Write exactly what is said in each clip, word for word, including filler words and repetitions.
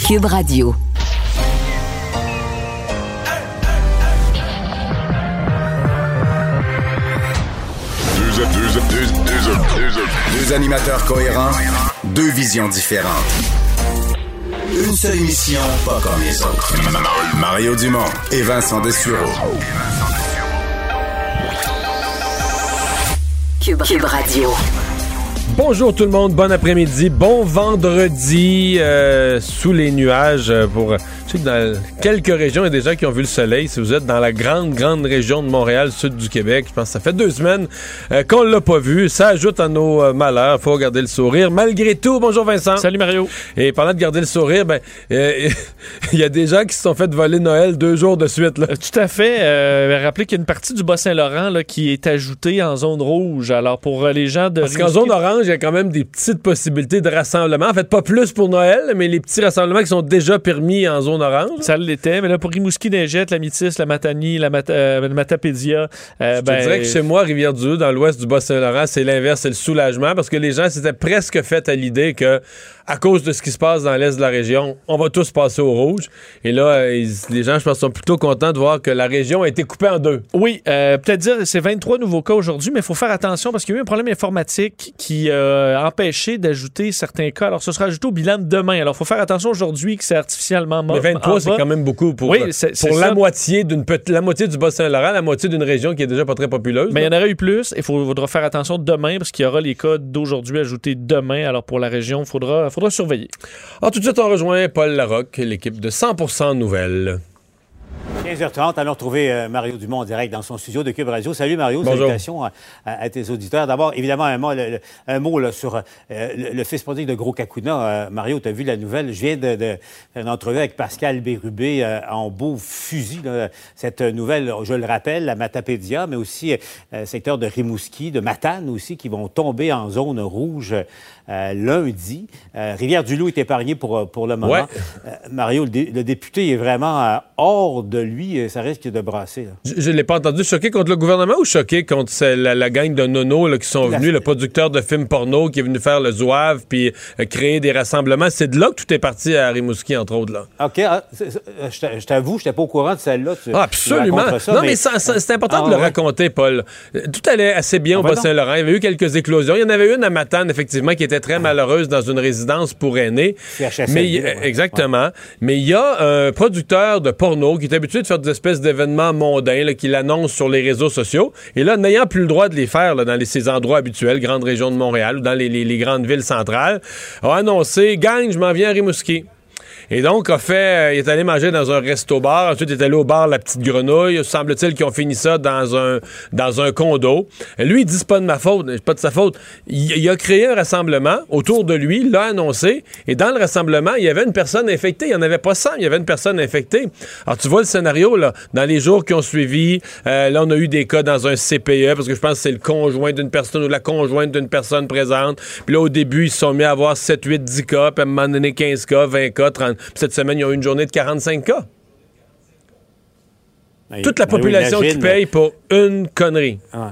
Cube Radio. Deux, deux, deux, deux, deux, deux animateurs cohérents, deux visions différentes. Une seule émission, pas comme les autres. Mario Dumont et Vincent Dessureau. Cube, Cube Radio. Bonjour tout le monde, bon après-midi, bon vendredi euh, sous les nuages pour... Je sais que dans quelques régions, il y a des gens qui ont vu le soleil. Si vous êtes dans la grande, grande région de Montréal, sud du Québec, je pense que ça fait deux semaines euh, qu'on l'a pas vu. Ça ajoute à nos euh, malheurs. Faut garder le sourire. Malgré tout, bonjour Vincent. Salut Mario. Et parlant de garder le sourire, ben, euh, il y a des gens qui se sont fait voler Noël deux jours de suite. Là. Euh, tout à fait. Euh, rappelez qu'il y a une partie du Bas-Saint-Laurent là, qui est ajoutée en zone rouge. Alors pour les gens de... Parce qu'en zone orange, il y a quand même des petites possibilités de rassemblement. En fait, pas plus pour Noël, mais les petits rassemblements qui sont déjà permis en zone orange. Ça l'était, mais là, pour Rimouski, Neigette, la Métis, la Matanie, la Mat- euh, le Matapédia... Euh, Je ben, te dirais que chez moi, Rivière-du-Loup, dans l'ouest du Bas-Saint-Laurent, c'est l'inverse, c'est le soulagement, parce que les gens s'étaient presque fait à l'idée que, à cause de ce qui se passe dans l'est de la région, on va tous passer au rouge. Et là, ils, les gens, je pense, sont plutôt contents de voir que la région a été coupée en deux. Oui, euh, peut-être dire c'est vingt-trois nouveaux cas aujourd'hui, mais il faut faire attention parce qu'il y a eu un problème informatique qui euh, a empêché d'ajouter certains cas. Alors, ce sera ajouté au bilan de demain. Alors, il faut faire attention aujourd'hui que c'est artificiellement mort. Mais vingt-trois, c'est quand même beaucoup pour, oui, c'est, pour c'est la ça. moitié d'une la moitié du Bas-Saint-Laurent, la moitié d'une région qui est déjà pas très populeuse. Mais il y en aurait eu plus. Il faudra faire attention demain parce qu'il y aura les cas d'aujourd'hui ajoutés demain. Alors, pour la région, il faudra, faudra surveiller. Alors, tout de suite, on rejoint Paul Larocque, l'équipe de cent pour cent Nouvelles. quinze heures trente, allons retrouver euh, Mario Dumont en direct dans son studio de Cube Radio. Salut Mario, bonjour. Salutations à, à, à tes auditeurs. D'abord, évidemment, un mot, le, le, un mot là, sur euh, le, le fils prodigue de Gros Kakuna. Euh, Mario, tu as vu la nouvelle. Je viens de, de faire une entrevue avec Pascal Bérubé euh, en beau fusil. Là. Cette nouvelle, je le rappelle, la Matapédia, mais aussi euh, secteur de Rimouski, de Matane aussi, qui vont tomber en zone rouge euh, lundi. Euh, Rivière-du-Loup est épargné pour, pour le moment. Ouais. Euh, Mario, le, dé, le député est vraiment euh, hors de lui, ça risque de brasser. Là. Je ne l'ai pas entendu. Choqué contre le gouvernement ou choqué contre la, la gang de nonos là, qui sont venus, la... le producteur de films porno qui est venu faire le zouave puis euh, créer des rassemblements. C'est de là que tout est parti à Rimouski, entre autres. Là. OK. Ah, je t'avoue, je n'étais pas au courant de celle-là. Tu, ah, absolument. Tu ça, non, mais, mais ça, ça, c'est important ah, de le ouais. raconter, Paul. Tout allait assez bien ah, au ben Bas-Saint-Laurent. Il y avait eu quelques éclosions. Il y en avait une à Matane, effectivement, qui était très ah. malheureuse dans une résidence pour aînés. Mais, ouais. Exactement. Ouais. Mais il y a un producteur de porno qui est habitué de faire des espèces d'événements mondains là, qu'il annonce sur les réseaux sociaux. Et là, n'ayant plus le droit de les faire là, dans les, ces endroits habituels, grande région de Montréal ou dans les, les, les grandes villes centrales, a annoncé « Gang, je m'en viens à Rimouski ». Et donc, a fait, il est allé manger dans un resto-bar. Ensuite, il est allé au bar La Petite Grenouille. Semble-t-il qu'ils ont fini ça dans un, dans un condo. Lui, il dit c'est pas de ma faute, c'est pas de sa faute. Il, il a créé un rassemblement autour de lui, il l'a annoncé. Et dans le rassemblement, il y avait une personne infectée. Il n'y en avait pas cent, il y avait une personne infectée. Alors, tu vois le scénario, là. Dans les jours qui ont suivi, euh, là, on a eu des cas dans un C P E, parce que je pense que c'est le conjoint d'une personne ou la conjointe d'une personne présente. Puis là, au début, ils se sont mis à avoir sept, huit, dix cas, puis à un moment donné, quinze cas, vingt cas, trente. Puis cette semaine, ils ont eu une journée de quarante-cinq cas. Mais toute la population imagine, qui paye pour une connerie. Ah.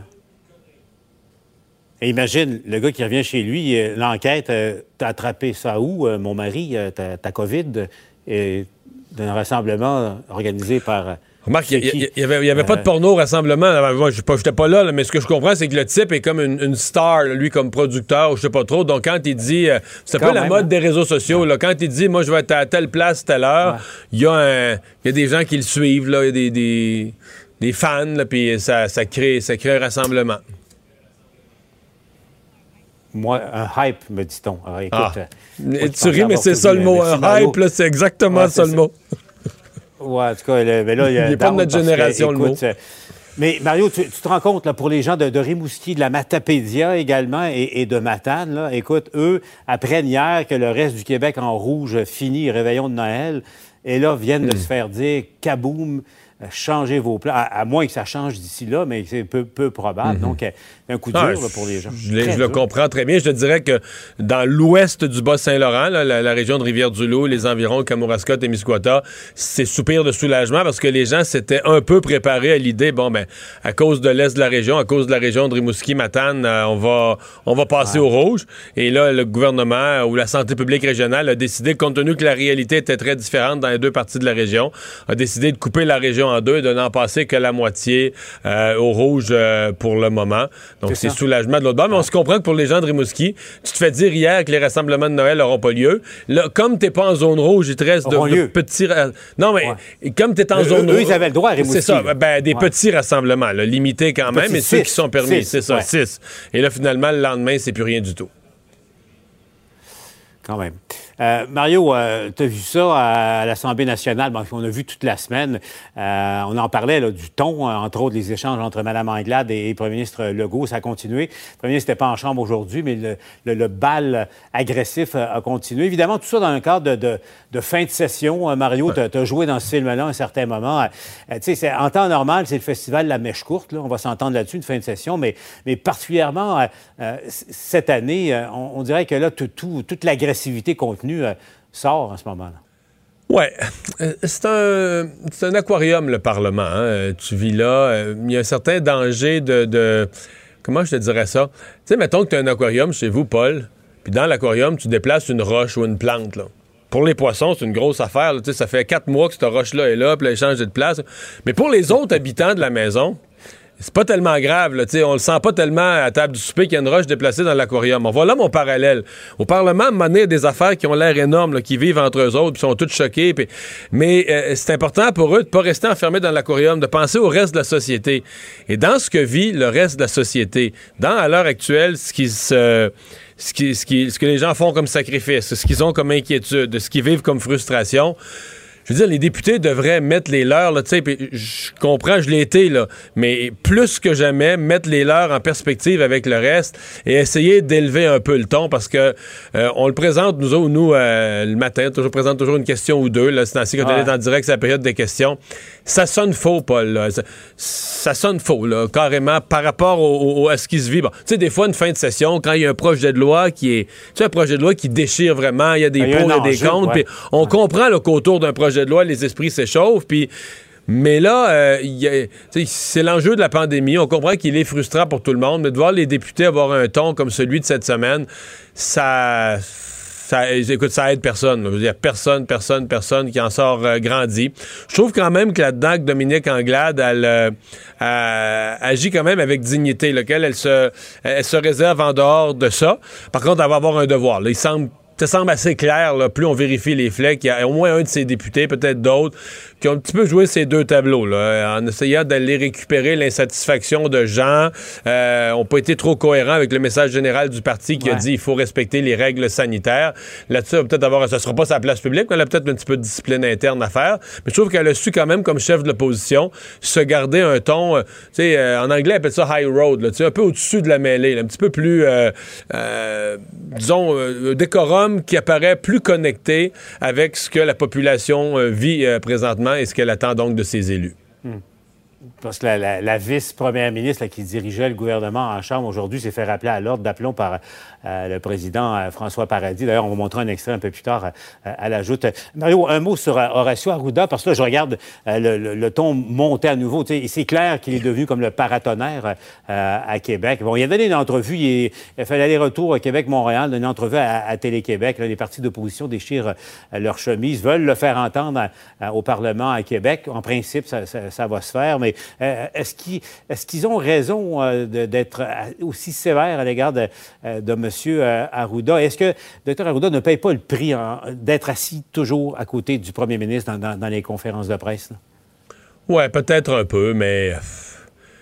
Et imagine, le gars qui revient chez lui, euh, l'enquête, euh, t'as attrapé ça où, euh, mon mari, euh, ta, ta COVID, euh, d'un rassemblement organisé par... Euh, Remarque, il n'y avait, y avait euh... pas de porno au rassemblement. Moi, je n'étais pas là, là, mais ce que je comprends, c'est que le type est comme une, une star, lui, comme producteur, ou je sais pas trop. Donc, quand il dit... Euh, c'est un peu la mode hein? des réseaux sociaux. Ouais. Là, quand il dit, moi, je vais être à telle place, telle heure, il ouais. y, y a des gens qui le suivent, il y a des, des, des fans, puis ça, ça, crée, ça crée un rassemblement. Moi, un hype, me dit-on. Alors, écoute, ah. euh, tu ris, mais c'est ça le mot. Un hype, là, c'est exactement ouais, ça le mot. Oui, en tout cas, le, mais là, il y a... Il n'est pas de notre génération, que, écoute, le mot. Mais Mario, tu, tu te rends compte, là, pour les gens de, de Rimouski, de la Matapédia également, et, et de Matane, là, écoute, eux apprennent hier que le reste du Québec en rouge finit, réveillon de Noël, et là, viennent mmh. de se faire dire, kaboum, changer vos plans, à, à moins que ça change d'ici là, mais c'est peu, peu probable. Mm-hmm. Donc, un coup dur ah, là, pour les gens. Je, je, je le comprends très bien. Je te dirais que dans l'ouest du Bas-Saint-Laurent, là, la, la région de Rivière-du-Loup, les environs, Kamouraska, Témiscouata, c'est soupir de soulagement parce que les gens s'étaient un peu préparés à l'idée, bon, ben, à cause de l'est de la région, à cause de la région de Rimouski, Matane, euh, on va, on va passer ouais. au rouge. Et là, le gouvernement ou la santé publique régionale a décidé, compte tenu que la réalité était très différente dans les deux parties de la région, a décidé de couper la région en deux et de n'en passer que la moitié euh, au rouge euh, pour le moment. Donc, c'est, c'est soulagement de l'autre bord. Mais on se comprend que pour les gens de Rimouski, tu te fais dire hier que les rassemblements de Noël n'auront pas lieu. Là, comme t'es pas en zone rouge, il te reste de, de petits... Non, mais ouais. comme t'es en eux, zone eux, rouge... ils avaient le droit à Rimouski. C'est ça, ben, des ouais. petits rassemblements, là, limités quand même, mais ceux qui sont permis, six, c'est ça, six. Ouais. Et là, finalement, le lendemain, c'est plus rien du tout. Quand même. Euh, Mario, euh, tu as vu ça à l'Assemblée nationale, bon, on a vu toute la semaine. Euh, on en parlait là, du ton, entre autres les échanges entre Mme Anglade et le premier ministre Legault, ça a continué. Le premier ministre n'était pas en chambre aujourd'hui, mais le, le, le bal agressif a, a continué. Évidemment, tout ça dans un cadre de, de, de fin de session. Mario, tu as joué dans ce film-là à un certain moment. Euh, tu sais, en temps normal, c'est le festival de la mèche courte. Là. On va s'entendre là-dessus, une fin de session, mais, mais particulièrement euh, euh, cette année, euh, on, on dirait que là, tout, tout, toute l'agressivité contenue Euh, sort en ce moment-là. Oui. C'est un, c'est un aquarium, le Parlement. Hein. Tu vis là. Il y a un certain danger de... de comment je te dirais ça? Tu sais, mettons que tu as un aquarium chez vous, Paul, puis dans l'aquarium, tu déplaces une roche ou une plante. Là. Pour les poissons, c'est une grosse affaire. Là. Ça fait quatre mois que cette roche-là est là, puis là, elle change de place. Mais pour les autres habitants de la maison... c'est pas tellement grave, là, on le sent pas tellement à la table du souper qu'il y a une roche déplacée dans l'aquarium. On voit là mon parallèle. Au Parlement, à un moment donné, il y a des affaires qui ont l'air énormes, là, qui vivent entre eux autres, puis sont toutes choquées. Pis... Mais euh, c'est important pour eux de pas rester enfermés dans l'aquarium, de penser au reste de la société. Et dans ce que vit le reste de la société, dans, à l'heure actuelle, ce qui se... Ce, qui, ce, qui, ce que les gens font comme sacrifice, ce qu'ils ont comme inquiétude, ce qu'ils vivent comme frustration... Je veux dire, les députés devraient mettre les leurs, là, tu sais, puis je comprends, je l'ai été, là, mais plus que jamais, mettre les leurs en perspective avec le reste et essayer d'élever un peu le ton parce que euh, on le présente, nous autres, nous, euh, le matin, toujours présente toujours une question ou deux, là, c'est ainsi quand ouais. on est en direct, c'est la période des questions. Ça sonne faux, Paul, là. Ça, ça sonne faux, là, carrément, par rapport au, au, à ce qui se vit. Bon, tu sais, des fois, une fin de session, quand il y a un projet de loi qui est, tu sais, un projet de loi qui déchire vraiment, il y a des pour et des contre, puis on ouais. comprend, là, qu'autour d'un projet de loi, les esprits s'échauffent, puis mais là, euh, y a, c'est l'enjeu de la pandémie. On comprend qu'il est frustrant pour tout le monde, mais de voir les députés avoir un ton comme celui de cette semaine, ça... Ça, écoute, ça aide personne. Il n'y a personne, personne, personne qui en sort euh, grandi. Je trouve quand même que là-dedans, que Dominique Anglade, elle, euh, elle agit quand même avec dignité. Laquelle elle se, elle se réserve en dehors de ça. Par contre, elle va avoir un devoir. Là, il semble Ça semble assez clair, là, plus on vérifie les faits, qu'il y a au moins un de ces députés, peut-être d'autres, qui ont un petit peu joué ces deux tableaux, là, en essayant d'aller récupérer l'insatisfaction de gens. Euh, ont pas été trop cohérents avec le message général du parti qui ouais. a dit qu'il faut respecter les règles sanitaires. Là-dessus, peut-être avoir, ça sera pas sa place publique, mais elle a peut-être un petit peu de discipline interne à faire. Mais je trouve qu'elle a su quand même, comme chef de l'opposition, se garder un ton, euh, tu sais, euh, en anglais, elle appelle ça high road, là, tu sais, un peu au-dessus de la mêlée, là, un petit peu plus, euh, euh, disons, euh, décorum, qui apparaît plus connecté avec ce que la population euh, vit euh, présentement et ce qu'elle attend donc de ses élus. Hum. Parce que la, la, la vice-première ministre là, qui dirigeait le gouvernement en chambre aujourd'hui s'est fait rappeler à l'ordre d'aplomb par euh, le président euh, François Paradis. D'ailleurs, on va montrer un extrait un peu plus tard euh, à la joute. Mario, un mot sur euh, Horacio Arruda, parce que là, je regarde euh, le, le, le ton monter à nouveau. Et c'est clair qu'il est devenu comme le paratonnerre euh, à Québec. Bon, il a donné une entrevue, il, il a fait l'aller-retour à Québec-Montréal, une entrevue à, à Télé-Québec. Là, les partis d'opposition déchirent euh, leur chemise, veulent le faire entendre à, à, au Parlement à Québec. En principe, ça, ça, ça va se faire, mais Euh, est-ce, qu'ils, est-ce qu'ils ont raison euh, de, d'être aussi sévères à l'égard de, euh, de M. Euh, Arruda? Est-ce que Dr Arruda ne paye pas le prix hein, d'être assis toujours à côté du premier ministre dans, dans, dans les conférences de presse? Oui, peut-être un peu, mais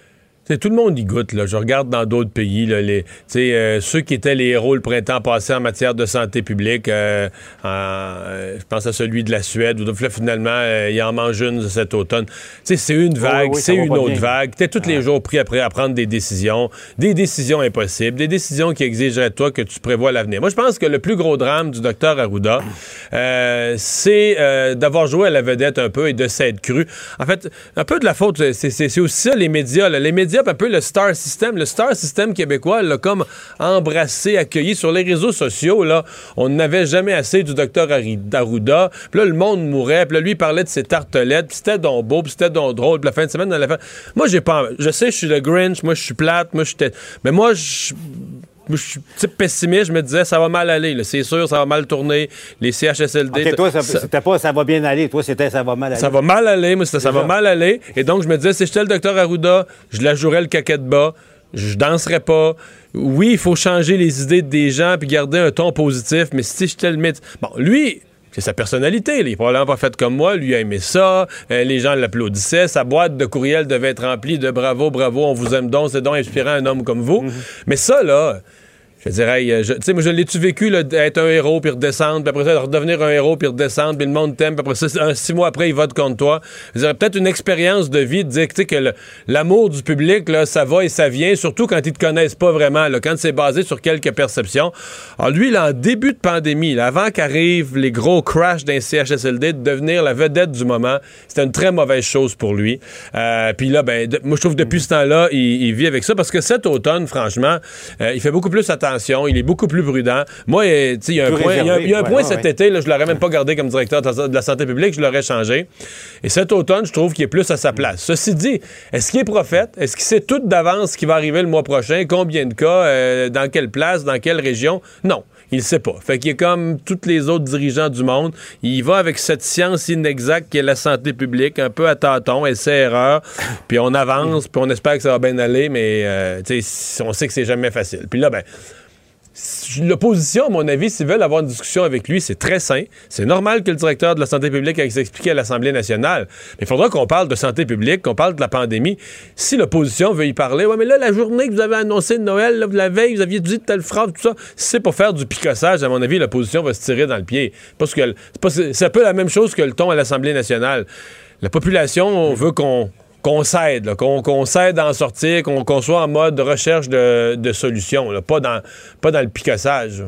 T'sais, tout le monde y goûte. Là. Je regarde dans d'autres pays, là, les, euh, ceux qui étaient les héros le printemps passé en matière de santé publique. Euh, en, euh, je pense à celui de la Suède, où là, finalement, euh, il en mange une cet automne. T'sais, c'est une vague, oui, oui, c'est une autre bien. vague. T'es tous ah. les jours pris après à prendre des décisions, des décisions impossibles, des décisions qui exigeraient de toi que tu prévois l'avenir. Moi, je pense que le plus gros drame du docteur Arruda, euh, c'est euh, d'avoir joué à la vedette un peu et de s'être cru. En fait, un peu de la faute, c'est, c'est, c'est aussi ça, les médias. Là. Les médias un peu le star system. Le star system québécois l'a comme embrassé, accueilli sur les réseaux sociaux. Là, on n'avait jamais assez du docteur Arruda. Puis là, le monde mourait. Puis là, lui, il parlait de ses tartelettes. Puis c'était donc beau. Puis c'était donc drôle. Puis la fin de semaine, dans la fin... Moi, j'ai pas... Je sais, je suis le Grinch. Moi, je suis plate. Moi, j'étais... Mais moi, je... Je suis type pessimiste, je me disais ça va mal aller, là. C'est sûr, ça va mal tourner, les C H S L D. OK, toi, ça, ça, c'était pas ça va bien aller, toi, c'était ça va mal aller. Ça va mal aller, moi, c'était ça va mal aller. Et donc, je me disais, si j'étais le docteur Arruda, je la jouerais le caquet de bas, je danserais pas. Oui, il faut changer les idées des gens puis garder un ton positif, mais si j'étais le médecin. Bon, lui. C'est sa personnalité. Il est probablement pas fait comme moi. Lui a aimé ça. Euh, les gens l'applaudissaient. Sa boîte de courriel devait être remplie de bravo, bravo, on vous aime donc, c'est donc inspirant un homme comme vous. Mm-hmm. Mais ça, là... Je dirais, tu sais, moi, je l'ai-tu vécu, là, être un héros, puis redescendre, puis après ça, redevenir un héros, puis redescendre, puis le monde t'aime, puis après ça, un, six mois après, il vote contre toi. Je dirais peut-être une expérience de vie de dire, tu sais, que le, l'amour du public, là, ça va et ça vient, surtout quand ils te connaissent pas vraiment, là, quand c'est basé sur quelques perceptions. Alors lui, là, en début de pandémie, là, avant qu'arrivent les gros crashs d'un C H S L D, de devenir la vedette du moment, c'était une très mauvaise chose pour lui. Euh, puis là, ben, de, moi, je trouve que depuis ce temps-là, il, il vit avec ça, parce que cet automne, franchement, euh, il fait beaucoup plus attention. Il est beaucoup plus prudent. Moi, il y a un point, réservé, y a, y a un point ouais, cet ouais. été, là, je l'aurais même pas gardé comme directeur de la santé publique, je l'aurais changé. Et cet automne, je trouve qu'il est plus à sa place. Ceci dit, est-ce qu'il est prophète? Est-ce qu'il sait tout d'avance ce qui va arriver le mois prochain? Combien de cas? Euh, dans quelle place? Dans quelle région? Non. Il le sait pas. Fait qu'il est comme tous les autres dirigeants du monde. Il va avec cette science inexacte qui est la santé publique, un peu à tâtons, essai-erreur. Puis on avance, puis on espère que ça va bien aller, mais euh, on sait que c'est jamais facile. Puis là, ben... l'opposition, à mon avis, s'ils veulent avoir une discussion avec lui, c'est très sain. C'est normal que le directeur de la santé publique aille s'expliquer à l'Assemblée nationale. Mais il faudra qu'on parle de santé publique, qu'on parle de la pandémie. Si l'opposition veut y parler, ouais, mais là, la journée que vous avez annoncé de Noël, là, la veille, vous aviez dit telle phrase, tout ça, si c'est pour faire du picossage, à mon avis, l'opposition va se tirer dans le pied. Parce que c'est, pas, c'est un peu la même chose que le ton à l'Assemblée nationale. La population, on veut qu'on qu'on s'aide, là, qu'on, qu'on s'aide à en sortir, qu'on, qu'on soit en mode recherche de, de solutions, là, pas, dans, pas dans le picossage.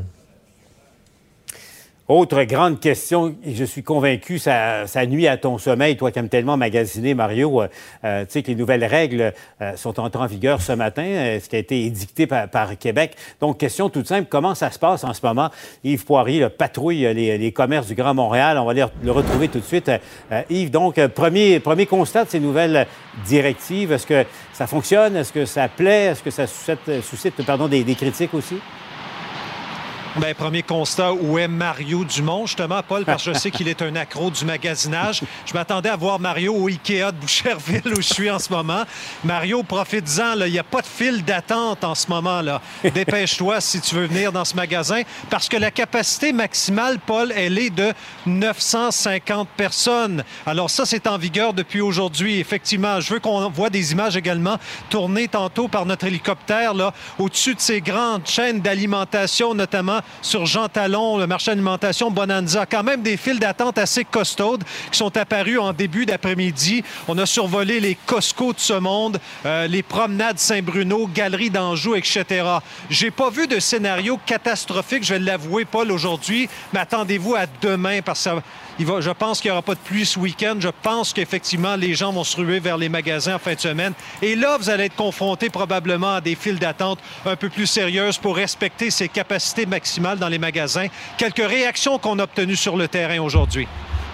Autre grande question, et je suis convaincu, ça, ça nuit à ton sommeil, toi qui aimes tellement magasiner, Mario. Euh, tu sais que les nouvelles règles euh, sont entrées en vigueur ce matin, euh, ce qui a été édicté par, par Québec. Donc, question toute simple, comment ça se passe en ce moment? Yves Poirier là, patrouille les, les commerces du Grand Montréal. On va aller le retrouver tout de suite. Euh, Yves, donc, premier, premier constat de ces nouvelles directives. Est-ce que ça fonctionne? Est-ce que ça plaît? Est-ce que ça suscite, suscite pardon, des, des critiques aussi? Bien, premier constat, où est Mario Dumont, justement, Paul, parce que je sais qu'il est un accro du magasinage. Je m'attendais à voir Mario au Ikea de Boucherville, où je suis en ce moment. Mario, profite-en, il n'y a pas de file d'attente en ce moment, là. Dépêche-toi si tu veux venir dans ce magasin, parce que la capacité maximale, Paul, elle est de neuf cent cinquante personnes. Alors ça, c'est en vigueur depuis aujourd'hui. Effectivement, je veux qu'on voit des images également tournées tantôt par notre hélicoptère, là, au-dessus de ces grandes chaînes d'alimentation, notamment sur Jean Talon, le marché d'alimentation Bonanza. Quand même des files d'attente assez costaudes qui sont apparues en début d'après-midi. On a survolé les Costco de ce monde, euh, les promenades Saint-Bruno, Galerie d'Anjou, et cetera. J'ai pas vu de scénario catastrophique, je vais l'avouer, Paul, aujourd'hui, mais attendez-vous à demain parce que ça, il va, je pense qu'il n'y aura pas de pluie ce week-end. Je pense qu'effectivement, les gens vont se ruer vers les magasins en fin de semaine. Et là, vous allez être confrontés probablement à des files d'attente un peu plus sérieuses pour respecter ces capacités maximales dans les magasins. Quelques réactions qu'on a obtenues sur le terrain aujourd'hui.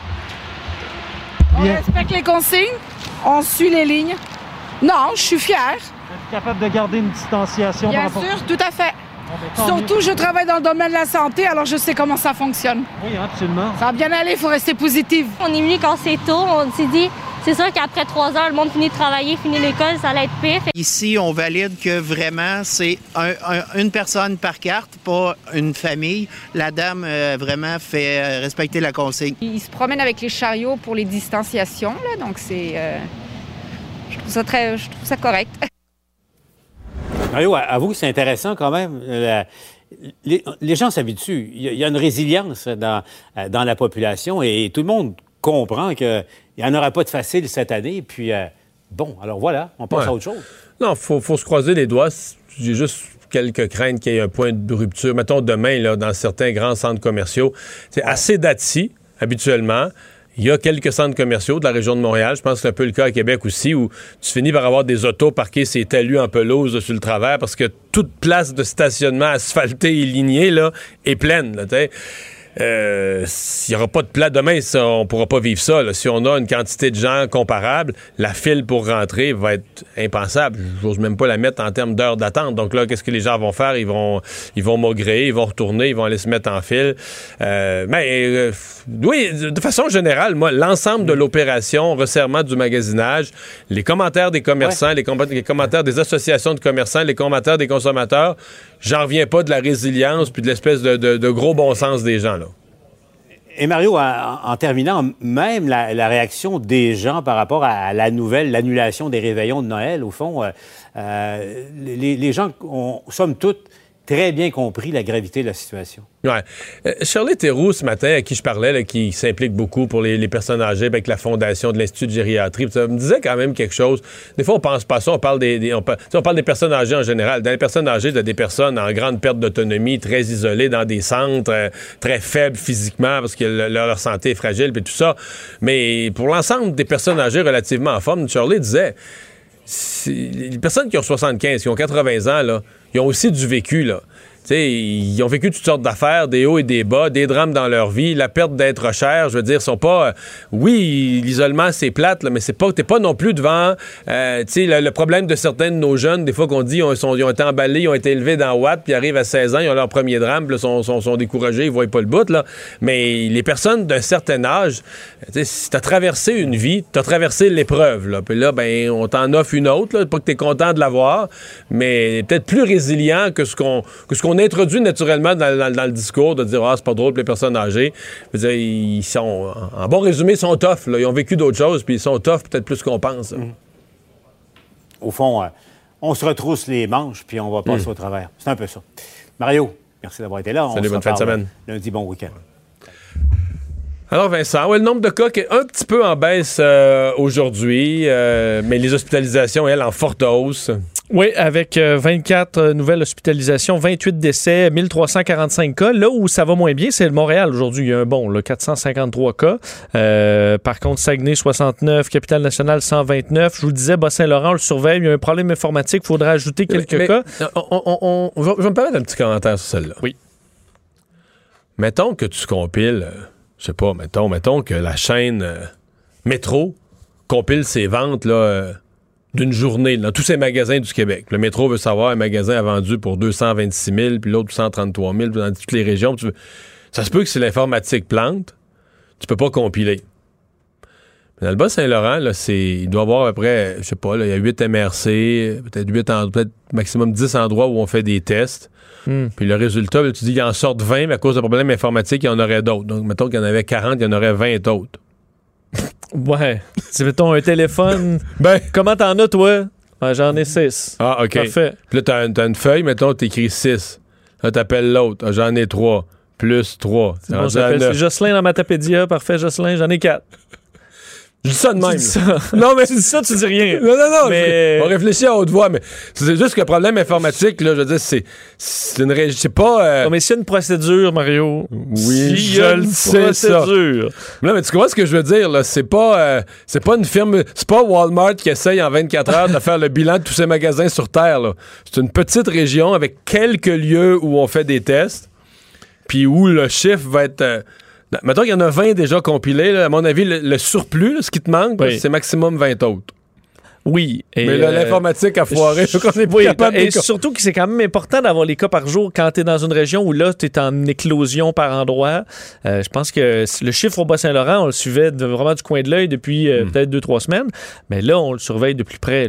On respecte les consignes, on suit les lignes. Non, je suis fière. Vous êtes capable de garder une distanciation? Bien sûr, rapport... tout à fait. Surtout, je travaille dans le domaine de la santé, alors je sais comment ça fonctionne. Oui, absolument. Ça va bien aller, il faut rester positif. On est venu quand c'est tôt, on s'est dit, c'est sûr qu'après trois heures, le monde finit de travailler, finit l'école, ça allait être pire. Ici, on valide que vraiment, c'est un, un, une personne par carte, pas une famille. La dame, euh, vraiment, fait respecter la consigne. Ils se promènent avec les chariots pour les distanciations, là, donc c'est... Euh, je trouve ça très... je trouve ça correct. Mario, avoue que c'est intéressant quand même. La, les, les gens s'habituent. Il y a une résilience dans, dans la population et tout le monde comprend qu'il n'y en aura pas de facile cette année. Puis, euh, bon, alors voilà, on passe ouais. à autre chose. Non, il faut, faut se croiser les doigts. J'ai juste quelques craintes qu'il y ait un point de rupture. Mettons demain, là, dans certains grands centres commerciaux. C'est ouais. assez d'A-T-I, habituellement. Il y a quelques centres commerciaux de la région de Montréal. Je pense que c'est un peu le cas à Québec aussi, où tu finis par avoir des autos parquées ces talus en pelouse là, sur le travers parce que toute place de stationnement asphaltée et lignée là, est pleine. Là, t'sais. Euh, s'il n'y aura pas de plat demain, ça, on ne pourra pas vivre ça. Là. Si on a une quantité de gens comparable, la file pour rentrer va être impensable. Je n'ose même pas la mettre en termes d'heures d'attente. Donc là, qu'est-ce que les gens vont faire? Ils vont ils vont maugréer, ils vont retourner, ils vont aller se mettre en file. Euh, mais euh, oui, de façon générale, moi, l'ensemble de l'opération, resserrement du magasinage, les commentaires des commerçants, ouais. les, com- les commentaires des associations de commerçants, les commentaires des consommateurs, j'en reviens pas de la résilience puis de l'espèce de, de, de gros bon sens des gens, là. Et Mario, en, en terminant, même la, la réaction des gens par rapport à la nouvelle, l'annulation des réveillons de Noël, au fond, euh, euh, les, les gens ont, somme toute, très bien compris la gravité de la situation. Oui. Euh, Shirley Théroux, ce matin, à qui je parlais, là, qui s'implique beaucoup pour les, les personnes âgées avec la fondation de l'Institut de gériatrie, ça me disait quand même quelque chose. Des fois, on pense pas à ça, on parle des, des, on, on parle des personnes âgées en général. Dans les personnes âgées, il y a des personnes en grande perte d'autonomie, très isolées dans des centres, euh, très faibles physiquement parce que le, leur santé est fragile et tout ça. Mais pour l'ensemble des personnes âgées relativement en forme, Shirley disait... les personnes qui ont soixante-quinze, qui ont quatre-vingts ans, là, ils ont aussi du vécu, là. T'sais, ils ont vécu toutes sortes d'affaires, des hauts et des bas, des drames dans leur vie, la perte d'être cher, je veux dire, sont pas... Euh, oui, l'isolement, c'est plate, là, mais c'est pas, t'es pas non plus devant... Euh, tu sais, le, le problème de certains de nos jeunes, des fois qu'on dit, ils, sont, ils ont été emballés, ils ont été élevés dans Watt, puis ils arrivent à seize ans, ils ont leur premier drame, puis là, sont, sont, sont découragés, ils voient pas le bout, là. Mais les personnes d'un certain âge, tu sais, si t'as traversé une vie, t'as traversé l'épreuve, là, puis là, ben, on t'en offre une autre, là, pas que t'es content de l'avoir, mais peut-être plus résilient que ce qu'on, que ce qu'on introduit naturellement dans, dans, dans le discours, de dire « Ah, c'est pas drôle pour les personnes âgées ». Je veux dire, ils sont, en bon résumé, ils sont tough, là. Ils ont vécu d'autres choses, puis ils sont tough peut-être plus qu'on pense. Mmh. Au fond, euh, on se retrousse les manches, puis on va passer mmh. au travers. C'est un peu ça. Mario, merci d'avoir été là. Salut, on bonne fin de semaine. Lundi, bon week-end. Alors Vincent, ouais, le nombre de cas qui est un petit peu en baisse euh, aujourd'hui, euh, mais les hospitalisations, elles, en forte hausse. Oui, avec euh, vingt-quatre nouvelles hospitalisations, vingt-huit décès, mille trois cent quarante-cinq cas. Là où ça va moins bien, c'est le Montréal aujourd'hui. Il y a un bon, là, quatre cent cinquante-trois cas. Euh, par contre, Saguenay, soixante-neuf, Capitale-Nationale, cent vingt-neuf. Je vous le disais, Bas-Saint-Laurent, on le surveille. Il y a un problème informatique. Il faudra ajouter quelques mais, cas. On, on, on, on, je vais me permettre un petit commentaire sur celle-là. Oui. Mettons que tu compiles, euh, je sais pas, mettons, mettons que la chaîne euh, Métro compile ses ventes, là... Euh, d'une journée dans tous ces magasins du Québec. Le Métro veut savoir un magasin a vendu pour deux cent vingt-six mille, puis l'autre cent trente-trois mille, dans toutes les régions. Tu veux... Ça se peut que si l'informatique plante, tu peux pas compiler. Mais dans le Bas-Saint-Laurent, là, c'est... il doit y avoir à peu près, je sais pas, là, il y a huit M R C, peut-être huit en... peut-être maximum dix endroits où on fait des tests. Mm. Puis le résultat, là, tu dis qu'il en sort vingt, mais à cause de problèmes informatiques, il y en aurait d'autres. Donc, mettons qu'il y en avait quarante, il y en aurait vingt autres. Ouais. Si, mettons, un téléphone. Ben. Comment t'en as, toi? Ah, j'en ai six. Ah, OK. Parfait. Puis là, t'as, t'as une feuille, mettons, t'écris six. Là, t'appelles l'autre. Ah, j'en ai trois. Plus trois. C'est bon, c'est Jocelyn dans Matapédia. Parfait, Jocelyn. J'en ai quatre. Je dis ça de même. Tu dis ça. Non, mais tu dis ça, tu dis rien. Non, non, non. Mais... On réfléchit à haute voix, mais c'est juste que le problème informatique, là, je veux dire, c'est, c'est une régie. C'est pas. Euh... Non, mais s'il y a une procédure, Mario. Oui, si je le sais. Procédure. Ça. Non, mais tu comprends ce que je veux dire, là? C'est pas, euh, c'est pas une firme. C'est pas Walmart qui essaye en vingt-quatre heures de faire le bilan de tous ces magasins sur Terre, là. C'est une petite région avec quelques lieux où on fait des tests, puis où le chiffre va être. Euh, Mettons qu'il y en a vingt déjà compilés. Là, à mon avis, le, le surplus, là, ce qui te manque, oui. là, c'est maximum vingt autres. Oui. Et mais là, euh, l'informatique a foiré. Je... qu'on est oui, capable et de... surtout que c'est quand même important d'avoir les cas par jour quand tu es dans une région où là, tu es en éclosion par endroit. Euh, je pense que le chiffre au Bas-Saint-Laurent, on le suivait de, vraiment du coin de l'œil depuis euh, mm. peut-être deux, trois semaines. Mais là, on le surveille de plus près. Là.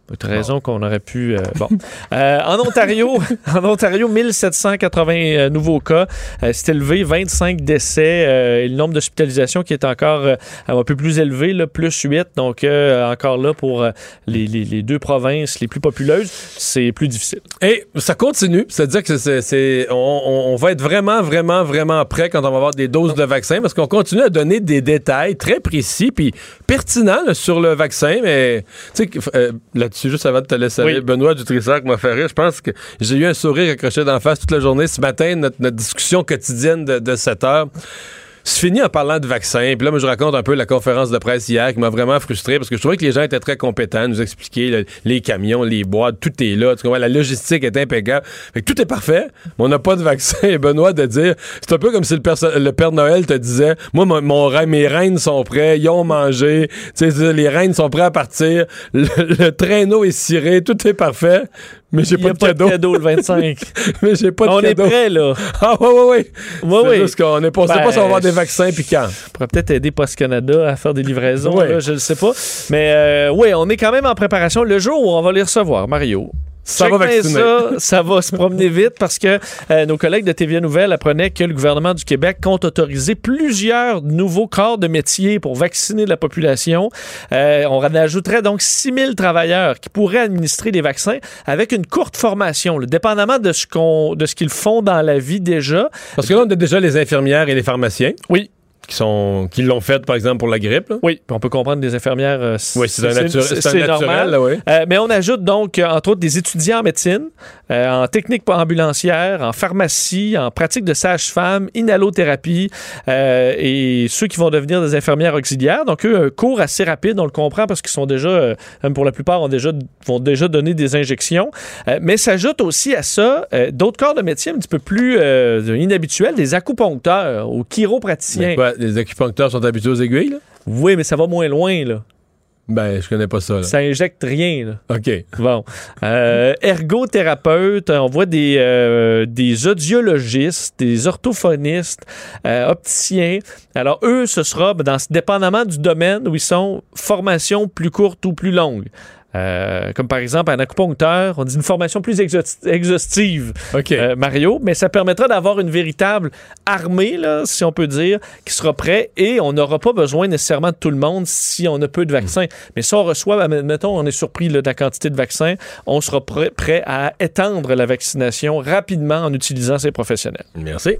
Tu as raison qu'on aurait pu... Euh, bon. Euh, en Ontario, en Ontario, mille sept cent quatre-vingts euh, nouveaux cas. Euh, c'est élevé, vingt-cinq décès. Euh, et le nombre d'hospitalisations qui est encore euh, un peu plus élevé, là, plus huit. Donc, euh, encore là, pour euh, les, les, les deux provinces les plus populeuses, c'est plus difficile. Et ça continue. C'est-à-dire que c'est, c'est, on, on va être vraiment, vraiment, vraiment prêt quand on va avoir des doses de vaccin parce qu'on continue à donner des détails très précis puis pertinents là, sur le vaccin. Mais, tu sais, euh, là-dessus, juste avant de te laisser aller, oui. Benoît Dutrissard qui m'a fait rire, je pense que j'ai eu un sourire accroché dans la face toute la journée ce matin, notre, notre discussion quotidienne de, de sept heures. C'est fini en parlant de vaccins. Puis là, moi, je raconte un peu la conférence de presse hier qui m'a vraiment frustré parce que je trouvais que les gens étaient très compétents à nous expliquer là, les camions, les boîtes, tout est là. Tu comprends? La logistique est impeccable. Fait que tout est parfait, mais on n'a pas de vaccin. Et Benoît de dire, c'est un peu comme si le, perso- le Père Noël te disait, moi, mon, mon, mes reines sont prêts, ils ont mangé, tu sais, les reines sont prêts à partir, le, le traîneau est ciré, tout est parfait. Mais j'ai pas de, pas cadeau. de cadeau le vingt-cinq. Mais j'ai pas de on cadeau. On est prêt, là. Ah, oui, oui, oui. Oui, c'est oui. juste qu'on est pas, ben, pas si on va avoir des vaccins puis quand. On pourrait peut-être aider Post Canada à faire des livraisons, ouais. là, je ne sais pas. Mais euh, oui, on est quand même en préparation. Le jour où on va les recevoir, Mario. Ça va vacciner. Ça, ça va se promener vite parce que euh, nos collègues de T V A Nouvelles apprenaient que le gouvernement du Québec compte autoriser plusieurs nouveaux corps de métier pour vacciner la population. Euh, on ajouterait donc six mille travailleurs qui pourraient administrer des vaccins avec une courte formation, là, dépendamment de ce, qu'on, de ce qu'ils font dans la vie déjà. Parce que là, on a déjà les infirmières et les pharmaciens. Oui. Qui, sont, qui l'ont fait, par exemple, pour la grippe. Là. Oui, puis on peut comprendre des infirmières. Euh, oui, c'est, un, nature, c'est, c'est un naturel. Normal. Là, oui. euh, mais on ajoute donc, euh, entre autres, des étudiants en médecine, euh, en technique ambulancière, en pharmacie, en pratique de sage-femme, inhalothérapie, euh, et ceux qui vont devenir des infirmières auxiliaires. Donc, eux, un cours assez rapide, on le comprend, parce qu'ils sont déjà, euh, même pour la plupart, ont déjà, vont déjà donner des injections. Euh, mais s'ajoute aussi à ça euh, d'autres corps de métier un petit peu plus euh, inhabituels, des acupuncteurs ou chiropraticiens. Les acupuncteurs sont habitués aux aiguilles, là? Oui, mais ça va moins loin, là. Ben, je connais pas ça, là. Ça injecte rien, là. OK. Bon. Euh, ergothérapeute, on voit des, euh, des audiologistes, des orthophonistes, euh, opticiens. Alors, eux, ce sera, dans, dépendamment du domaine où ils sont, formation plus courte ou plus longue. Euh, comme par exemple un acupuncteur, on dit une formation plus exo- exhaustive, okay. euh, Mario, mais ça permettra d'avoir une véritable armée, là, si on peut dire, qui sera prêt et on n'aura pas besoin nécessairement de tout le monde si on a peu de vaccins. Mmh. Mais si on reçoit, mettons, on est surpris là, de la quantité de vaccins, on sera prêt, prêt à étendre la vaccination rapidement en utilisant ces professionnels. Merci.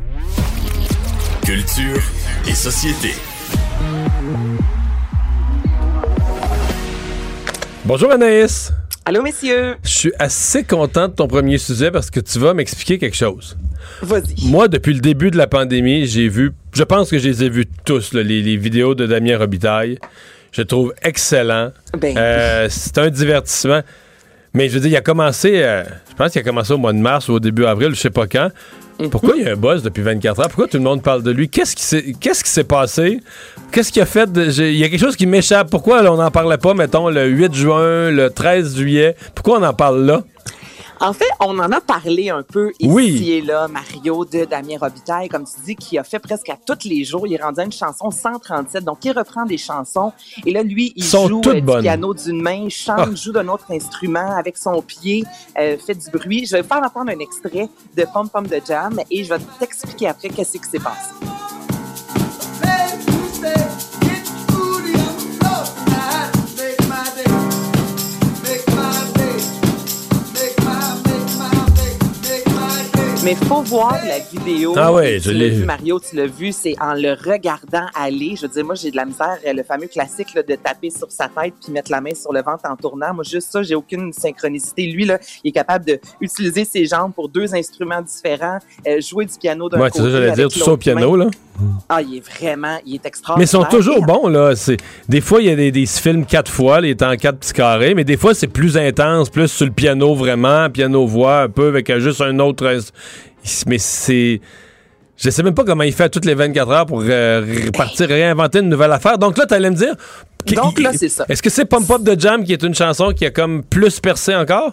Culture et société. Bonjour Anaïs. Allô messieurs. Je suis assez content de ton premier sujet parce que tu vas m'expliquer quelque chose. Vas-y. Moi, depuis le début de la pandémie, j'ai vu, je pense que je les ai vus tous, là, les, les vidéos de Damien Robitaille. Je le trouve excellent. Ben. Euh, c'est un divertissement. Mais je veux dire, il a commencé, euh, je pense qu'il a commencé au mois de mars ou au début avril, je sais pas quand. Pourquoi il y a un buzz depuis vingt-quatre heures? Pourquoi tout le monde parle de lui? Qu'est-ce qui s'est, qu'est-ce qui s'est passé? Qu'est-ce qu'il a fait? De, il y a quelque chose qui m'échappe. Pourquoi là, on n'en parlait pas, mettons, le huit juin, le treize juillet? Pourquoi on en parle là? En fait, on en a parlé un peu ici oui. et là, Mario, de Damien Robitaille, comme tu dis, qui a fait presque à tous les jours. Il est rendu à une chanson cent trente-sept, donc il reprend des chansons. Et là, lui, il Sont joue euh, du bonnes. piano d'une main, chante, ah. joue d'un autre instrument avec son pied, euh, fait du bruit. Je vais faire entendre un extrait de Pom Pom de Jam et je vais t'expliquer après qu'est-ce qui s'est passé. Mais il faut voir la vidéo. Ah ouais, je tu l'ai l'as vu, vu. Mario, tu l'as vu, c'est en le regardant aller. Je veux dire, moi, j'ai de la misère, le fameux classique là, de taper sur sa tête puis mettre la main sur le ventre en tournant. Moi, juste ça, j'ai aucune synchronicité. Lui, là, il est capable d'utiliser ses jambes pour deux instruments différents, euh, jouer du piano d'un ouais, côté. Ouais, c'est ça, j'allais dire, tout ça au piano, main. là. Ah, il est vraiment, il est extraordinaire. Mais ils sont toujours bons, là. C'est, des fois, il y a des, des films quatre fois, il est en quatre petits carrés, mais des fois, c'est plus intense, plus sur le piano vraiment, piano-voix, un peu, avec euh, juste un autre... Mais c'est... Je sais même pas comment il fait toutes les vingt-quatre heures pour euh, repartir, réinventer une nouvelle affaire. Donc là, tu allais me dire... Donc là, c'est ça. Est-ce que c'est Pump Up de Jam qui est une chanson qui a comme plus percé encore?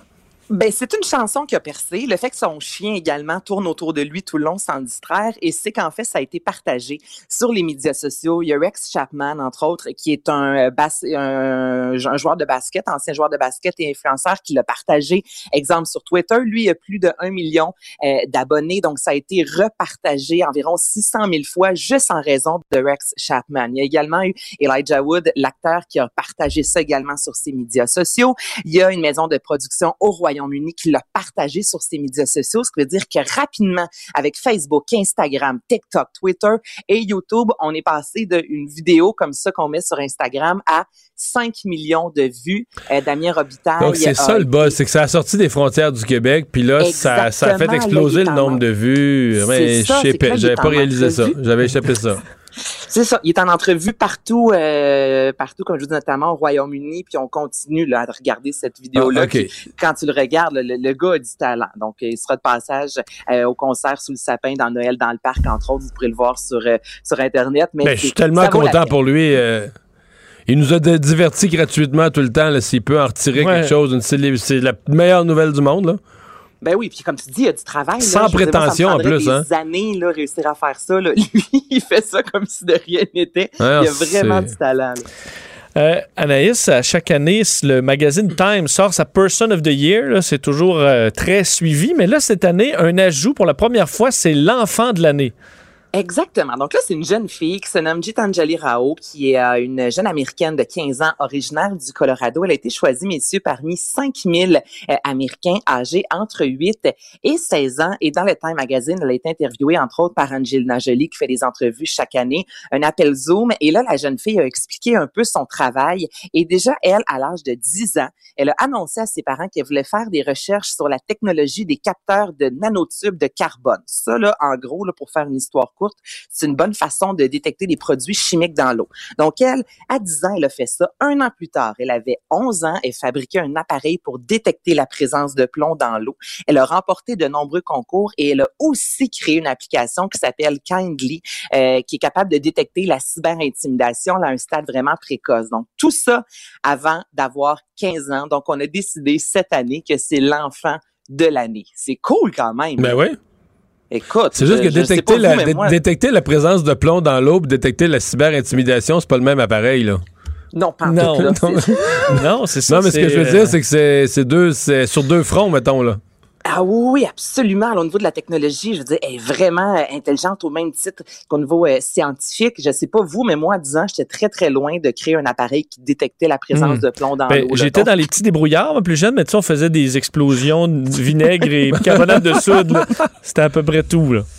Ben, c'est une chanson qui a percé. Le fait que son chien également tourne autour de lui tout le long sans le distraire, et c'est qu'en fait, ça a été partagé sur les médias sociaux. Il y a Rex Chapman, entre autres, qui est un, bas- un, un joueur de basket, ancien joueur de basket et influenceur, qui l'a partagé, exemple, sur Twitter. Lui, il a plus de un million euh, d'abonnés, donc ça a été repartagé environ six cent mille fois juste en raison de Rex Chapman. Il y a également eu Elijah Wood, l'acteur, qui a partagé ça également sur ses médias sociaux. Il y a une maison de production au Royaume-Uni qui l'a partagé sur ses médias sociaux, ce qui veut dire que rapidement, avec Facebook, Instagram, TikTok, Twitter et YouTube, on est passé d'une vidéo comme ça qu'on met sur Instagram à cinq millions de vues. Euh, Damien Robitaille. Donc, c'est ça le buzz, c'est que ça a sorti des frontières du Québec, puis là, ça, ça a fait exploser le nombre de vues. Mais je sais pas, j'avais pas réalisé ça. J'avais échappé ça. C'est ça. Il est en entrevue partout, euh, partout, comme je vous dis, notamment au Royaume-Uni, puis on continue là, à regarder cette vidéo-là. Ah, okay. Puis, quand tu le regardes, le, le gars a du talent. Donc, il sera de passage euh, au concert sous le sapin dans Noël dans le parc, entre autres. Vous pourrez le voir sur, euh, sur Internet. Mais ben, je suis tellement content pour lui. Euh, il nous a de- divertis gratuitement tout le temps. Là, s'il peut en retirer ouais. quelque chose, c'est, les, c'est la meilleure nouvelle du monde, là. Ben oui, puis comme tu dis, il y a du travail. Sans là. prétention, dire, en plus. Des hein. années, là, réussir à faire ça. Là. Lui, il fait ça comme si de rien n'était. Ouais, il y a vraiment c'est... du talent. Euh, Anaïs, à chaque année, le magazine Time sort sa Person of the Year. Là, c'est toujours euh, très suivi. Mais là, cette année, un ajout pour la première fois, c'est l'enfant de l'année. Exactement. Donc là, c'est une jeune fille qui se nomme Gitanjali Rao, qui est euh, une jeune Américaine de quinze ans, originaire du Colorado. Elle a été choisie, messieurs, parmi cinq mille euh, Américains âgés entre huit et seize ans. Et dans le Time Magazine, elle a été interviewée, entre autres, par Angelina Jolie, qui fait des entrevues chaque année, un appel Zoom. Et là, la jeune fille a expliqué un peu son travail. Et déjà, elle, à l'âge de dix ans, elle a annoncé à ses parents qu'elle voulait faire des recherches sur la technologie des capteurs de nanotubes de carbone. Ça, là, en gros, là, pour faire une histoire courte, c'est une bonne façon de détecter des produits chimiques dans l'eau. Donc, elle, à dix ans, elle a fait ça. Un an plus tard, elle avait onze ans et fabriquait un appareil pour détecter la présence de plomb dans l'eau. Elle a remporté de nombreux concours et elle a aussi créé une application qui s'appelle Kindly, euh, qui est capable de détecter la cyberintimidation à un stade vraiment précoce. Donc, tout ça avant d'avoir quinze ans. Donc, on a décidé cette année que c'est l'enfant de l'année. C'est cool quand même. Ben oui. Écoute, c'est juste que je, détecter, je la, vous, dé- moi... détecter la présence de plomb dans l'eau, puis détecter la cyberintimidation, c'est pas le même appareil, là. Non, pas non, tout, là, non. c'est... non, c'est ça. Non, mais c'est... ce que je veux dire, c'est que c'est, c'est, deux, c'est sur deux fronts, mettons, là. Ah oui, absolument. Alors, au niveau de la technologie, je veux dire, elle est vraiment euh, intelligente au même titre qu'au niveau euh, scientifique. Je sais pas vous, mais moi, à dix ans, j'étais très, très loin de créer un appareil qui détectait la présence mmh. de plomb dans ben, l'eau. J'étais donc... dans les petits débrouillards, moi, plus jeune, mais tu sais, on faisait des explosions de vinaigre et bicarbonate de soude. Là. C'était à peu près tout, là.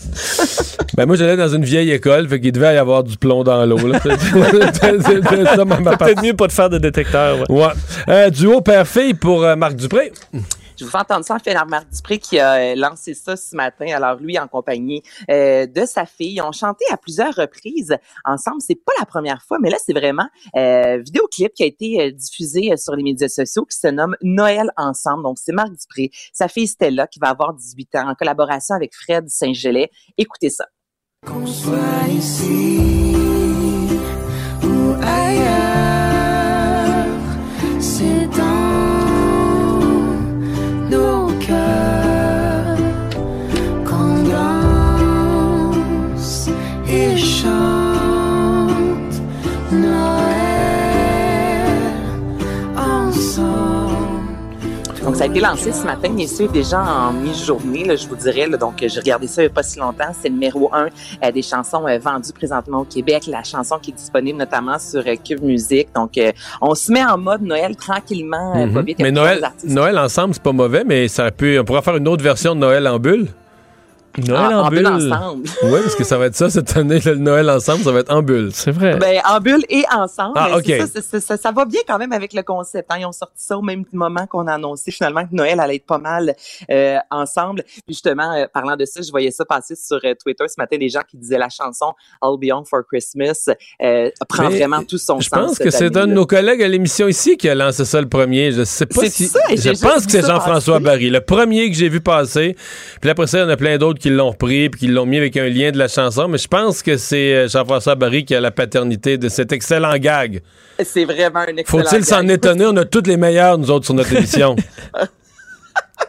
Ben moi, j'allais dans une vieille école, fait qu'il devait y avoir du plomb dans l'eau, là. ça, peut-être mieux pas de faire de détecteur. Ouais. ouais. Euh, duo père-fille pour euh, Marc Dupré. Je vous fais entendre ça, en fait, Marc Dupré qui a lancé ça ce matin. Alors, lui, en compagnie euh, de sa fille, ils ont chanté à plusieurs reprises ensemble. C'est pas la première fois, mais là, c'est vraiment euh, vidéoclip qui a été euh, diffusé sur les médias sociaux qui se nomme Noël ensemble. Donc, c'est Marc Dupré, sa fille Stella, qui va avoir dix-huit ans, en collaboration avec Fred Saint-Gelais. Écoutez ça. Qu'on soit ici ou ailleurs, c'est dans nos cœurs qu'on danse et chante Noël ensemble. Donc, ça a été lancé ce matin, mais c'est déjà en mi-journée, là, je vous dirais. Là, donc, j'ai regardé ça il n'y a pas si longtemps. C'est le numéro un euh, des chansons euh, vendues présentement au Québec. La chanson qui est disponible notamment sur euh, Cube Musique. Donc, euh, on se met en mode Noël tranquillement. Euh, mm-hmm. Pas vite. Mais Noël, Noël ensemble, c'est pas mauvais, mais ça peut, on pourra faire une autre version de Noël en bulle. Noël en, en, en bulle. bulle ensemble. Oui, parce que ça va être ça cette année, le Noël ensemble, ça va être en bulle. C'est vrai. Ben, en bulle et ensemble. Ah, OK. C'est ça, c'est, c'est, ça, ça va bien quand même avec le concept. Hein. Ils ont sorti ça au même moment qu'on a annoncé finalement que Noël allait être pas mal euh, ensemble. Puis justement, euh, parlant de ça, je voyais ça passer sur euh, Twitter ce matin, des gens qui disaient la chanson I'll Be Home for Christmas euh, prend Mais vraiment tout son je sens. Je pense que c'est année, un de nos collègues à l'émission ici qui a lancé ça le premier. Je sais pas c'est si... Ça, je pense que c'est Jean-François Barry, le premier que j'ai vu passer. Puis après ça, il y en a plein d'autres qui l'ont repris puis qui l'ont mis avec un lien de la chanson, mais je pense que c'est Jean-François Barry qui a la paternité de cet excellent gag. C'est vraiment un excellent Faut-il gag. s'en étonner? On a toutes les meilleures, nous autres, sur notre émission.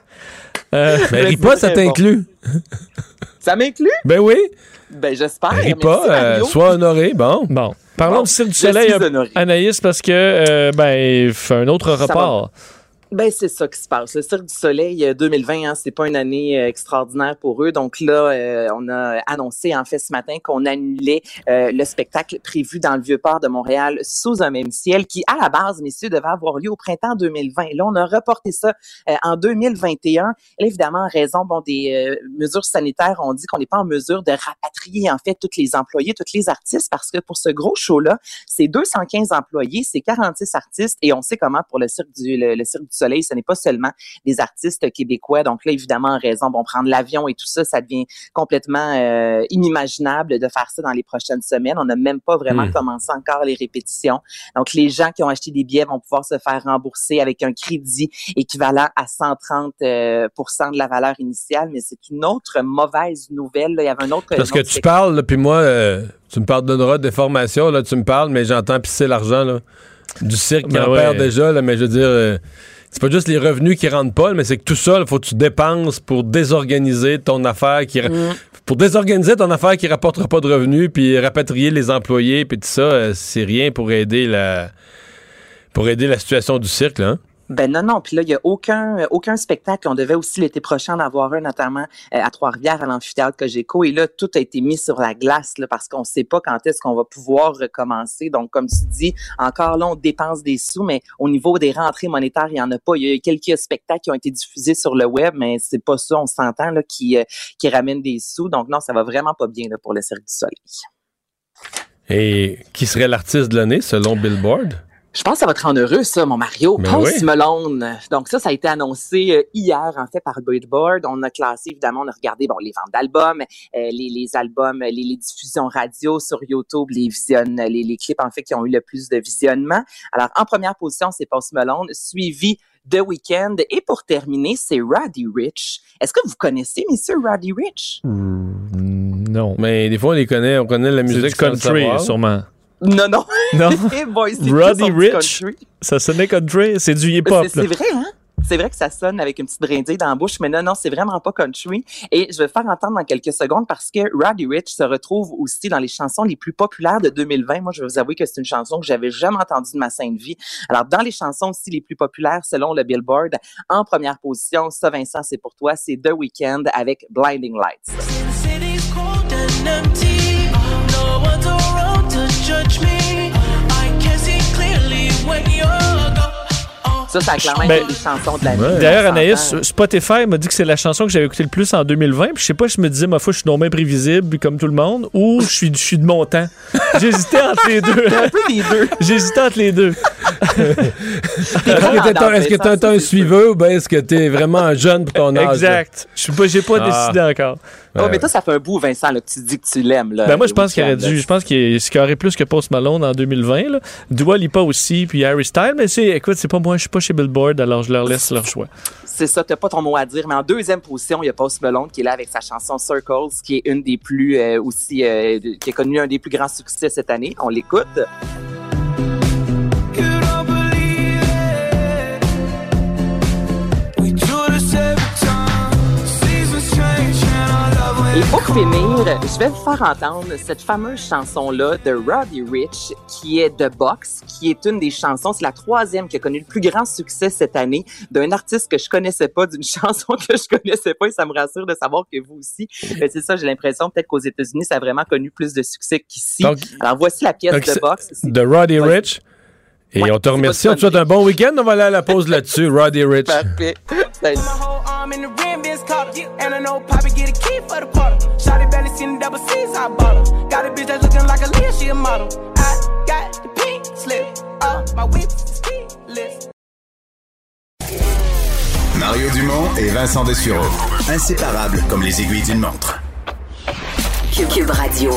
Euh, ben, ris pas, ça t'inclut. Bon. Ça m'inclut? Ben oui. Ben, j'espère. Ris pas, euh, sois honoré. Bon. Bon. Parlons Bon, du Cirque du Soleil, Anaïs, parce que, euh, ben, il fait un autre report. Ben, c'est ça qui se passe. Le Cirque du Soleil deux mille vingt, hein, c'est pas une année euh, extraordinaire pour eux. Donc là, euh, on a annoncé en fait ce matin qu'on annulait euh, le spectacle prévu dans le Vieux-Port de Montréal Sous un même ciel, qui à la base, messieurs, devait avoir lieu au printemps deux mille vingt. Là, on a reporté ça euh, en deux mille vingt et un. Et là, évidemment, en raison bon des euh, mesures sanitaires, on dit qu'on n'est pas en mesure de rapatrier en fait tous les employés, tous les artistes, parce que pour ce gros show-là, c'est deux cent quinze employés, c'est quarante-six artistes, et on sait comment pour le Cirque du le, le Cirque du Soleil, ce n'est pas seulement des artistes québécois. Donc là, évidemment, en raison, bon, prendre l'avion et tout ça, ça devient complètement euh, inimaginable de faire ça dans les prochaines semaines. On n'a même pas vraiment mmh. commencé encore les répétitions. Donc, les gens qui ont acheté des billets vont pouvoir se faire rembourser avec un crédit équivalent à cent trente pour cent de la valeur initiale. Mais c'est une autre mauvaise nouvelle. Là. Il y avait un autre... Parce un que autre tu spectacle. parles, là, puis moi, euh, tu me pardonneras des formations, là, tu me parles, mais j'entends pisser l'argent, là. Du cirque qui ben en ouais. perd déjà, là, mais je veux dire... Euh, c'est pas juste les revenus qui rentrent pas, mais c'est que tout ça, il faut que tu dépenses pour désorganiser ton affaire, qui, mmh. pour désorganiser ton affaire qui rapportera pas de revenus, puis rapatrier les employés, puis tout ça, c'est rien pour aider la pour aider la situation du cirque, là. Hein? Ben non, non. Puis là, il n'y a aucun aucun spectacle. On devait aussi l'été prochain en avoir un, notamment euh, à Trois-Rivières, à l'amphithéâtre Cogeco. Et là, tout a été mis sur la glace là, parce qu'on ne sait pas quand est-ce qu'on va pouvoir recommencer. Donc, comme tu dis, encore là, on dépense des sous, mais au niveau des rentrées monétaires, il n'y en a pas. Il y a eu quelques spectacles qui ont été diffusés sur le web, mais c'est pas ça, on s'entend, là, qui, euh, qui ramène des sous. Donc non, ça va vraiment pas bien là, pour le Cirque du Soleil. Et qui serait l'artiste de l'année, selon Billboard? Je pense que ça va te rendre heureux, ça, mon Mario. Ben Post oui. Malone. Donc ça, ça a été annoncé euh, hier, en fait, par Billboard. On a classé, évidemment, on a regardé bon les ventes d'albums, euh, les, les albums, les, les diffusions radio sur YouTube, les visionnes, les, les clips, en fait, qui ont eu le plus de visionnement. Alors, en première position, c'est Post Malone, suivi The Weeknd. Et pour terminer, c'est Roddy Ricch. Est-ce que vous connaissez, messieurs, Roddy Ricch? Mmh, non. Mais des fois, on les connaît, on connaît la musique c'est du country, sûrement. Non, non. Non. Boy, Roddy Ricch, ça sonnait country, c'est du hip-hop. C'est, c'est vrai, hein? C'est vrai que ça sonne avec une petite brindille dans la bouche, mais non, non, c'est vraiment pas country. Et je vais le faire entendre dans quelques secondes parce que Roddy Ricch se retrouve aussi dans les chansons les plus populaires de deux mille vingt. Moi, je vais vous avouer que c'est une chanson que j'avais jamais entendue de ma sainte vie. Alors, dans les chansons aussi les plus populaires, selon le Billboard, en première position, ça, Vincent, c'est pour toi, c'est The Weeknd avec Blinding Lights. Ça, ça a clairement ben, été des chansons de l'année. Ouais. D'ailleurs, Anaïs, Spotify m'a dit que c'est la chanson que j'avais écoutée le plus en deux mille vingt. Puis je sais pas, je me disais, ma foi, je suis non imprévisible comme tout le monde, ou je suis, je suis de mon temps. J'hésitais entre les deux. un peu les deux. J'hésitais entre les deux. Est-ce que tu es un, un suiveur ou bien est-ce que tu es vraiment jeune pour ton âge? Exact. Je suis pas, j'ai pas ah. décidé encore. Oh, mais toi, ça fait un bout, Vincent, là, que tu dis que tu l'aimes. Là, ben moi, je pense qu'il aurait dû. Je pense qu'il y aurait plus que Post Malone en deux mille vingt. Là. Dua Lipa aussi, puis Harry Styles. Mais c'est, écoute, c'est pas moi, je suis pas chez Billboard, alors je leur laisse leur choix. C'est ça, t'as pas ton mot à dire. Mais en deuxième position, il y a Post Malone qui est là avec sa chanson Circles, qui est une des plus euh, aussi, euh, qui a connu un des plus grands succès cette année. On l'écoute. Et pour finir, je vais vous faire entendre cette fameuse chanson-là de Roddy Ricch, qui est The Box, qui est une des chansons, c'est la troisième qui a connu le plus grand succès cette année, d'un artiste que je connaissais pas, d'une chanson que je connaissais pas, et ça me rassure de savoir que vous aussi. Mais c'est ça, j'ai l'impression peut-être qu'aux États-Unis, ça a vraiment connu plus de succès qu'ici. Donc, alors voici la pièce The Box. De Roddy Ricch. Et ouais, on te remercie. On te souhaite un bon week-end. On va aller à la pause là-dessus. Roddy Ricch. Parfait. Salut. Mario Dumont et Vincent Dessureau. Inséparables comme les aiguilles d'une montre. Cube Radio.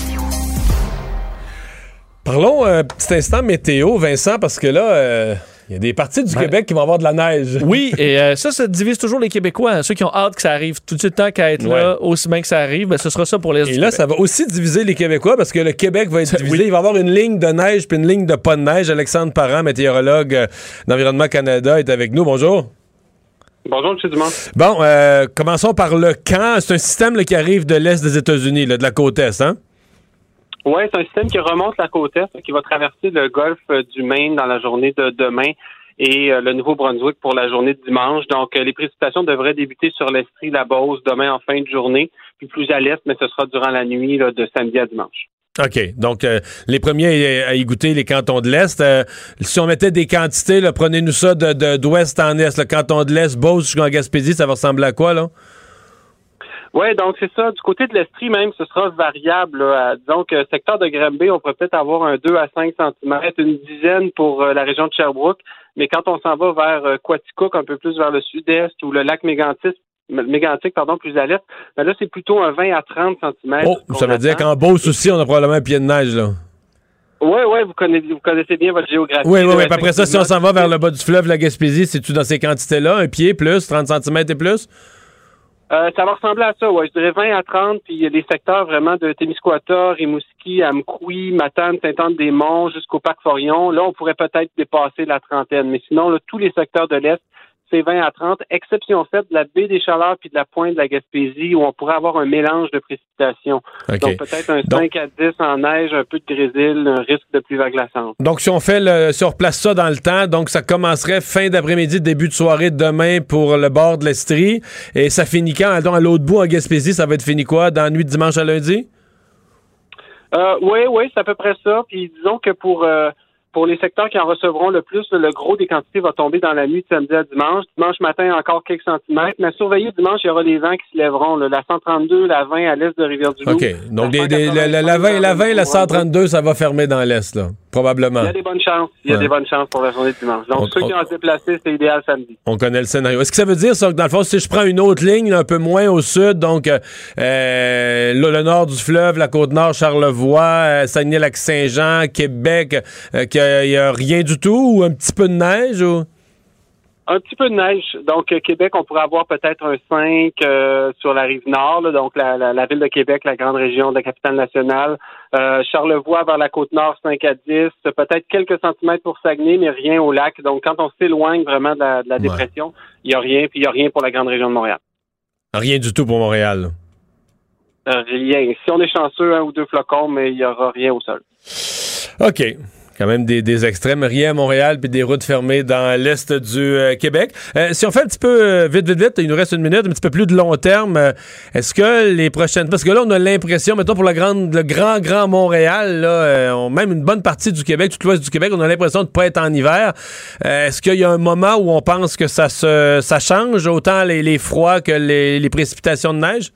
Parlons un petit instant météo, Vincent, parce que là, il euh, y a des parties du ben, Québec qui vont avoir de la neige. Oui, et euh, ça, ça divise toujours les Québécois. Hein, ceux qui ont hâte que ça arrive tout de suite, tant qu'à être ouais. là, aussi bien que ça arrive, ben, ce sera ça pour les autres. Et là, Québec. Ça va aussi diviser les Québécois, parce que le Québec va être divisé. Oui. Il va y avoir une ligne de neige puis une ligne de pas de neige. Alexandre Parent, météorologue euh, d'Environnement Canada, est avec nous. Bonjour. Bonjour, M. Dumont. Bon, euh, commençons par le camp. C'est un système là, qui arrive de l'est des États-Unis, là, de la côte est, hein? Oui, c'est un système qui remonte la côte est, qui va traverser le golfe du Maine dans la journée de demain et euh, le Nouveau-Brunswick pour la journée de dimanche. Donc, euh, les précipitations devraient débuter sur l'Estrie, la Beauce, demain en fin de journée, puis plus à l'est, mais ce sera durant la nuit là, de samedi à dimanche. OK. Donc, euh, les premiers à y goûter, les cantons de l'Est. Euh, si on mettait des quantités, là, prenez-nous ça de, de, d'ouest en est. Le canton de l'Est, Beauce jusqu'en Gaspésie, ça va ressembler à quoi, là? Oui, donc c'est ça. Du côté de l'Estrie, même, ce sera variable. Là. Disons que secteur de Granby, on pourrait peut-être avoir un deux à cinq centimètres, une dizaine pour euh, la région de Sherbrooke. Mais quand on s'en va vers euh, Quaticook, un peu plus vers le sud-est, ou le lac Mégantic, Mégantic, pardon, plus à l'est, ben là, c'est plutôt un vingt à trente centimètres. Oh, ça veut dire qu'en Beauce aussi, on a probablement un pied de neige, là. Oui, oui, vous connaissez, vous connaissez bien votre géographie. Oui, oui, oui. Après ça, si on s'en va vers le bas du fleuve, la Gaspésie, c'est-tu dans ces quantités-là? Un pied plus, trente centimètres et plus? Euh, ça va ressembler à ça, ouais. Je dirais vingt à trente, puis il y a des secteurs vraiment de Témiscouata, Rimouski, Amkoui, Matane, Sainte-Anne-des-Monts, jusqu'au Parc Forillon. Là, on pourrait peut-être dépasser la trentaine. Mais sinon, là, tous les secteurs de l'Est, c'est vingt à trente, exception faite de la baie des Chaleurs puis de la pointe de la Gaspésie, où on pourrait avoir un mélange de précipitations. Okay. Donc, peut-être un Donc, cinq à dix en neige, un peu de grésil, un risque de pluie verglaçante. Donc, si on fait le, si on replace ça dans le temps, donc ça commencerait fin d'après-midi, début de soirée demain pour le bord de l'Estrie, et ça finit quand? Donc, à l'autre bout, en Gaspésie, ça va être fini quoi? Dans la nuit de dimanche à lundi? Euh, oui, oui, c'est à peu près ça. Puis, disons que pour... Euh, Pour les secteurs qui en recevront le plus, le gros des quantités va tomber dans la nuit de samedi à dimanche. Dimanche matin, encore quelques centimètres. Mais surveillez dimanche, il y aura les vents qui se lèveront. Là. La cent trente-deux, la vingt à l'est de Rivière-du-Loup. OK. Donc, la, des, des, la, la, la vingt, la vingt, la cent trente-deux, ça va fermer dans l'est, là. Probablement. Il y a des bonnes chances. Il y a ouais. des bonnes chances pour la journée de dimanche. Donc, on, ceux on, qui ont à se déplacer, c'est idéal samedi. On connaît le scénario. Est-ce que ça veut dire, ça, que dans le fond, si je prends une autre ligne, là, un peu moins au sud, donc euh, là, le nord du fleuve, la Côte-Nord, Charlevoix, euh, Saguenay-Lac-Saint-Jean, Québec, euh, qu'il n'y a, a rien du tout, ou un petit peu de neige, ou... Un petit peu de neige. Donc, euh, Québec, on pourrait avoir peut-être un cinq euh, sur la rive nord, là, donc la, la, la ville de Québec, la grande région de la capitale nationale. Euh, Charlevoix vers la Côte-Nord, cinq à dix. Peut-être quelques centimètres pour Saguenay, mais rien au lac. Donc, quand on s'éloigne vraiment de la, de la dépression, il n'y a rien, puis il n'y a rien pour la grande région de Montréal. Rien du tout pour Montréal. Euh, rien. Si on est chanceux, un ou deux flocons, mais il n'y aura rien au sol. OK. Quand même des, des extrêmes, rien à Montréal, puis des routes fermées dans l'est du euh, Québec. Euh, si on fait un petit peu, euh, vite, vite, vite, il nous reste une minute, un petit peu plus de long terme, euh, est-ce que les prochaines... Parce que là, on a l'impression, mettons pour la grande, le grand, grand Montréal, là, euh, on, même une bonne partie du Québec, tout l'ouest du Québec, on a l'impression de ne pas être en hiver. Euh, est-ce qu'il y a un moment où on pense que ça se ça change, autant les, les froids que les, les précipitations de neige?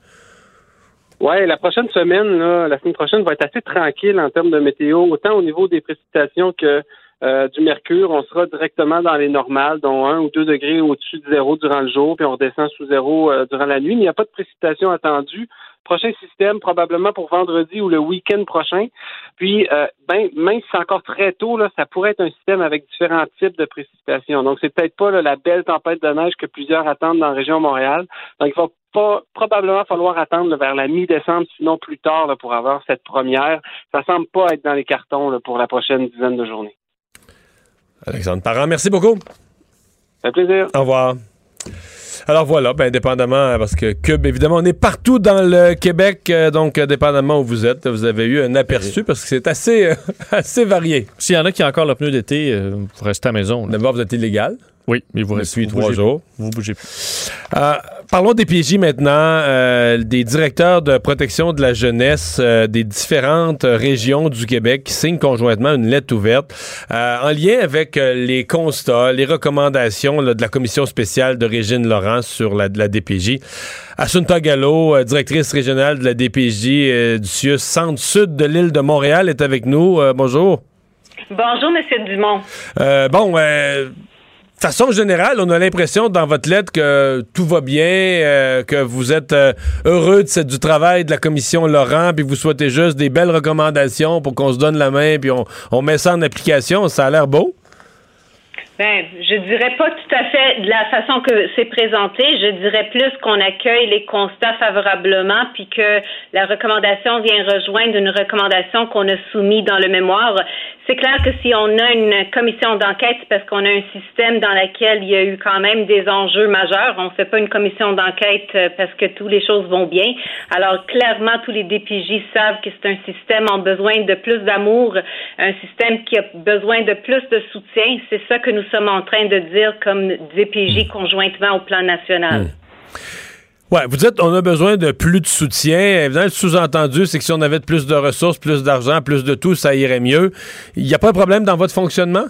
Oui, la prochaine semaine, là, la semaine prochaine va être assez tranquille en termes de météo, autant au niveau des précipitations que euh, du mercure. On sera directement dans les normales, dont un ou deux degrés au-dessus de zéro durant le jour, puis on redescend sous zéro euh, durant la nuit. Mais il n'y a pas de précipitations attendues. Prochain système, probablement pour vendredi ou le week-end prochain. Puis, euh, ben, même si c'est encore très tôt, là, ça pourrait être un système avec différents types de précipitations. Donc, c'est peut-être pas là, la belle tempête de neige que plusieurs attendent dans la région de Montréal. Donc, il va pas probablement falloir attendre là, vers la mi-décembre, sinon plus tard, là, pour avoir cette première. Ça semble pas être dans les cartons là, pour la prochaine dizaine de journées. Alexandre Parent, merci beaucoup. Ça fait plaisir. Au revoir. Alors voilà, ben dépendamment, parce que Cube, évidemment, on est partout dans le Québec, euh, donc euh, dépendamment où vous êtes, vous avez eu un aperçu, parce que c'est assez, euh, assez varié. S'il y en a qui ont encore le pneu d'été, euh, vous restez à la maison. Là. D'abord, vous êtes illégal. Oui, mais vous restez depuis trois jours. Vous bougez plus. Euh, parlons des P J maintenant, euh, des directeurs de protection de la jeunesse euh, des différentes régions du Québec qui signent conjointement une lettre ouverte euh, en lien avec euh, les constats, les recommandations là, de la commission spéciale de Régine Laurent sur la, de la D P J. Assunta Gallo, euh, directrice régionale de la D P J euh, du C I U S Centre-Sud de l'île de Montréal, est avec nous. Euh, bonjour. Bonjour, M. Dumont. Euh, bon, euh, de façon générale, on a l'impression dans votre lettre que tout va bien, euh, que vous êtes euh, heureux de cette, du travail de la commission Laurent, puis vous souhaitez juste des belles recommandations pour qu'on se donne la main, puis on, on met ça en application. Ça a l'air beau? Ben, je dirais pas tout à fait de la façon que c'est présenté. Je dirais plus qu'on accueille les constats favorablement, puis que la recommandation vient rejoindre une recommandation qu'on a soumise dans le mémoire. c'est clair que si on a une commission d'enquête, c'est parce qu'on a un système dans lequel il y a eu quand même des enjeux majeurs. On ne fait pas une commission d'enquête parce que toutes les choses vont bien. Alors, clairement, tous les D P J savent que c'est un système en besoin de plus d'amour, un système qui a besoin de plus de soutien. C'est ça que nous sommes en train de dire comme D P J conjointement au plan national. Mmh. Ouais, vous dites on a besoin de plus de soutien. Évidemment, le sous-entendu, c'est que si on avait plus de ressources, plus d'argent, plus de tout, ça irait mieux. Il n'y a pas de problème dans votre fonctionnement?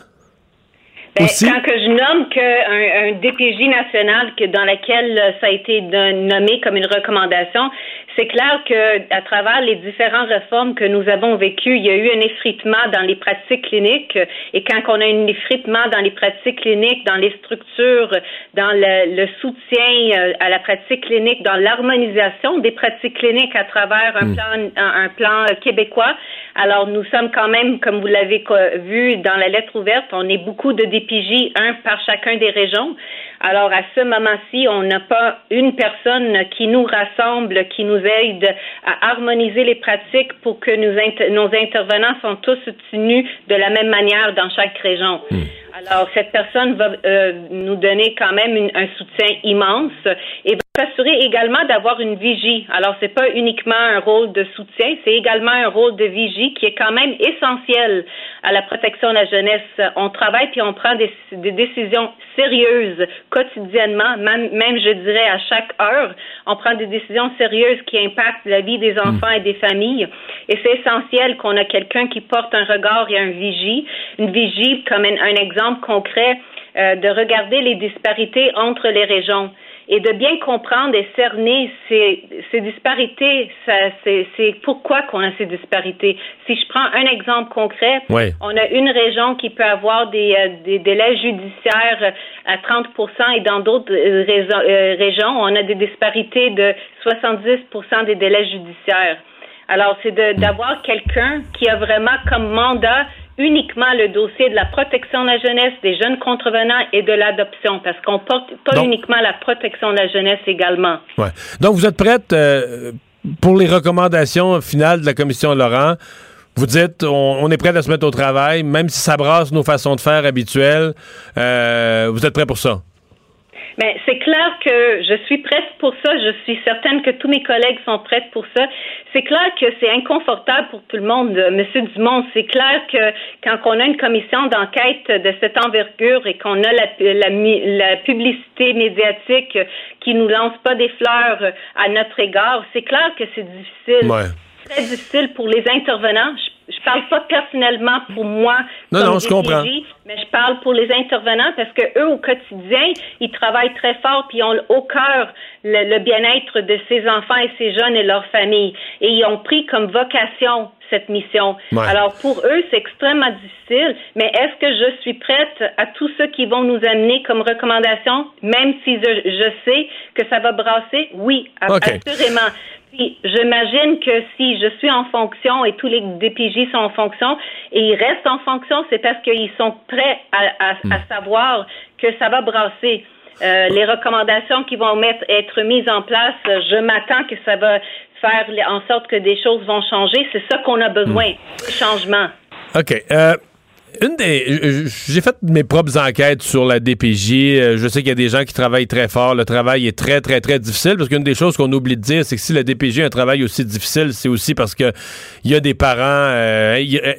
Ben, quand que je nomme qu'un un D P J national que dans lequel ça a été nommé comme une recommandation, c'est clair que à travers les différentes réformes que nous avons vécues, il y a eu un effritement dans les pratiques cliniques. Et quand on a un effritement dans les pratiques cliniques, dans les structures, dans le, le soutien à la pratique clinique, dans l'harmonisation des pratiques cliniques à travers un mmh. plan, un, un plan québécois, alors nous sommes quand même, comme vous l'avez vu dans la lettre ouverte, on est beaucoup de D P J, un par chacun des régions. Alors, à ce moment-ci, on n'a pas une personne qui nous rassemble, qui nous aide à harmoniser les pratiques pour que nous inter- nos intervenants sont tous tenus de la même manière dans chaque région. Mmh. Alors, cette personne va euh, nous donner quand même une, un soutien immense et va s'assurer également d'avoir une vigie. Alors, c'est pas uniquement un rôle de soutien, c'est également un rôle de vigie qui est quand même essentiel à la protection de la jeunesse. On travaille puis on prend des, des décisions sérieuses quotidiennement, même, même je dirais à chaque heure. On prend des décisions sérieuses qui impactent la vie des enfants et des familles. Et c'est essentiel qu'on a quelqu'un qui porte un regard et un vigie. Une vigie, comme un, un exemple concret, euh, de regarder les disparités entre les régions et de bien comprendre et cerner ces, ces disparités. Ça, c'est, c'est pourquoi qu'on a ces disparités. Si je prends un exemple concret, oui. On a une région qui peut avoir des, euh, des délais judiciaires à trente pour cent et dans d'autres euh, raisons, euh, régions, on a des disparités de soixante-dix pour cent des délais judiciaires. Alors, c'est de, d'avoir quelqu'un qui a vraiment comme mandat uniquement le dossier de la protection de la jeunesse, des jeunes contrevenants et de l'adoption, parce qu'on porte pas Donc, uniquement la protection de la jeunesse également. Ouais. Donc, vous êtes prête euh, pour les recommandations finales de la commission Laurent. Vous dites, on, on est prêt à se mettre au travail, même si ça brasse nos façons de faire habituelles. Euh, vous êtes prêt pour ça? Bien, c'est clair que je suis prête pour ça. Je suis certaine que tous mes collègues sont prêts pour ça. C'est clair que c'est inconfortable pour tout le monde, Monsieur Dumont. C'est clair que quand on a une commission d'enquête de cette envergure et qu'on a la, la, la publicité médiatique qui nous lance pas des fleurs à notre égard, c'est clair que c'est difficile. Ouais. Très difficile pour les intervenants. Je Je parle pas personnellement pour moi non, comme non, je comprends. mais je parle pour les intervenants parce que eux au quotidien, ils travaillent très fort puis ils ont au cœur le, le bien-être de ces enfants et ces jeunes et leurs familles. Et ils ont pris comme vocation cette mission. Ouais. Alors pour eux, c'est extrêmement difficile, mais est-ce que je suis prête à tous ceux qui vont nous amener comme recommandation, même si je, je sais que ça va brasser? Oui, okay. Assurément. Puis, j'imagine que si je suis en fonction et tous les D P J sont en fonction et ils restent en fonction, c'est parce qu'ils sont prêts à, à, à savoir que ça va brasser. Euh, les recommandations qui vont mettre, être mises en place, je m'attends que ça va faire en sorte que des choses vont changer. C'est ça qu'on a besoin, mmh. des changements. OK. Euh... Une des, j'ai fait mes propres enquêtes sur la D P J. Je sais qu'il y a des gens qui travaillent très fort. Le travail est très, très, très difficile parce qu'une des choses qu'on oublie de dire, c'est que si la D P J a un travail aussi difficile, c'est aussi parce que il y a des parents euh,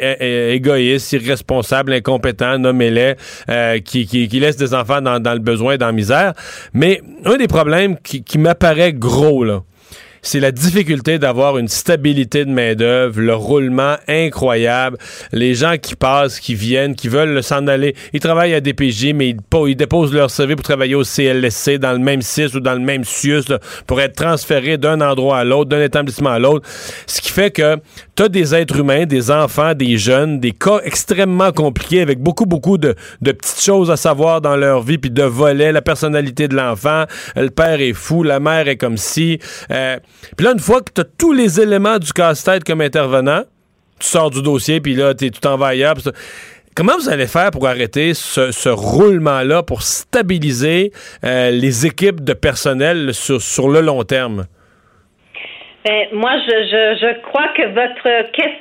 égoïstes, irresponsables, incompétents, nommez-les, euh, qui, qui, qui laissent des enfants dans, dans le besoin, dans la misère. Mais un des problèmes qui, qui m'apparaît gros, là, c'est la difficulté d'avoir une stabilité de main-d'œuvre, le roulement incroyable, les gens qui passent, qui viennent, qui veulent s'en aller. Ils travaillent à D P J, mais ils, ils déposent leur C V pour travailler au C L S C, dans le même C I S ou dans le même C I U S, là, pour être transférés d'un endroit à l'autre, d'un établissement à l'autre. Ce qui fait que tu as des êtres humains, des enfants, des jeunes, des cas extrêmement compliqués avec beaucoup, beaucoup de, de petites choses à savoir dans leur vie, puis de volets, la personnalité de l'enfant, le père est fou, la mère est comme si... Euh, Puis là, une fois que tu as tous les éléments du casse-tête comme intervenant, tu sors du dossier, puis là, tu t'en vas ailleurs. Comment vous allez faire pour arrêter ce, ce roulement-là, pour stabiliser euh, les équipes de personnel sur, sur le long terme? Ben, moi, je, je, je crois que votre question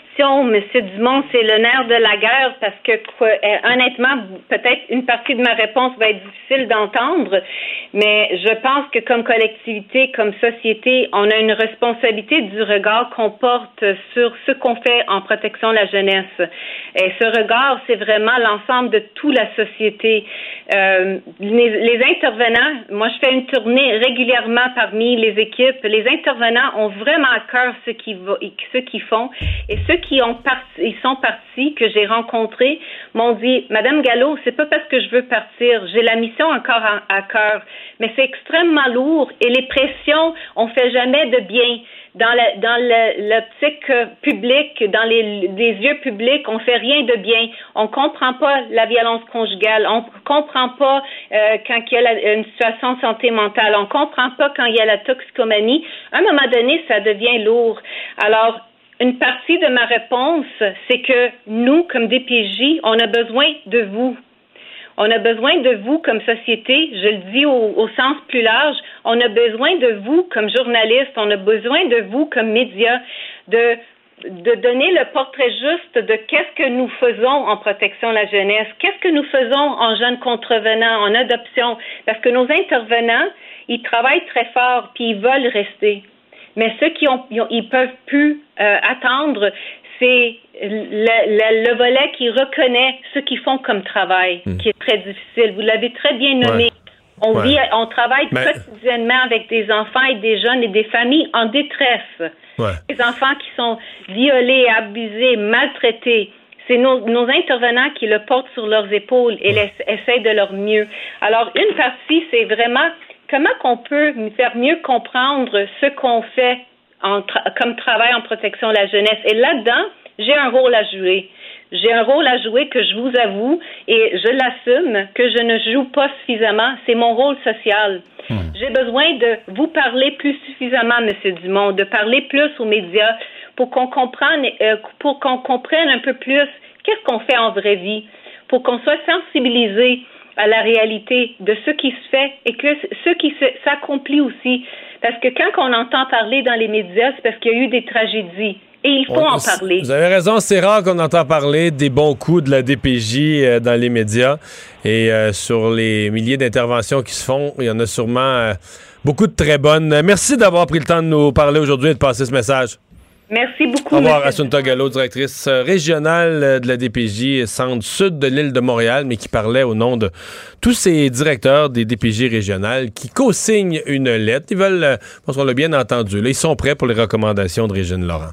question, M. Dumont, c'est le nerf de la guerre parce que, quoi, euh, honnêtement, peut-être une partie de ma réponse va être difficile d'entendre, mais je pense que comme collectivité, comme société, on a une responsabilité du regard qu'on porte sur ce qu'on fait en protection de la jeunesse. Et ce regard, c'est vraiment l'ensemble de toute la société. Euh, les, les intervenants, moi je fais une tournée régulièrement parmi les équipes, les intervenants ont vraiment à cœur ce qu'ils, ce qu'ils font. Et ceux qui ont parti, ils sont partis, que j'ai rencontrés, m'ont dit, Madame Gallo, c'est pas parce que je veux partir, j'ai la mission encore à, à cœur, mais c'est extrêmement lourd et les pressions, on fait jamais de bien. Dans la, dans le, l'optique publique, dans les, les yeux publics, on fait rien de bien. On comprend pas la violence conjugale. On comprend pas euh, quand il y a la, une situation de santé mentale. On comprend pas quand il y a la toxicomanie. À un moment donné, ça devient lourd. Alors, une partie de ma réponse, c'est que nous, comme D P J, on a besoin de vous. On a besoin de vous comme société, je le dis au, au sens plus large, on a besoin de vous comme journalistes, on a besoin de vous comme médias, de, de donner le portrait juste de qu'est-ce que nous faisons en protection de la jeunesse, qu'est-ce que nous faisons en jeunes contrevenants, en adoption, parce que nos intervenants, ils travaillent très fort, puis ils veulent rester. Mais ceux qui ont, ils, ont, ils peuvent plus euh, attendre, c'est le, le, le volet qui reconnaît ce qu'ils font comme travail, mmh. qui est très difficile. Vous l'avez très bien nommé. Ouais. On ouais. vit, on travaille Mais... quotidiennement avec des enfants et des jeunes et des familles en détresse. Ouais. Des enfants qui sont violés, abusés, maltraités. C'est nos, nos intervenants qui le portent sur leurs épaules et ouais. essaient de leur mieux. Alors, une partie, c'est vraiment comment qu'on peut faire mieux comprendre ce qu'on fait En tra- comme travail en protection de la jeunesse. Et là-dedans, j'ai un rôle à jouer. J'ai un rôle à jouer que je vous avoue et je l'assume que je ne joue pas suffisamment. C'est mon rôle social. Mmh. J'ai besoin de vous parler plus suffisamment, M. Dumont, de parler plus aux médias pour qu'on comprenne, euh, pour qu'on comprenne un peu plus qu'est-ce qu'on fait en vraie vie, pour qu'on soit sensibilisé à la réalité de ce qui se fait et que ce qui se, s'accomplit aussi. Parce que quand on entend parler dans les médias, c'est parce qu'il y a eu des tragédies. Et il faut on, en parler. Vous avez raison, c'est rare qu'on entend parler des bons coups de la D P J euh, dans les médias. Et euh, sur les milliers d'interventions qui se font, il y en a sûrement euh, beaucoup de très bonnes. Merci d'avoir pris le temps de nous parler aujourd'hui et de passer ce message. Merci beaucoup. Au revoir, Assunta Gallo, directrice régionale de la D P J, centre sud de l'île de Montréal, mais qui parlait au nom de tous ces directeurs des D P J régionales qui co-signent une lettre. Ils veulent, je pense qu'on l'a bien entendu, là, ils sont prêts pour les recommandations de Régine Laurent.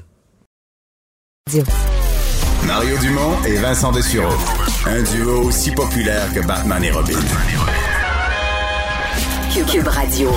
Mario Dumont et Vincent Dessureau. Un duo aussi populaire que Batman et Robin. Cube Radio.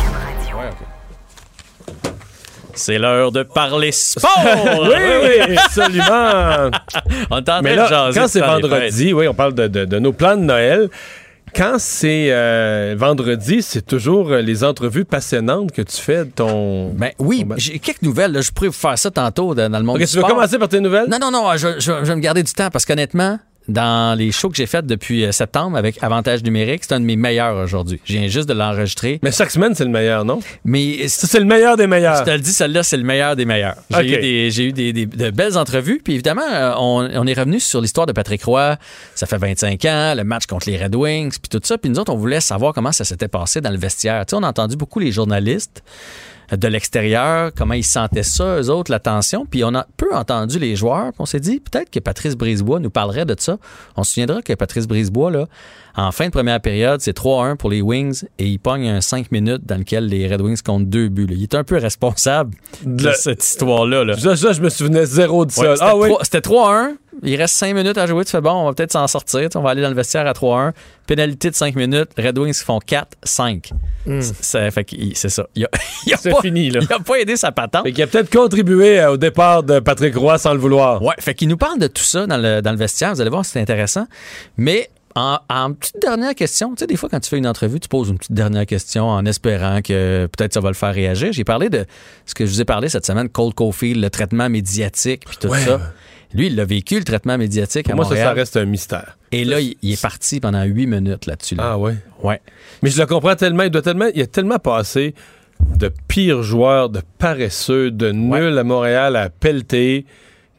C'est l'heure de parler sport! oui, oui, absolument! On est en train Mais là, de jaser quand c'est vendredi, oui, on parle de, de, de nos plans de Noël. Quand c'est euh, vendredi, c'est toujours les entrevues passionnantes que tu fais de ton... Ben oui, ton... j'ai quelques nouvelles. Là. Je pourrais vous faire ça tantôt dans, dans le monde okay, du sport. Tu veux commencer par tes nouvelles? Non, non, non, je, je, je vais me garder du temps parce qu'honnêtement... Dans les shows que j'ai faits depuis septembre avec Avantage numérique, c'est un de mes meilleurs aujourd'hui. Je viens juste de l'enregistrer. Mais chaque semaine, c'est le meilleur, non? Mais ça, c'est le meilleur des meilleurs. Je te le dis, celle-là, c'est le meilleur des meilleurs. J'ai okay. eu, des, j'ai eu des, des, de belles entrevues. Puis évidemment, on, on est revenu sur l'histoire de Patrick Roy. Ça fait vingt-cinq ans, le match contre les Red Wings, puis tout ça. Puis nous autres, on voulait savoir comment ça s'était passé dans le vestiaire. Tu sais, on a entendu beaucoup les journalistes de l'extérieur, comment ils sentaient ça, eux autres, la tension. Puis on a peu entendu les joueurs. Puis on s'est dit, peut-être que Patrice Brisebois nous parlerait de ça. On se souviendra que Patrice Brisebois, là, en fin de première période, c'est trois un pour les Wings et il pogne un cinq minutes dans lequel les Red Wings comptent deux buts. Là. Il est un peu responsable de le... cette histoire-là. Là. Ça, ça, je me souvenais zéro de ça. Ouais, ah, oui. C'était trois un. Il reste cinq minutes à jouer. Tu fais bon, on va peut-être s'en sortir. On va aller dans le vestiaire à trois un. Pénalité de cinq minutes. Red Wings font quatre cinq. Mm. C'est, fait c'est ça. Il a, il a c'est pas, fini, là. Il a pas aidé sa patente. Fait qu'il a peut-être contribué au départ de Patrick Roy sans le vouloir. Ouais, fait qu'il nous parle de tout ça dans le, dans le vestiaire. Vous allez voir, c'est intéressant. Mais en, en petite dernière question, tu sais, des fois, quand tu fais une entrevue, tu poses une petite dernière question en espérant que peut-être ça va le faire réagir. J'ai parlé de ce que je vous ai parlé cette semaine, Cole Caulfield, le traitement médiatique, puis tout ouais. ça. Lui, il l'a vécu, le traitement médiatique Pour à moi, Montréal. ça, ça reste un mystère. Et là, il, il est parti pendant huit minutes là-dessus. Là. Ah ouais? Ouais. Mais je le comprends tellement. Il doit tellement... Il a tellement passé de pires joueurs, de paresseux, de nuls ouais. à Montréal à pelleter,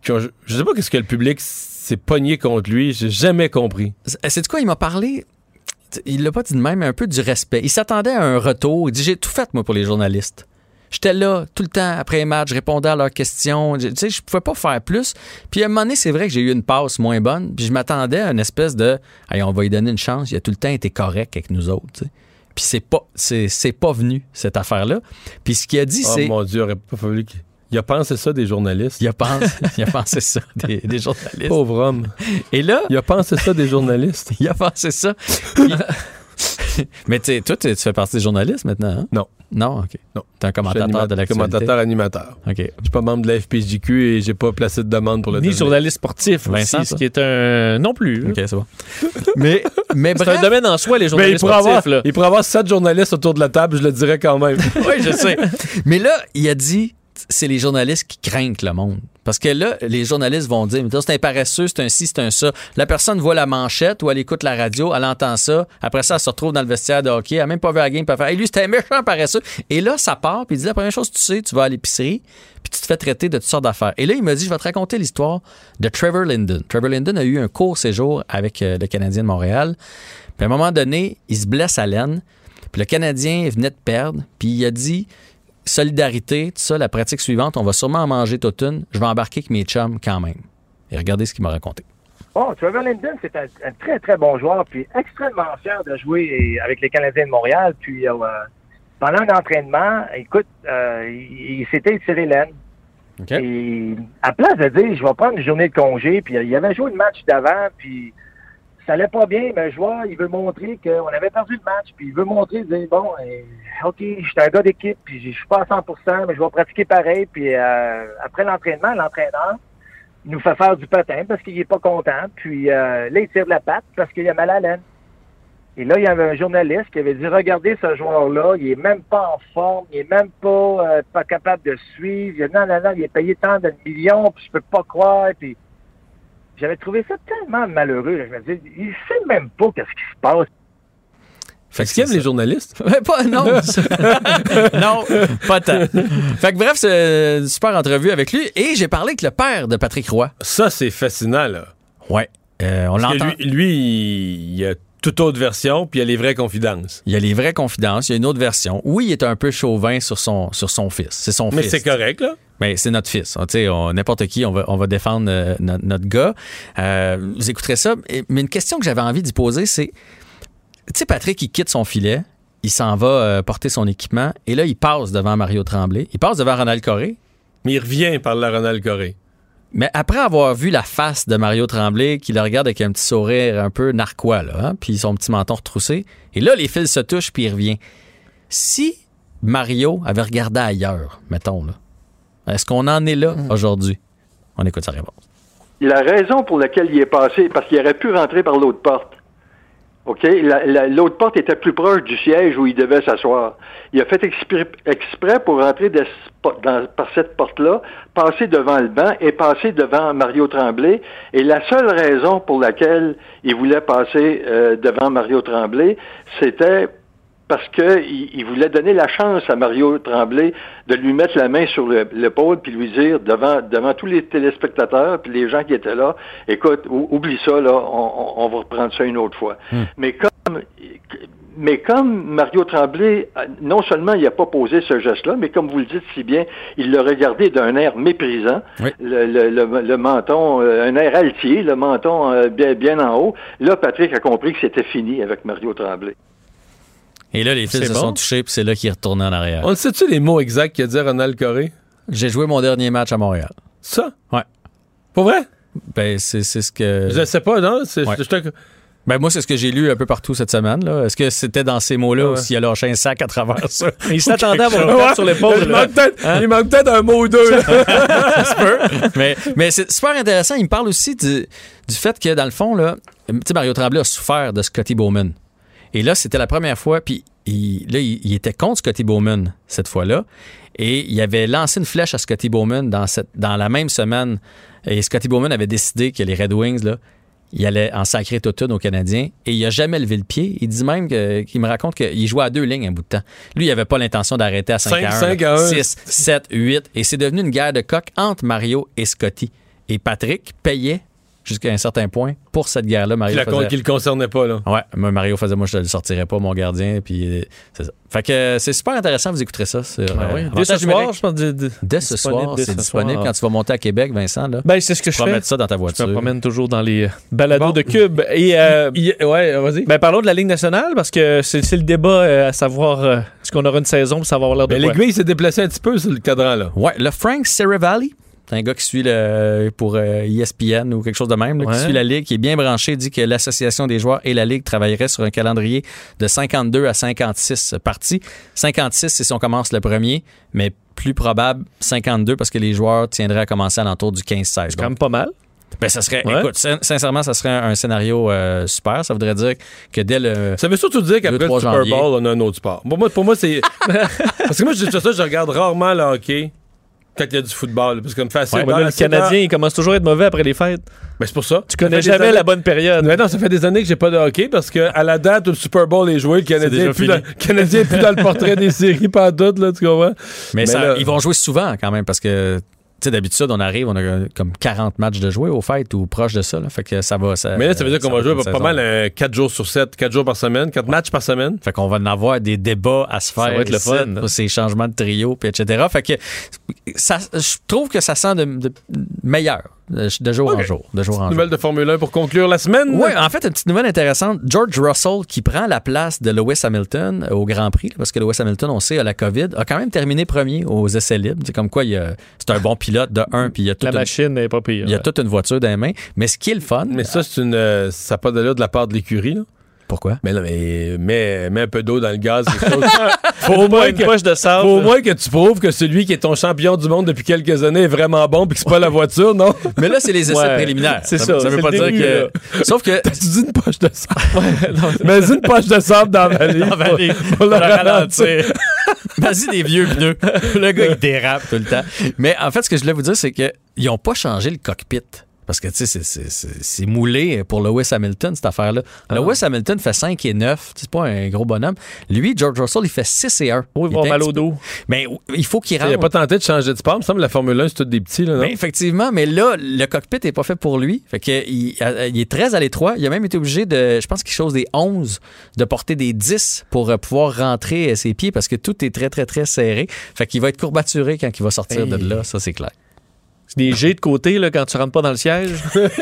Qui ont, je sais pas qu'est-ce que le public s'est pogné contre lui. J'ai jamais compris. C'est quoi? Il m'a parlé... Il l'a pas dit de même, mais un peu du respect. Il s'attendait à un retour. Il dit, j'ai tout fait, moi, pour les journalistes. J'étais là tout le temps après les matchs, je répondais à leurs questions. Tu sais, je pouvais pas faire plus. Puis à un moment donné, c'est vrai que j'ai eu une passe moins bonne. Puis je m'attendais à une espèce de, hey, on va lui donner une chance. Il a tout le temps été correct avec nous autres. Tu sais. Puis c'est pas, c'est, c'est pas venu cette affaire-là. Puis ce qu'il a dit, oh, c'est. Oh mon Dieu, il aurait pas fallu qu'il. Il a pensé ça des journalistes. Il a pensé, il a pensé ça des, des journalistes. Pauvre homme. Et là. Il a pensé ça des journalistes. Il a pensé ça. Puis, mais tu sais, toi, tu fais partie des journalistes maintenant, hein? Non. Non, OK. Non. T'es un commentateur anima- de l'actualité. Commentateur animateur. OK. Je suis pas membre de la F P J Q et j'ai pas placé de demande pour le Ni devenir. journaliste sportif, Vincent, aussi, ce qui est un... Non plus. OK, c'est bon. mais, mais c'est bref... un domaine en soi, les journalistes il sportifs. Avoir, là. il pourrait avoir sept journalistes autour de la table, je le dirais quand même. Oui, je sais. Mais là, il a dit, c'est les journalistes qui craignent le monde. Parce que là, les journalistes vont dire, c'est un paresseux, c'est un ci, c'est un ça. La personne voit la manchette ou elle écoute la radio, elle entend ça. Après ça, elle se retrouve dans le vestiaire de hockey. Elle n'a même pas vu la game. Puis elle fait, hey, lui, c'était un méchant paresseux. Et là, ça part. Puis il dit, la première chose que tu sais, tu vas à l'épicerie. Puis tu te fais traiter de toutes sortes d'affaires. Et là, il m'a dit, je vais te raconter l'histoire de Trevor Linden. Trevor Linden a eu un court séjour avec euh, le Canadien de Montréal. Puis à un moment donné, il se blesse à l'aine. Puis le Canadien venait de perdre. Puis il a dit... Solidarité, tout ça, la pratique suivante, on va sûrement en manger toute une. Je vais embarquer avec mes chums quand même. Et regardez ce qu'il m'a raconté. Bon, Trevor Linden, c'est un, un très, très bon joueur, puis extrêmement fier de jouer avec les Canadiens de Montréal. Puis, euh, pendant un entraînement, écoute, euh, il, il s'était tiré l'aine. Okay. Et à place de dire, je vais prendre une journée de congé, puis il avait joué le match d'avant, puis ça allait pas bien, mais le joueur, il veut montrer qu'on avait perdu le match, puis il veut montrer, dire, bon, euh, OK, je suis un gars d'équipe, puis je suis pas à cent pour cent, mais je vais pratiquer pareil, puis euh, après l'entraînement, l'entraîneur nous fait faire du patin parce qu'il est pas content, puis euh, là, il tire de la patte parce qu'il a mal à la laine. Et là, il y avait un journaliste qui avait dit, regardez ce joueur-là, il est même pas en forme, il est même pas, euh, pas capable de suivre, il a dit, non, non, non, il est payé tant de millions, puis je peux pas croire, puis... J'avais trouvé ça tellement malheureux. Là. Je me disais, il sait même pas qu'est-ce qui se passe. Est-ce qu'il aime les journalistes? pas, non. non, pas tant. Fait que bref, c'est une super entrevue avec lui. Et j'ai parlé avec le père de Patrick Roy. Ça, c'est fascinant, là. Ouais. Euh, on Parce l'entend. que lui, lui, il y a toute autre version, puis il y a les vraies confidences. Il y a les vraies confidences, il y a une autre version. Oui, il est un peu chauvin sur son, sur son fils. C'est son Mais fils. c'est correct, là. Mais c'est notre fils. On, on, n'importe qui, on va, on va défendre euh, notre, notre gars. Euh, vous écouterez ça. Mais une question que j'avais envie d'y poser, c'est... Tu sais, Patrick, il quitte son filet, il s'en va euh, porter son équipement, et là, il passe devant Mario Tremblay. Il passe devant Ronald Coré. Mais il revient par la Ronald Coré. Mais après avoir vu la face de Mario Tremblay, qui le regarde avec un petit sourire un peu narquois, là, hein, puis son petit menton retroussé, et là, les fils se touchent, puis il revient. Si Mario avait regardé ailleurs, mettons, là, est-ce qu'on en est là mmh. aujourd'hui? On écoute sa réponse. La raison pour laquelle il est passé, parce qu'il aurait pu rentrer par l'autre porte. OK? La, la, l'autre porte était plus proche du siège où il devait s'asseoir. Il a fait exprès, exprès pour rentrer de, dans, par cette porte-là, passer devant le banc et passer devant Mario Tremblay. Et la seule raison pour laquelle il voulait passer euh, devant Mario Tremblay, c'était parce qu'il il voulait donner la chance à Mario Tremblay de lui mettre la main sur le, l'épaule puis lui dire devant devant tous les téléspectateurs puis les gens qui étaient là, écoute, oublie ça, là, on, on va reprendre ça une autre fois. Hum. Mais comme mais comme Mario Tremblay, non seulement il n'a pas posé ce geste-là, mais comme vous le dites si bien, il l'a regardé d'un air méprisant, oui. le, le, le, le menton, un air altier, le menton bien, bien en haut. Là, Patrick a compris que c'était fini avec Mario Tremblay. Et là, les fils se bon. sont touchés, puis c'est là qu'il est retourné en arrière. On le sait-tu les mots exacts qu'a dit Ronald Coré? J'ai joué mon dernier match à Montréal. Ça? Ouais. Pour vrai? Ben, c'est, c'est ce que... Je sais pas, non? C'est, ouais. je te... Ben, moi, c'est ce que j'ai lu un peu partout cette semaine, là. Est-ce que c'était dans ces mots-là ouais. ou s'il a lâché un sac à travers ça? Il s'attendait à avoir une tape sur l'épaule. Il manque, peut-être, hein? il manque peut-être un mot ou deux. Ça se peut. Mais, mais c'est super intéressant. Il me parle aussi du, du fait que, dans le fond, là, tu sais, Mario Tremblay a souffert de Scotty Bowman. Et là, c'était la première fois, puis il, là, il, il était contre Scotty Bowman cette fois-là, et il avait lancé une flèche à Scotty Bowman dans, cette, dans la même semaine, et Scotty Bowman avait décidé que les Red Wings, là, il allait en sacrer toute une aux Canadiens, et il n'a jamais levé le pied. Il dit même que, qu'il me raconte qu'il jouait à deux lignes un bout de temps. Lui, il n'avait pas l'intention d'arrêter à cinq à un, six, sept, huit, et c'est devenu une guerre de coq entre Mario et Scotty. Et Patrick payait jusqu'à un certain point pour cette guerre-là. Mario Qui, faisait... qui le concernait pas, là. Ouais, moi, Mario faisait, moi, je ne le sortirais pas, mon gardien, puis c'est ça. Fait que c'est super intéressant, vous écouterez ça. Sur, ah oui. euh, Dès ce soir, je pense. De, de, dès ce soir, dès c'est ce disponible soir. Quand tu vas monter à Québec, Vincent. Là, ben, c'est ce que je tu vas fais. mettre ça dans ta voiture. Je me promène toujours dans les balados bon. de Cube. Et, euh, Il, ouais, vas-y. Ben, parlons de la Ligue nationale, parce que c'est, c'est le débat euh, à savoir euh, est-ce qu'on aura une saison pour savoir l'air de ben, quoi. L'aiguille s'est déplacée un petit peu sur le cadran, là. Ouais, le Frank Seravalli. C'est un gars qui suit le, pour euh, E S P N ou quelque chose de même, là, ouais. qui suit la Ligue, qui est bien branché, dit que l'Association des joueurs et la Ligue travailleraient sur un calendrier de cinquante-deux à cinquante-six parties. cinquante-six, c'est si on commence le premier, mais plus probable cinquante-deux parce que les joueurs tiendraient à commencer à l'entour du quinze seize. C'est quand même pas mal. Ben, ça serait, ouais. écoute, sin- sincèrement, ça serait un, un scénario euh, super. Ça voudrait dire que dès le. Ça veut surtout dire qu'après le Super janvier, Bowl, on a un autre sport. Pour moi, pour moi c'est. Parce que moi, je dis ça, je regarde rarement le hockey quand il y a du football. Parce que comme facile. Ouais, là, le Canadien, il commence toujours à être mauvais après les fêtes. Ben, c'est pour ça. Tu connais jamais années... la bonne période. Mais non, ça fait des années que j'ai pas de hockey parce que à la date où le Super Bowl est joué, le Canadien est plus, dans, Canadien est plus dans le portrait des séries pas tout, là, tu comprends? Mais, Mais ça, là, ils vont jouer souvent quand même parce que. Tu sais, d'habitude, on arrive, on a comme quarante matchs de jouer au fait ou proche de ça. Là. Fait que ça va. Ça, mais là, ça veut dire qu'on va jouer pas saison. mal euh, quatre jours sur sept, quatre jours par semaine, quatre matchs par semaine. Fait qu'on va en avoir des débats à se faire. Ça va être le fun. Là, ces changements de trio, puis et cetera. Fait que ça, je trouve que ça sent de, de meilleur. De jour okay. en jour. De jour en nouvelle jour. de Formule un pour conclure la semaine. Oui, en fait, une petite nouvelle intéressante. George Russell, qui prend la place de Lewis Hamilton au Grand Prix, parce que Lewis Hamilton, on sait, a la COVID, a quand même terminé premier aux essais libres. C'est comme quoi, il a, c'est un bon pilote de un, puis il a toute la une, machine n'est pas pire. Il y a toute une voiture dans les mains. Mais ce qui est le fun... Mais ça, c'est une, euh, ça n'a pas de là de la part de l'écurie, là. Pourquoi? Mais non, mais mets, mets un peu d'eau dans le gaz. Quelque chose. faut, au moins que, poche de sable. faut au moins que tu prouves que celui qui est ton champion du monde depuis quelques années est vraiment bon puis que c'est pas la voiture, non? Mais là, c'est les essais ouais, préliminaires. C'est ça. Ça, ça veut pas dire début, que... Là. Sauf que... Tu dis une poche de sable. Ouais, non, mais une poche de sable dans la vallée. Dans la vallée. Pour, pour le ralentir. Vas-y, des vieux pneus. Le gars, il dérape tout le temps. Mais en fait, ce que je voulais vous dire, c'est qu'ils n'ont pas changé le cockpit. Parce que, tu sais, c'est, c'est, c'est, c'est moulé pour Lewis Hamilton, cette affaire-là. Ah. Lewis Hamilton fait cinq et neuf. C'est pas un gros bonhomme. Lui, George Russell, il fait six et un. Oui, il va mal au dos. Mais il faut qu'il rentre. Il n'a pas tenté de changer de sport. Il me semble que la Formule un, c'est tous des petits, là, non? Ben, effectivement, mais là, le cockpit n'est pas fait pour lui. Fait que, il, il est très à l'étroit. Il a même été obligé de, je pense qu'il chose des onze, de porter des dix pour pouvoir rentrer ses pieds parce que tout est très, très, très serré. Fait qu'il va être courbaturé quand il va sortir hey. de là. Ça, c'est clair. Des G de côté là, quand tu rentres pas dans le siège. J'ai ouais,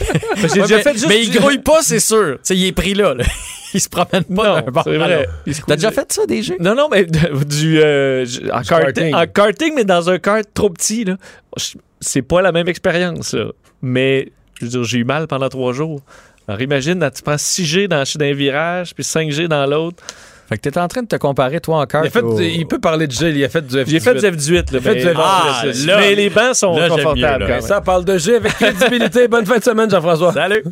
déjà mais, fait juste mais il grouille pas, c'est sûr. T'sais, il est pris là. là. Il se promène pas non, d'un bord. C'est vrai. T'as déjà fait ça, des G? Non, non, mais du euh, en, karting, en karting, mais dans un kart trop petit. Là. C'est pas la même expérience. Là. Mais je veux dire, j'ai eu mal pendant trois jours. Alors imagine, tu prends six G dans, dans un virage, puis cinq G dans l'autre. Fait que t'es en train de te comparer, toi, en kart. Il, a fait au... du, il peut parler de G, il a fait du F dix-huit. J'ai fait du F dix-huit. Là, mais... fait du F dix-huit. Ah, là, mais les bancs sont là, confortables. Mieux, quand même. Ça parle de G avec crédibilité. Bonne fin de semaine, Jean-François. Salut.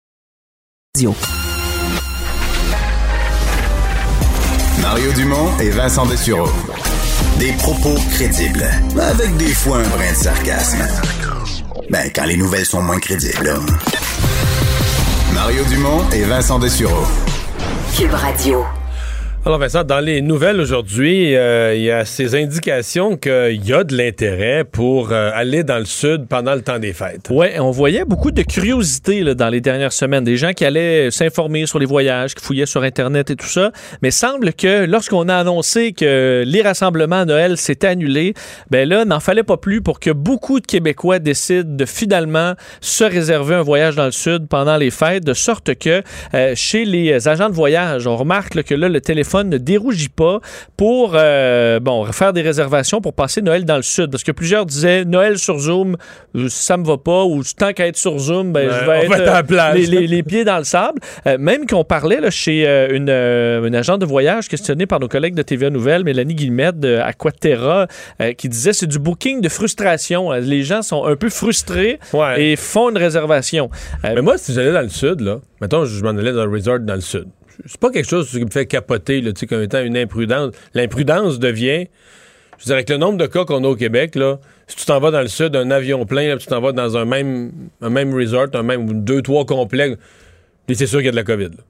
Mario Dumont et Vincent Dessureau. Des propos crédibles, avec des fois un brin de sarcasme. Ben, quand les nouvelles sont moins crédibles, là. Mario Dumont et Vincent Dessureau. Cube Radio. Alors Vincent, dans les nouvelles aujourd'hui, euh, il y a ces indications qu'il y a de l'intérêt pour euh, aller dans le sud pendant le temps des fêtes. Oui, on voyait beaucoup de curiosité là, dans les dernières semaines. Des gens qui allaient s'informer sur les voyages, qui fouillaient sur Internet et tout ça. Mais semble que lorsqu'on a annoncé que les rassemblements à Noël s'étaient annulés, ben là, n'en fallait pas plus pour que beaucoup de Québécois décident de finalement se réserver un voyage dans le sud pendant les fêtes, de sorte que euh, chez les agents de voyage, on remarque là, que là, le téléphone ne dérougit pas pour euh, bon, faire des réservations pour passer Noël dans le sud. Parce que plusieurs disaient Noël sur Zoom, ça me va pas, ou tant qu'à être sur Zoom, ben, ouais, je vais être euh, à plage, les, les, les pieds dans le sable. Euh, même qu'on parlait là, chez euh, une, euh, une agente de voyage questionnée par nos collègues de T V A Nouvelles, Mélanie Guillemette de Aquaterra, euh, qui disait c'est du booking de frustration. Les gens sont un peu frustrés ouais. et font une réservation. Euh, Mais moi, si j'allais dans le sud, là, mettons, je m'en allais dans un resort dans le sud. C'est pas quelque chose qui me fait capoter, là, tu sais, comme étant une imprudence. L'imprudence devient, je dirais, avec le nombre de cas qu'on a au Québec, là, si tu t'en vas dans le sud, un avion plein, là, tu t'en vas dans un même, un même resort, un même deux, trois complexes, puis c'est sûr qu'il y a de la COVID. Là.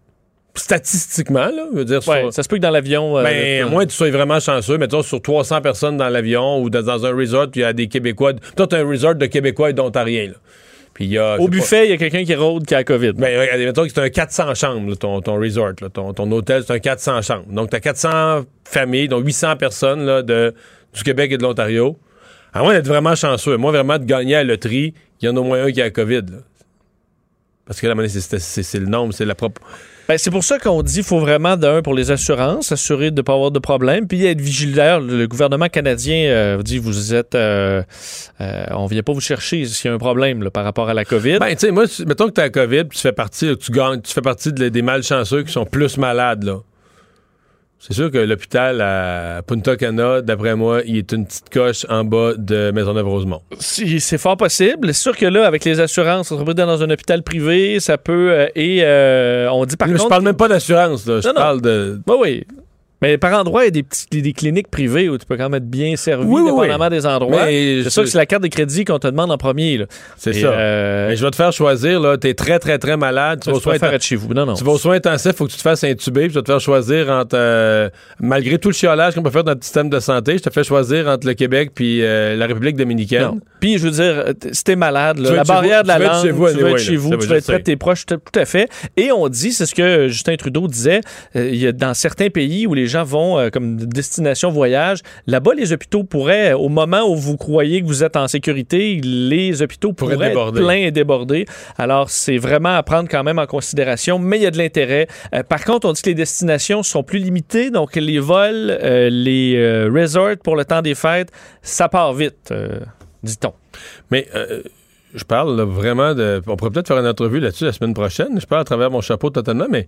Statistiquement, là, je veux dire... Ouais, sur... ça se peut que dans l'avion... Euh, ben, à moins que tu sois vraiment chanceux, mettons, sur trois cents personnes dans l'avion ou dans, dans un resort, il y a des Québécois... Toi, t'as un resort de Québécois et d'Ontariens, là. Puis il y a... Au buffet, il y a quelqu'un qui rôde qui a la COVID. Ben, regarde, mettons que c'est un quatre cents chambres, là, ton, ton resort, là, ton, ton hôtel, c'est un quatre cents chambres. Donc, t'as quatre cents familles, donc huit cents personnes, là, de, du Québec et de l'Ontario. À moins d'être vraiment chanceux, moi, vraiment, de gagner à la loterie, il y en a au moins un qui a la COVID, là. Parce que là, c'est, c'est, c'est, c'est le nombre, c'est la propre... Ben, c'est pour ça qu'on dit qu'il faut vraiment, d'un, pour les assurances, assurer de ne pas avoir de problème, puis être vigilant. Le gouvernement canadien euh, dit vous êtes... Euh, euh, on vient pas vous chercher s'il y a un problème là, par rapport à la COVID. Ben, tu sais, moi, mettons que tu as la COVID, puis tu fais partie, tu gagnes, tu fais partie de, des malchanceux qui sont plus malades, là. C'est sûr que l'hôpital à Punta Cana, d'après moi, il est une petite coche en bas de Maisonneuve-Rosemont. Si, c'est fort possible. C'est sûr que là, avec les assurances, on se dans un hôpital privé, ça peut... Euh, et euh, on dit par Mais contre... Je parle même pas d'assurance, là. Je non, parle non. de... Oui, oui. Mais par endroit, il y a des, petits, des, des cliniques privées où tu peux quand même être bien servi, oui, oui, dépendamment oui. des endroits. Mais c'est sûr que c'est la carte de crédit qu'on te demande en premier. Là. C'est Et ça. Euh... Mais je vais te faire choisir, là. T'es très, très, très malade. Tu vas, vas soins faire être chez vous. Non, non. tu vas aux soins intensifs, il faut que tu te fasses intuber, puis je vais te faire choisir entre... Euh, malgré tout le chiolage qu'on peut faire dans notre système de santé, je te fais choisir entre le Québec puis euh, la République dominicaine. Non. Puis, je veux dire, si t'es malade, là, tu la barrière de la langue, tu vas être chez vous, tu vas être près de tes proches, tout à fait. Et on dit, c'est ce que Justin Trudeau disait, euh, il y a dans certains pays où les gens vont euh, comme destination voyage, là-bas, les hôpitaux pourraient, au moment où vous croyez que vous êtes en sécurité, les hôpitaux pourraient, pourraient être pleins et débordés. Alors, c'est vraiment à prendre quand même en considération, mais il y a de l'intérêt. Euh, par contre, on dit que les destinations sont plus limitées, donc les vols, euh, les euh, resorts pour le temps des fêtes, ça part vite, euh, dit-on. Mais euh, je parle là, vraiment de... On pourrait peut-être faire une entrevue là-dessus la semaine prochaine. Je parle à travers mon chapeau totalement, mais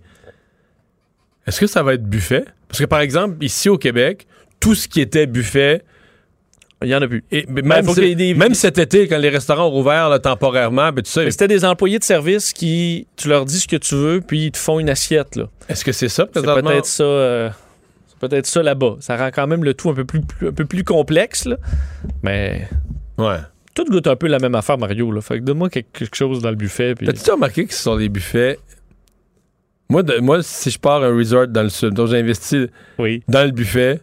est-ce que ça va être buffet? Parce que, par exemple, ici au Québec, tout ce qui était buffet... Il n'y en a plus. Et, même, ben, des... même cet été, quand les restaurants ont rouvert là, temporairement, ben, tu sais... Mais c'était des employés de service qui... Tu leur dis ce que tu veux, puis ils te font une assiette. Là. Est-ce que c'est ça, peut-être? C'est peut-être ça... Euh... C'est peut-être ça là-bas. Ça rend quand même le tout un peu plus, plus, un peu plus complexe, là. Mais... Ouais. Tout goûte un peu la même affaire, Mario. Là. Fait que donne-moi quelque chose dans le buffet. Puis... T'as-tu remarqué que sur les buffets... Moi, de, moi, si je pars à un resort dans le sud, donc j'investis oui. dans le buffet,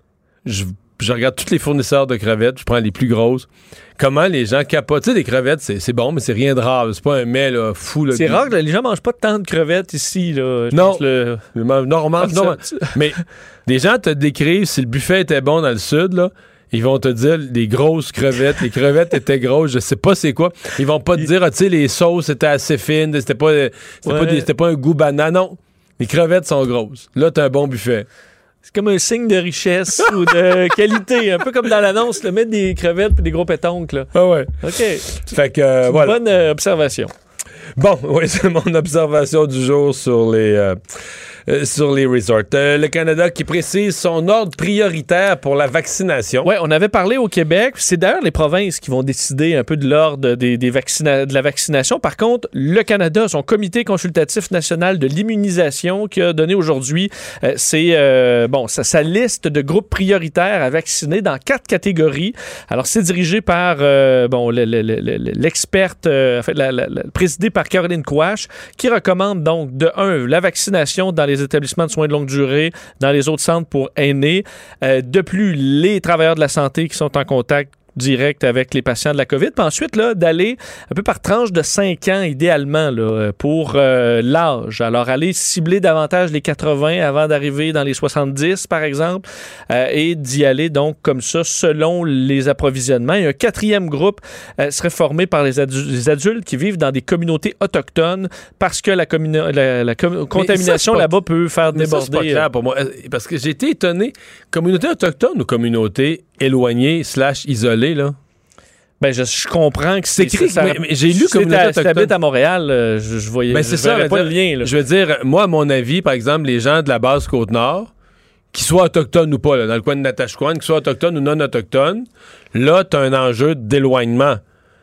je, je regarde tous les fournisseurs de crevettes, je prends les plus grosses. Comment les gens capotent. Tu sais, des crevettes, c'est, c'est bon, mais c'est rien de rare. C'est pas un mets là, fou. Là, c'est de... rare que les gens mangent pas tant de crevettes ici. Là. Je non, le... normal, normal. Mais des gens te décrivent si le buffet était bon dans le sud, là. Ils vont te dire des grosses crevettes. Les crevettes étaient grosses, je sais pas c'est quoi. Ils vont pas te dire, ah, tu sais, les sauces étaient assez fines, c'était pas, c'était, ouais. pas des, c'était pas un goût banane. Non, les crevettes sont grosses. Là, t'as un bon buffet. C'est comme un signe de richesse ou de qualité. Un peu comme dans l'annonce, le mettre des crevettes et des gros pétoncles. Là. Ah ouais. OK. Fait que, euh, c'est voilà. Une bonne euh, observation. Bon, oui, c'est mon observation du jour sur les... Euh, Euh, sur les resorts. Euh, le Canada qui précise son ordre prioritaire pour la vaccination. Oui, on avait parlé au Québec. C'est d'ailleurs les provinces qui vont décider un peu de l'ordre des, des vaccina- de la vaccination. Par contre, le Canada, son comité consultatif national de l'immunisation qui a donné aujourd'hui, euh, c'est euh, bon, sa, sa liste de groupes prioritaires à vacciner dans quatre catégories. Alors, c'est dirigé par euh, bon, le, le, le, l'experte, euh, en fait, la, la, la, présidé par Caroline Quach, qui recommande donc de un, la vaccination dans les établissements de soins de longue durée, dans les autres centres pour aînés. Euh, de plus, les travailleurs de la santé qui sont en contact direct avec les patients de la COVID. Puis ensuite, là, d'aller un peu par tranche de cinq ans, idéalement, là, pour euh, l'âge. Alors, aller cibler davantage les quatre-vingts avant d'arriver dans les soixante-dix, par exemple, euh, et d'y aller, donc, comme ça, selon les approvisionnements. Et un quatrième groupe euh, serait formé par les, adu- les adultes qui vivent dans des communautés autochtones parce que la, communi- la, la com- contamination ça, là-bas peut faire mais déborder. Ça, c'est pas clair pour moi. Parce que j'ai été étonné. Communauté autochtone ou communauté éloignée slash isolée, là? Ben, je, je comprends que c'est... c'est écrit, ça, mais, mais j'ai lu si communauté autochtone. Si t'habites à Montréal, euh, je, je voyais ben, c'est je ça, pas dire, le lien. Là. Je veux dire, moi, à mon avis, par exemple, les gens de la base Côte-Nord, qu'ils soient autochtones ou pas, là, dans le coin de Natashquan, qu'ils soient autochtones ou non autochtones, là, t'as un enjeu d'éloignement.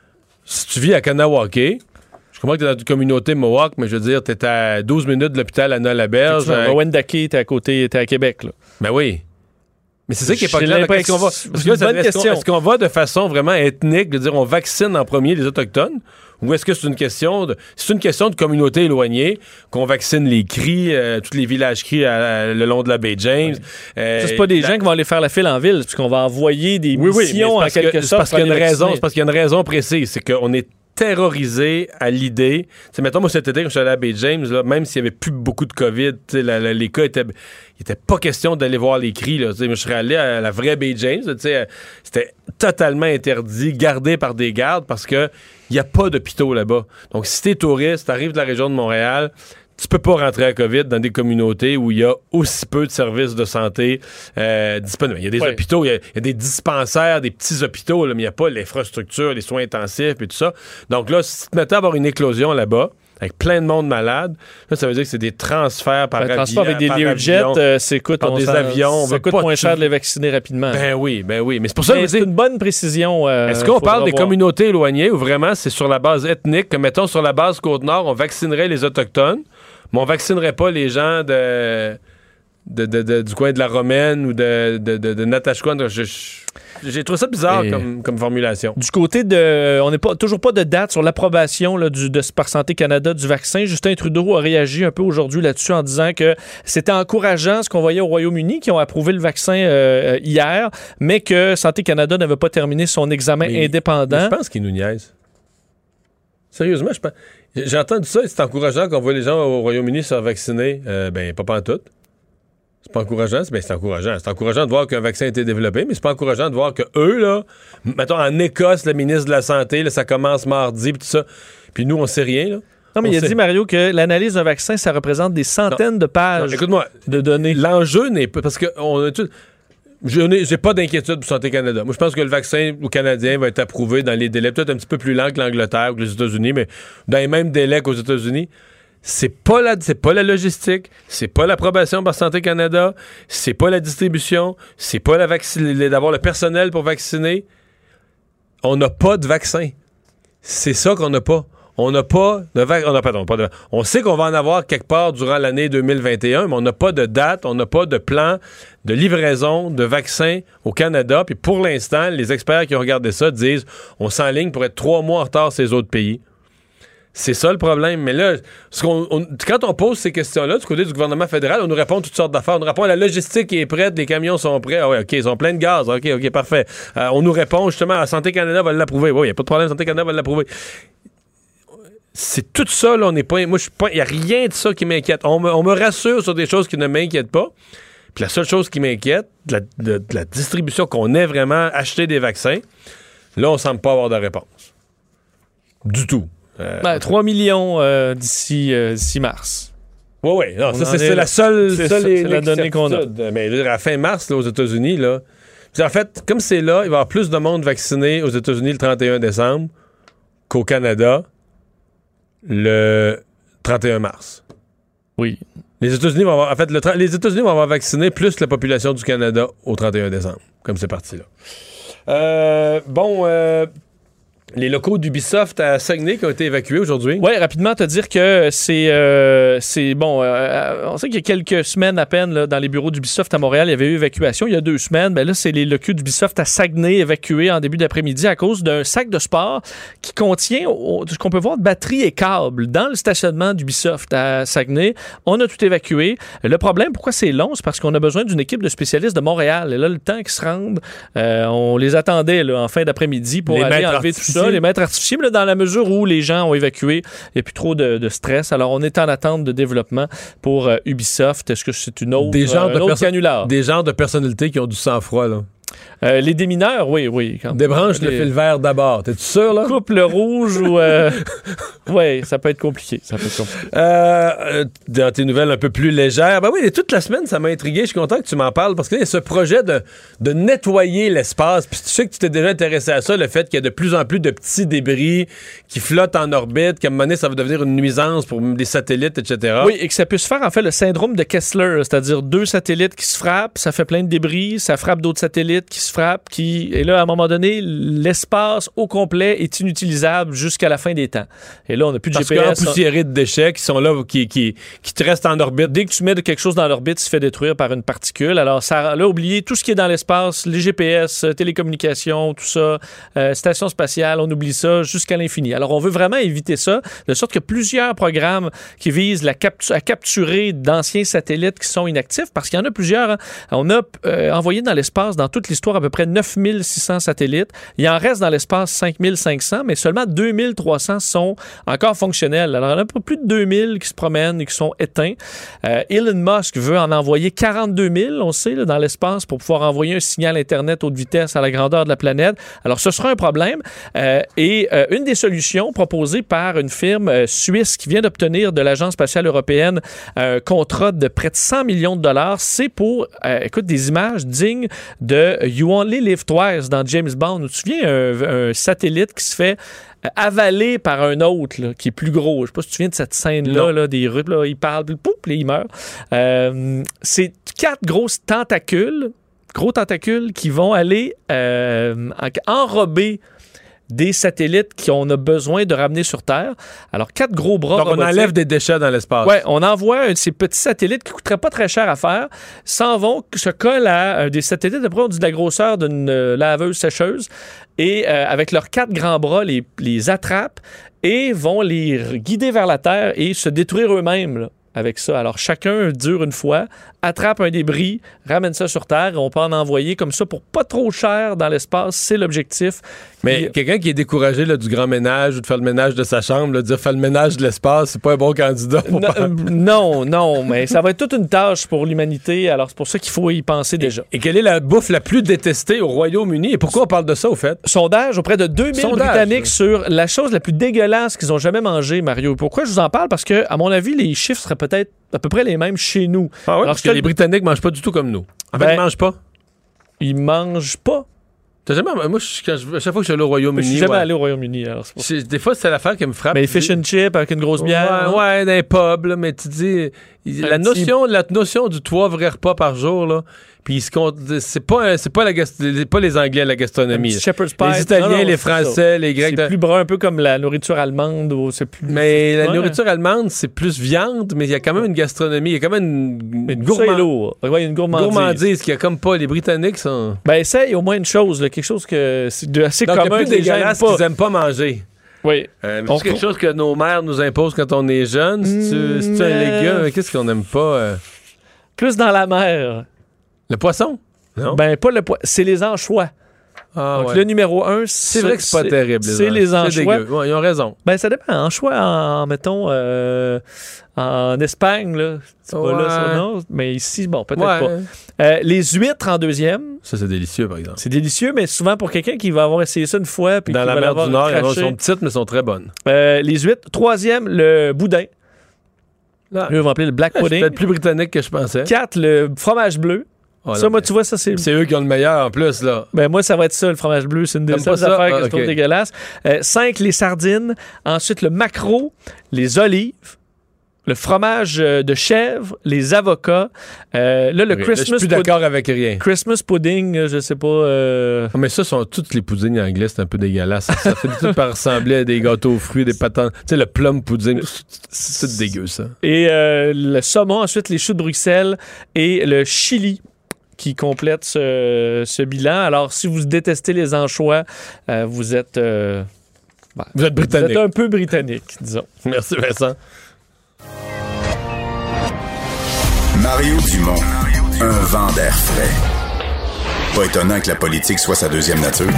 Si tu vis à Kanawake, je comprends que t'es dans une communauté Mohawk, mais je veux dire, t'es à douze minutes de l'hôpital à Nolaberge. À Wendake, t'es à côté, t'es à Québec, là. Ben oui. Mais c'est ça qui est pas J'ai clair. Est-ce qu'on va, c'est une bonne est-ce, question. qu'on, est-ce qu'on va de façon vraiment ethnique, de dire on vaccine en premier les Autochtones, Ou est-ce que c'est une question de c'est une question de communauté éloignée qu'on vaccine les cris, euh, tous les villages cris à, à, le long de la baie James. Ouais. Euh, ça, c'est pas des la... gens qui vont aller faire la file en ville, puisqu'on va envoyer des oui, missions oui, en quelque que, sorte. C'est parce qu'il y a une raison, c'est parce qu'il y a une raison précise, c'est qu'on est terrorisé à l'idée. T'sais, mettons, moi, cet été, quand je suis allé à la baie James, là, même s'il n'y avait plus beaucoup de COVID, la, la, les cas étaient... Il n'était pas question d'aller voir les cris. Là. Je serais allé à la vraie baie James. Là, c'était totalement interdit, gardé par des gardes, parce qu'il n'y a pas d'hôpitaux là-bas. Donc, si t'es touriste, t'arrives de la région de Montréal, tu peux pas rentrer à COVID dans des communautés où il y a aussi peu de services de santé euh, disponibles. Il y a des ouais. hôpitaux, il y a, il y a des dispensaires, des petits hôpitaux, là, mais il n'y a pas l'infrastructure, les soins intensifs et tout ça. Donc là, si tu te mettais à avoir une éclosion là-bas, avec plein de monde malade, là, ça veut dire que c'est des transferts par, ben, avion. Transfert avec des Learjet, euh, c'est coûte, par des avions. On ça coûte moins cher de les vacciner rapidement. Ben oui, ben oui. Mais c'est pour ça que c'est une bonne précision. Euh, Est-ce qu'on parle des voir. communautés éloignées ou vraiment c'est sur la base ethnique, que mettons sur la base Côte-Nord, on vaccinerait les Autochtones, mais on vaccinerait pas les gens de, de, de, de du coin de la Romaine ou de, de, de, de Natashquan. Je, je, j'ai trouvé ça bizarre comme, comme formulation. Du côté de... On n'est pas, toujours pas de date sur l'approbation là, du, de, par Santé Canada du vaccin. Justin Trudeau a réagi un peu aujourd'hui là-dessus en disant que c'était encourageant ce qu'on voyait au Royaume-Uni, qui ont approuvé le vaccin euh, hier, mais que Santé Canada n'avait pas terminé son examen mais, indépendant. Mais je pense qu'il nous niaise. Sérieusement, je pense... J'ai entendu ça, c'est encourageant qu'on voit les gens au Royaume-Uni se faire vacciner. Euh, ben, pas pantoute. C'est pas encourageant, c'est, ben, c'est encourageant. C'est encourageant de voir qu'un vaccin a été développé, mais c'est pas encourageant de voir que eux, là, mettons, en Écosse, le ministre de la Santé, là, ça commence mardi, puis tout ça. Puis nous, on sait rien, là. Non, mais on il sait... a dit, Mario, que l'analyse d'un vaccin, ça représente des centaines non. de pages non, écoute-moi, de données. L'enjeu n'est pas... Parce que on a tout... Je n'ai j'ai pas d'inquiétude pour Santé Canada. Moi, je pense que le vaccin au Canadien va être approuvé dans les délais peut-être un petit peu plus lents que l'Angleterre ou que les États-Unis, mais dans les mêmes délais qu'aux États-Unis. C'est pas la, c'est pas la logistique, c'est pas l'approbation par Santé Canada, c'est pas la distribution, c'est pas la vaccin, d'avoir le personnel pour vacciner. On n'a pas de vaccin. C'est ça qu'on n'a pas. On n'a pas de vaccin. On n'a pardon, pas de On sait qu'on va en avoir quelque part durant l'année deux mille vingt et un, mais on n'a pas de date, on n'a pas de plan de livraison de vaccins au Canada. Puis pour l'instant, les experts qui ont regardé ça disent on s'enligne pour être trois mois en retard sur les autres pays. C'est ça le problème. Mais là, ce qu'on, on, quand on pose ces questions-là du côté du gouvernement fédéral, on nous répond toutes sortes d'affaires. On nous répond la logistique est prête, les camions sont prêts. Ah oui, OK, ils sont pleins de gaz. OK, OK, parfait. Euh, on nous répond justement, Santé Canada va l'approuver. Oui, il n'y a pas de problème, Santé Canada va l'approuver. C'est tout ça, là, on n'est pas... Moi, je suis pas... Il n'y a rien de ça qui m'inquiète. On me, on me rassure sur des choses qui ne m'inquiètent pas. Puis la seule chose qui m'inquiète, de la, de, de la distribution, qu'on ait vraiment acheté des vaccins, là, on ne semble pas avoir de réponse. Du tout. Euh, ben, trois millions euh, d'ici, euh, d'ici mars. Oui, oui. Non, ça, c'est, c'est la seule, c'est, seule c'est la donnée qu'on a. Mais là, à la fin mars, là, aux États-Unis, là... En fait, comme c'est là, il va y avoir plus de monde vacciné aux États-Unis le trente et un décembre qu'au Canada le trente et un mars. Oui. Les États-Unis vont avoir, en fait, le, les États-Unis vont avoir vacciné plus la population du Canada au trente et un décembre, comme c'est parti là. Euh, bon, euh, les locaux d'Ubisoft à Saguenay qui ont été évacués aujourd'hui. Oui, rapidement, te dire que c'est, euh, c'est bon, euh, on sait qu'il y a quelques semaines à peine, là, dans les bureaux d'Ubisoft à Montréal, il y avait eu évacuation. Il y a deux semaines, ben là, c'est les locaux d'Ubisoft à Saguenay évacués en début d'après-midi à cause d'un sac de sport qui contient ce qu'on peut voir de batteries et câbles dans le stationnement d'Ubisoft à Saguenay. On a tout évacué. Le problème, pourquoi c'est long, c'est parce qu'on a besoin d'une équipe de spécialistes de Montréal. Et là, le temps qu'ils se rendent, euh, on les attendait là, en fin d'après-midi pour les aller enlever tout ça. Les maîtres artificiels, là, dans la mesure où les gens ont évacué, il n'y a plus trop de, de stress. Alors, on est en attente de développement pour euh, Ubisoft. Est-ce que c'est une autre, des genres euh, de un autre perso- canular? Des genres de personnalités qui ont du sang-froid, là. Euh, les démineurs, oui, oui. Quand Débranche les... le fil vert d'abord. T'es-tu sûr, là? Coupe le rouge ou... Euh... oui, ça peut être compliqué. Ça peut être compliqué. Euh, euh, dans tes nouvelles un peu plus légères, ben oui, toute la semaine, ça m'a intrigué. Je suis content que tu m'en parles parce qu'il y a ce projet de, de nettoyer l'espace. Puis tu sais que tu t'es déjà intéressé à ça, le fait qu'il y a de plus en plus de petits débris qui flottent en orbite, qu'à un moment donné, ça va devenir une nuisance pour des satellites, et cetera. Oui, et que ça puisse faire, en fait, le syndrome de Kessler, c'est-à-dire deux satellites qui se frappent, ça fait plein de débris, ça frappe d'autres satellites, satellites qui se frappent, qui et là, à un moment donné, l'espace au complet est inutilisable jusqu'à la fin des temps. Et là, on n'a plus de Parce G P S. Parce poussiéré de déchets qui sont là, qui, qui, qui te restent en orbite. Dès que tu mets de quelque chose dans l'orbite, il se fait détruire par une particule. Alors, ça, là, oubliez tout ce qui est dans l'espace, les G P S, télécommunications, tout ça, euh, station spatiale, on oublie ça jusqu'à l'infini. Alors, on veut vraiment éviter ça, de sorte que plusieurs programmes qui visent la captu- à capturer d'anciens satellites qui sont inactifs, parce qu'il y en a plusieurs. Hein. On a euh, envoyé dans l'espace, dans toute l'histoire, à peu près neuf mille six cents satellites. Il en reste dans l'espace cinq mille cinq cents, mais seulement deux mille trois cents sont encore fonctionnels. Alors, il y en a plus de deux mille qui se promènent et qui sont éteints. Euh, Elon Musk veut en envoyer quarante-deux mille, on sait, là, dans l'espace pour pouvoir envoyer un signal Internet haute vitesse à la grandeur de la planète. Alors, ce sera un problème. Euh, et euh, une des solutions proposées par une firme euh, suisse qui vient d'obtenir de l'Agence spatiale européenne un contrat de près de cent millions de dollars, c'est pour, euh, écoute, des images dignes de You Only Live Twice dans James Bond. Tu te souviens, un, un satellite qui se fait avalé par un autre là, qui est plus gros. Je sais pas si tu te souviens de cette scène-là, là, des rues, là, il parle, puis pouf, puis il meurt. Euh, c'est quatre grosses tentacules, gros tentacules qui vont aller euh, enrober des satellites qu'on a besoin de ramener sur Terre. Alors, quatre gros bras Donc, on enlève des déchets dans l'espace. Oui, on envoie un de ces petits satellites qui ne coûteraient pas très cher à faire, s'en vont, se collent à euh, des satellites, après on dit de la grosseur d'une euh, laveuse sécheuse, et euh, avec leurs quatre grands bras, les, les attrapent et vont les guider vers la Terre et se détruire eux-mêmes, là, avec ça. Alors, chacun dure une fois, attrape un débris, ramène ça sur Terre, et on peut en envoyer comme ça pour pas trop cher dans l'espace. C'est l'objectif. Mais Puis, quelqu'un qui est découragé là, du grand ménage ou de faire le ménage de sa chambre, là, dire faire le ménage de l'espace, c'est pas un bon candidat. Non, euh, non, non, mais ça va être toute une tâche pour l'humanité. Alors, c'est pour ça qu'il faut y penser déjà. Et, et quelle est la bouffe la plus détestée au Royaume-Uni? Et pourquoi on parle de ça, au fait? Sondage auprès de deux mille Sondage. Britanniques sur la chose la plus dégueulasse qu'ils ont jamais mangée, Mario. Pourquoi je vous en parle? Parce que, à mon avis, les chiffres seraient peut-être à peu près les mêmes chez nous. Ah oui, Alors, parce que les Britanniques mangent pas du tout comme nous. En fait, Ben, ils mangent pas. Ils mangent pas. T'as jamais... Moi, je, quand je, à chaque fois que je suis allé au Royaume-Uni... Je suis jamais ouais. allé au Royaume-Uni. Alors c'est pour ça. Des fois, c'est l'affaire qui me frappe. Mais les fish and chips avec une grosse bière. Ouais, ouais, dans les pubs, là, mais tu dis... La petit... notion, la notion du trois vrais repas par jour, là, puis c'est pas, c'est pas, la gast- pas les Anglais, la gastronomie. Shepherd's pie. Les Italiens, non, non, les Français, ça. les Grecs. C'est de... plus brun, un peu comme la nourriture allemande. Ou c'est plus... Mais la ouais. nourriture allemande, c'est plus viande, mais il y a quand même une gastronomie, il y a quand même une, une, gourmand... lourd. Ouais, une gourmandise. gourmandise qu'il y a comme pas. Les Britanniques sont... Ben, essaye au moins une chose, là, quelque chose que c'est de assez Donc, commun. Donc, il y a plus dégueulasse qu'ils aiment pas manger. Oui. Euh, mais c'est quelque chose que nos mères nous imposent quand on est jeune. Si tu, si tu un légume, qu'est-ce qu'on aime pas? Euh... Plus dans la mer. Le poisson? Non? Ben, pas le poisson. C'est les anchois. Ah, Donc, ouais. le numéro un, c'est... C'est vrai que c'est pas terrible. Les c'est les anchois. Ouais, ils ont raison. Ben, ça dépend. Anchois, en, mettons, euh, en Espagne, là. C'est ouais. pas là, ça, non? Mais ici, bon, peut-être ouais. pas. Euh, les huîtres en deuxième. Ça, c'est délicieux, par exemple. C'est délicieux, mais souvent pour quelqu'un qui va avoir essayé ça une fois. Puis dans qui la va mer du Nord, elles sont petites, mais sont très bonnes. Euh, les huîtres. Troisième, le boudin. Ah. Eux, on va appeler le black Ah, pudding. C'est peut-être plus britannique que je pensais. Quatre, le fromage bleu. Oh, ça, là, moi, tu vois, ça, c'est... C'est eux qui ont le meilleur, en plus, là. Ben, moi, ça va être ça, le fromage bleu. C'est une des seules affaires ah, que je okay. trouve dégueulasse. Euh, cinq, les sardines. Ensuite, le maquereau, les olives, le fromage de chèvre, les avocats. Euh, là, le okay. Christmas... Là, je suis plus d'accord avec rien. Christmas pudding, je sais pas... Euh... Ah, mais ça, sont toutes les puddings anglais, c'est un peu dégueulasse. Ça fait tout par ressembler à des gâteaux aux fruits, des patates. Tu sais, le plum pudding, c'est tout dégueu, ça. Et euh, le saumon, ensuite, les choux de Bruxelles et le chili qui complète ce, ce bilan. Alors, si vous détestez les anchois, euh, vous êtes... Euh, ben, vous êtes britannique. Vous êtes un peu britannique, disons. Merci, Vincent. Mario Dumont, un vent d'air frais. Pas étonnant que la politique soit sa deuxième nature.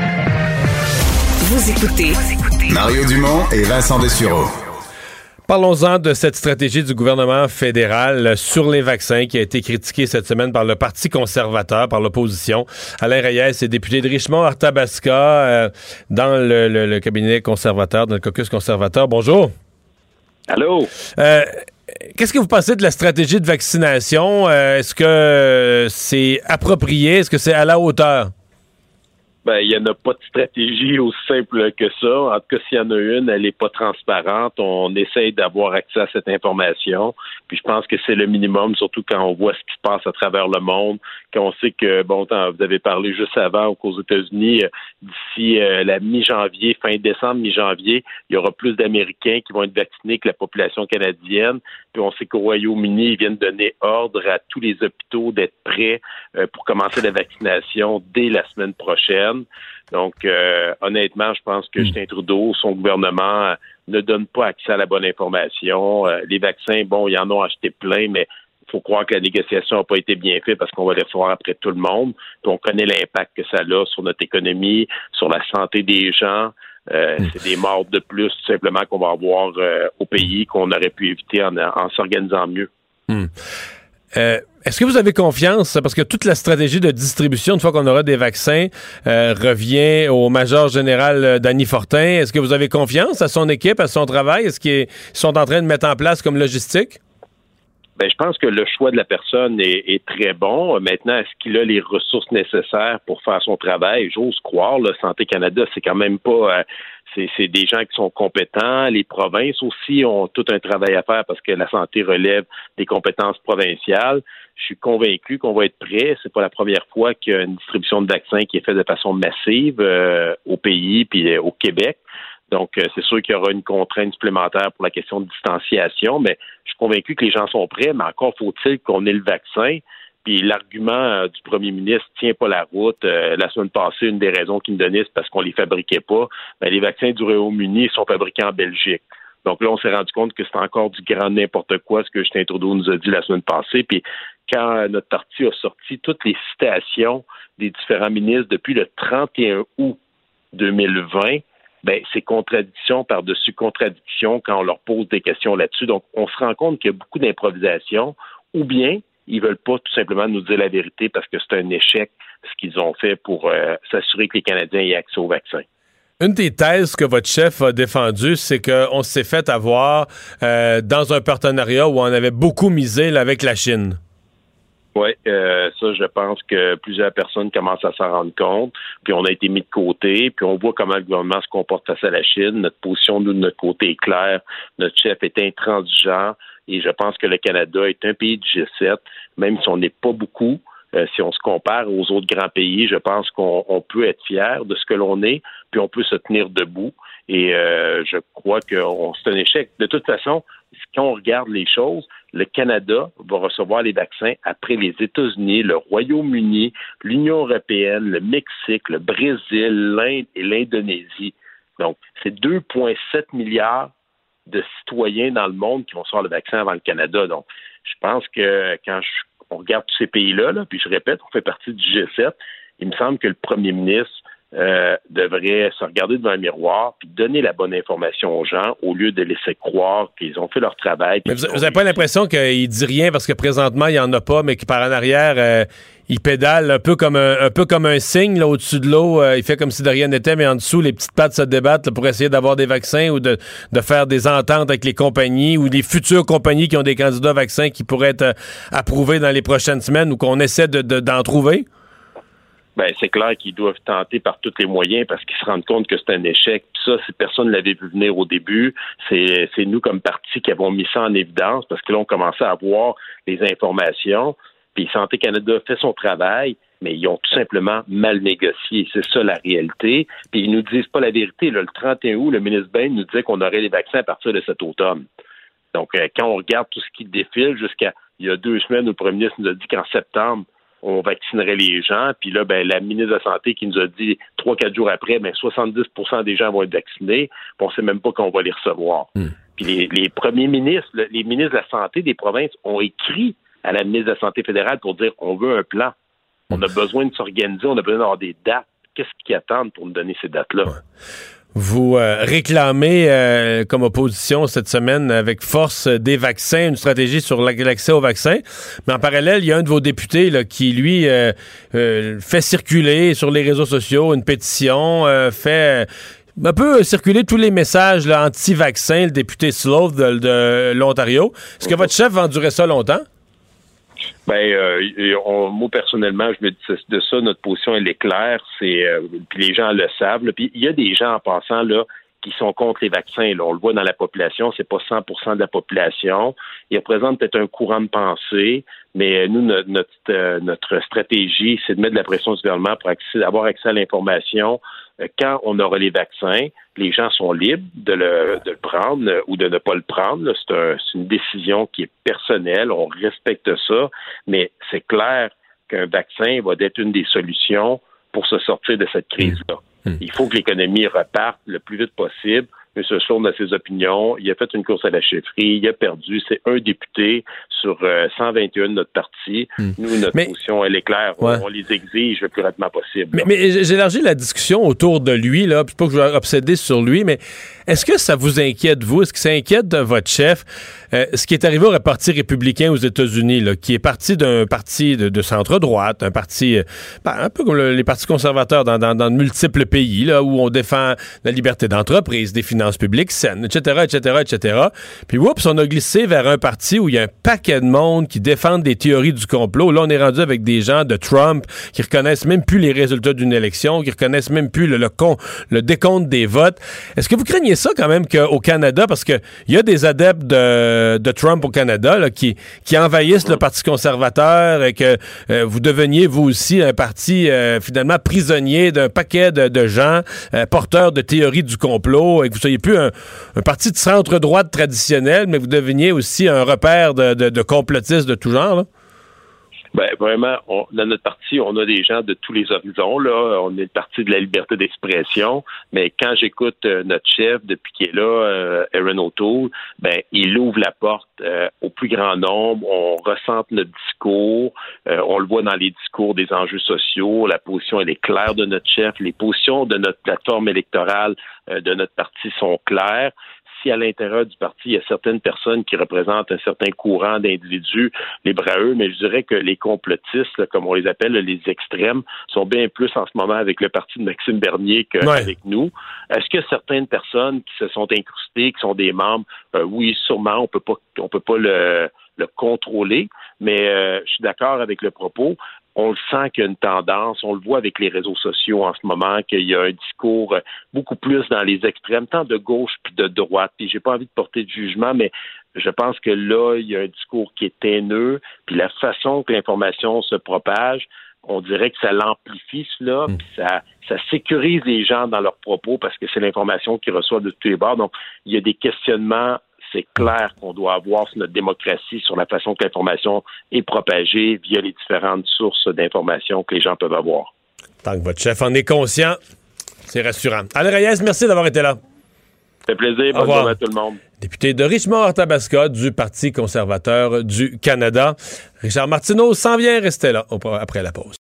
Vous écoutez Mario Dumont et Vincent Dessureau. Parlons-en de cette stratégie du gouvernement fédéral sur les vaccins qui a été critiquée cette semaine par le Parti conservateur, par l'opposition. Alain Reyes est député de Richmond-Arthabasca euh, dans le, le, le cabinet conservateur, dans le caucus conservateur. Bonjour. Allô. Euh, Qu'est-ce que vous pensez de la stratégie de vaccination? Euh, est-ce que c'est approprié? Est-ce que c'est à la hauteur? Ben, il n'y en a pas de stratégie aussi simple que ça. En tout cas, s'il y en a une, elle n'est pas transparente. On essaye d'avoir accès à cette information. Puis je pense que c'est le minimum, surtout quand on voit ce qui se passe à travers le monde, quand on sait que, bon, vous avez parlé juste avant qu'aux États-Unis, d'ici euh, la mi-janvier, fin décembre, mi-janvier, il y aura plus d'Américains qui vont être vaccinés que la population canadienne. Puis on sait qu'au Royaume-Uni, ils viennent donner ordre à tous les hôpitaux d'être prêts euh, pour commencer la vaccination dès la semaine prochaine. Donc, euh, honnêtement, je pense que Justin Trudeau, son gouvernement, euh, ne donne pas accès à la bonne information. Euh, les vaccins, bon, ils en ont acheté plein, mais il faut croire que la négociation n'a pas été bien faite parce qu'on va les recevoir après tout le monde. Puis on connaît l'impact que ça a sur notre économie, sur la santé des gens. Euh, mm. C'est des morts de plus, tout simplement, qu'on va avoir euh, au pays qu'on aurait pu éviter en, en s'organisant mieux. Mm. Euh, est-ce que vous avez confiance, parce que toute la stratégie de distribution, une fois qu'on aura des vaccins, euh, revient au major général euh, Danny Fortin. Est-ce que vous avez confiance à son équipe, à son travail? Est-ce qu'ils sont en train de mettre en place comme logistique? Ben, je pense que le choix de la personne est, est très bon. Maintenant, est-ce qu'il a les ressources nécessaires pour faire son travail? J'ose croire. Là, Santé Canada, c'est quand même pas... Euh, c'est, c'est des gens qui sont compétents. Les provinces aussi ont tout un travail à faire parce que la santé relève des compétences provinciales. Je suis convaincu qu'on va être prêt. C'est pas la première fois qu'il y a une distribution de vaccins qui est faite de façon massive euh, au pays puis euh, au Québec. Donc, euh, c'est sûr qu'il y aura une contrainte supplémentaire pour la question de distanciation, mais je suis convaincu que les gens sont prêts, mais encore faut-il qu'on ait le vaccin. Puis l'argument euh, du premier ministre tient pas la route. Euh, la semaine passée, une des raisons qu'il me donnait, c'est parce qu'on les fabriquait pas. Ben, les vaccins du Royaume-Uni sont fabriqués en Belgique. Donc là, on s'est rendu compte que c'est encore du grand n'importe quoi, ce que Justin Trudeau nous a dit la semaine passée. Puis quand notre parti a sorti toutes les citations des différents ministres depuis le trente et un août deux mille vingt, ben c'est contradiction par-dessus contradiction quand on leur pose des questions là-dessus. Donc, on se rend compte qu'il y a beaucoup d'improvisation, ou bien ils veulent pas tout simplement nous dire la vérité parce que c'est un échec ce qu'ils ont fait pour euh, s'assurer que les Canadiens aient accès au vaccin. Une des thèses que votre chef a défendue, c'est qu'on s'est fait avoir euh, dans un partenariat où on avait beaucoup misé là, avec la Chine. Oui, euh, ça, je pense que plusieurs personnes commencent à s'en rendre compte. Puis on a été mis de côté, puis on voit comment le gouvernement se comporte face à la Chine. Notre position, nous, de notre côté, est claire. Notre chef est intransigeant. Et je pense que le Canada est un pays du G sept, même si on n'est pas beaucoup. Euh, si on se compare aux autres grands pays, je pense qu'on on peut être fier de ce que l'on est, puis on peut se tenir debout. Et euh, je crois que on, c'est un échec. De toute façon, quand on regarde les choses, le Canada va recevoir les vaccins après les États-Unis, le Royaume-Uni, l'Union européenne, le Mexique, le Brésil, l'Inde et l'Indonésie. Donc, c'est deux virgule sept milliards de citoyens dans le monde qui vont recevoir le vaccin avant le Canada. Donc, je pense que quand je, on regarde tous ces pays-là, là, puis je répète, on fait partie du G sept, il me semble que le premier ministre Euh, devraient se regarder devant un miroir puis donner la bonne information aux gens au lieu de laisser croire qu'ils ont fait leur travail. Mais vous n'avez pas l'impression qu'il dit rien parce que présentement, il n'y en a pas, mais qu'il par en arrière, euh, il pédale un peu comme un, un peu comme un cygne là, au-dessus de l'eau. Euh, il fait comme si de rien n'était, mais en dessous, les petites pattes se débattent là, pour essayer d'avoir des vaccins ou de, de faire des ententes avec les compagnies ou les futures compagnies qui ont des candidats vaccins qui pourraient être euh, approuvés dans les prochaines semaines ou qu'on essaie de, de, d'en trouver? Ben, c'est clair qu'ils doivent tenter par tous les moyens parce qu'ils se rendent compte que c'est un échec. Puis ça, si personne ne l'avait vu venir au début, c'est, c'est nous comme parti qui avons mis ça en évidence parce que là, on commençait à avoir les informations. Puis Santé Canada fait son travail, mais ils ont tout simplement mal négocié. C'est ça la réalité. Puis ils nous disent pas la vérité. Là, le trente et un août, le ministre Bain nous disait qu'on aurait les vaccins à partir de cet automne. Donc, euh, quand on regarde tout ce qui défile jusqu'à il y a deux semaines où le premier ministre nous a dit qu'en septembre, on vaccinerait les gens. Puis là, ben, la ministre de la Santé qui nous a dit trois, quatre jours après, ben, soixante-dix pour cent des gens vont être vaccinés. Puis on sait même pas qu'on va les recevoir. Mm. Puis les, les premiers ministres, les ministres de la Santé des provinces ont écrit à la ministre de la Santé fédérale pour dire on veut un plan. On a besoin de s'organiser, on a besoin d'avoir des dates. Qu'est-ce qu'ils attendent pour nous donner ces dates-là? Ouais. Vous euh, réclamez euh, comme opposition cette semaine avec force des vaccins, une stratégie sur l'accès aux vaccins. Mais en parallèle, il y a un de vos députés là, qui, lui, euh, euh, fait circuler sur les réseaux sociaux une pétition, euh, fait euh, un peu circuler tous les messages là, anti-vaccins, le député Sloan de, de l'Ontario. Est-ce que votre chef va endurer ça longtemps? Ben, euh, on, moi personnellement, je me dis de ça, notre position elle est claire. C'est euh, puis les gens le savent. Là, puis il y a des gens en passant là qui sont contre les vaccins. Là, on le voit dans la population, c'est pas cent pour cent de la population. Il représente peut-être un courant de pensée, mais nous notre notre, euh, notre stratégie, c'est de mettre de la pression sur le gouvernement pour accès, avoir accès à l'information. Quand on aura les vaccins, les gens sont libres de le, de le prendre euh, ou de ne pas le prendre. C'est, un, c'est une décision qui est personnelle. On respecte ça, mais c'est clair qu'un vaccin va être une des solutions pour se sortir de cette crise-là. Mmh. Il faut que l'économie reparte le plus vite possible. M. Sloan a ses opinions. Il a fait une course à la chefferie. Il a perdu. C'est un député sur euh, cent vingt et un de notre parti. Mmh. Nous, notre mais, position, elle est claire. Ouais. On, on les exige le plus rapidement possible. Mais, mais j'élargis la discussion autour de lui, là. Puis pas que je vais obséder sur lui, mais est-ce que ça vous inquiète, vous? Est-ce que ça inquiète de votre chef? Euh, ce qui est arrivé au Parti républicain aux États-Unis, là, qui est parti d'un parti de, de centre-droite, un parti, euh, un peu comme le, les partis conservateurs dans, dans, dans de multiples pays, là, où on défend la liberté d'entreprise, des finances publiques saines, et cetera, et cetera, et cetera. Puis, oups, on a glissé vers un parti où il y a un paquet de monde qui défendent des théories du complot. Là, on est rendu avec des gens de Trump qui reconnaissent même plus les résultats d'une élection, qui reconnaissent même plus le, le, con, le décompte des votes. Est-ce que vous craignez ça quand même qu'au Canada, parce qu'il y a des adeptes de, de Trump au Canada là, qui, qui envahissent le Parti conservateur et que euh, vous deveniez, vous aussi, un parti euh, finalement prisonnier d'un paquet de, de gens euh, porteurs de théories du complot et que vous soyez plus un, un parti de centre-droite traditionnel, mais vous deveniez aussi un repère de, de, de complotistes de tout genre, là? Ben vraiment, on, dans notre parti, on a des gens de tous les horizons. Là, on est le parti de la liberté d'expression. Mais quand j'écoute euh, notre chef depuis qu'il est là, euh, Erin O'Toole, ben il ouvre la porte euh, au plus grand nombre. On ressent notre discours. Euh, on le voit dans les discours des enjeux sociaux. La position elle est claire de notre chef. Les positions de notre plateforme électorale euh, de notre parti sont claires. Si à l'intérieur du parti, il y a certaines personnes qui représentent un certain courant d'individus, libre à eux, mais je dirais que les complotistes, là, comme on les appelle, là, les extrêmes, sont bien plus en ce moment avec le parti de Maxime Bernier qu'avec ouais. nous. Est-ce que certaines personnes qui se sont incrustées, qui sont des membres, euh, oui, sûrement, on peut pas, on peut pas le, le contrôler, mais euh, je suis d'accord avec le propos. On le sent qu'il y a une tendance, on le voit avec les réseaux sociaux en ce moment, qu'il y a un discours beaucoup plus dans les extrêmes, tant de gauche puis de droite. Puis j'ai pas envie de porter de jugement, mais je pense que là, il y a un discours qui est haineux, puis la façon que l'information se propage, on dirait que ça l'amplifie, cela, mmh. puis ça, ça sécurise les gens dans leurs propos parce que c'est l'information qu'ils reçoivent de tous les bords. Donc, il y a des questionnements. C'est clair qu'on doit avoir sur notre démocratie, sur la façon que l'information est propagée via les différentes sources d'information que les gens peuvent avoir. Tant que votre chef en est conscient, c'est rassurant. Alain Reyes, merci d'avoir été là. Ça fait plaisir. Bonne journée à tout le monde. Député de Richmond-Arthabasca du Parti conservateur du Canada. Richard Martineau s'en vient rester là après la pause.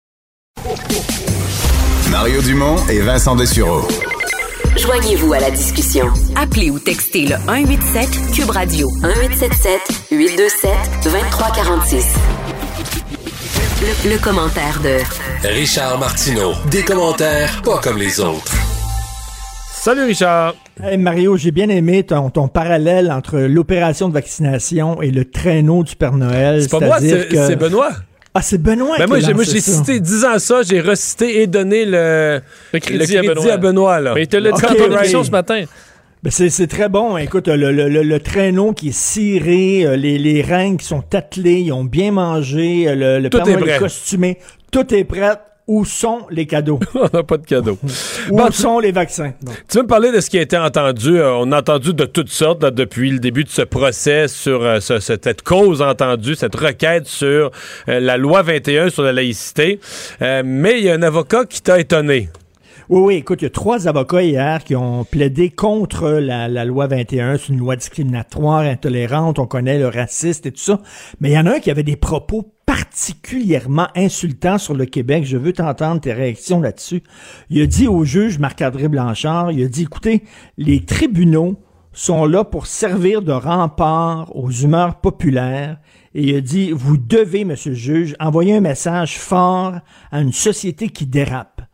Mario Dumont et Vincent Dessureau. Joignez-vous à la discussion. Appelez ou textez le un huit sept Cube Radio un huit sept sept huit deux sept deux trois quatre six. Le, le commentaire de Richard Martineau. Des commentaires pas comme les autres. Salut Richard. Hey Mario, j'ai bien aimé ton, ton parallèle entre l'opération de vaccination et le traîneau du Père Noël. C'est pas moi, c'est, que... c'est Benoît. Ah, c'est Benoît ben qui moi, j'ai, moi, j'ai cité, disant ça, j'ai recité et donné le, le crédit, le crédit à Benoît. À Benoît là. Mais il te l'a dit okay, en production right. ce matin. Ben c'est, c'est très bon. Écoute, le, le, le, le traîneau qui est ciré, les, les reines qui sont attelées, ils ont bien mangé, le, le Père Noël est costumé, tout est prêt. Où sont les cadeaux? On n'a pas de cadeaux. Où bon, sont les vaccins? Bon. Tu veux me parler de ce qui a été entendu? Euh, on a entendu de toutes sortes là, depuis le début de ce procès sur euh, ce, cette cause entendue, cette requête sur euh, la loi vingt et un sur la laïcité. Euh, mais il y a un avocat qui t'a étonné. Oui, oui, écoute, il y a trois avocats hier qui ont plaidé contre la, la loi vingt et un. C'est une loi discriminatoire, intolérante, on connaît le raciste et tout ça. Mais il y en a un qui avait des propos particulièrement insultants sur le Québec. Je veux t'entendre tes réactions là-dessus. Il a dit au juge Marc-André Blanchard, il a dit, écoutez, les tribunaux sont là pour servir de rempart aux humeurs populaires. Et il a dit, vous devez, monsieur le juge, envoyer un message fort à une société qui dérape.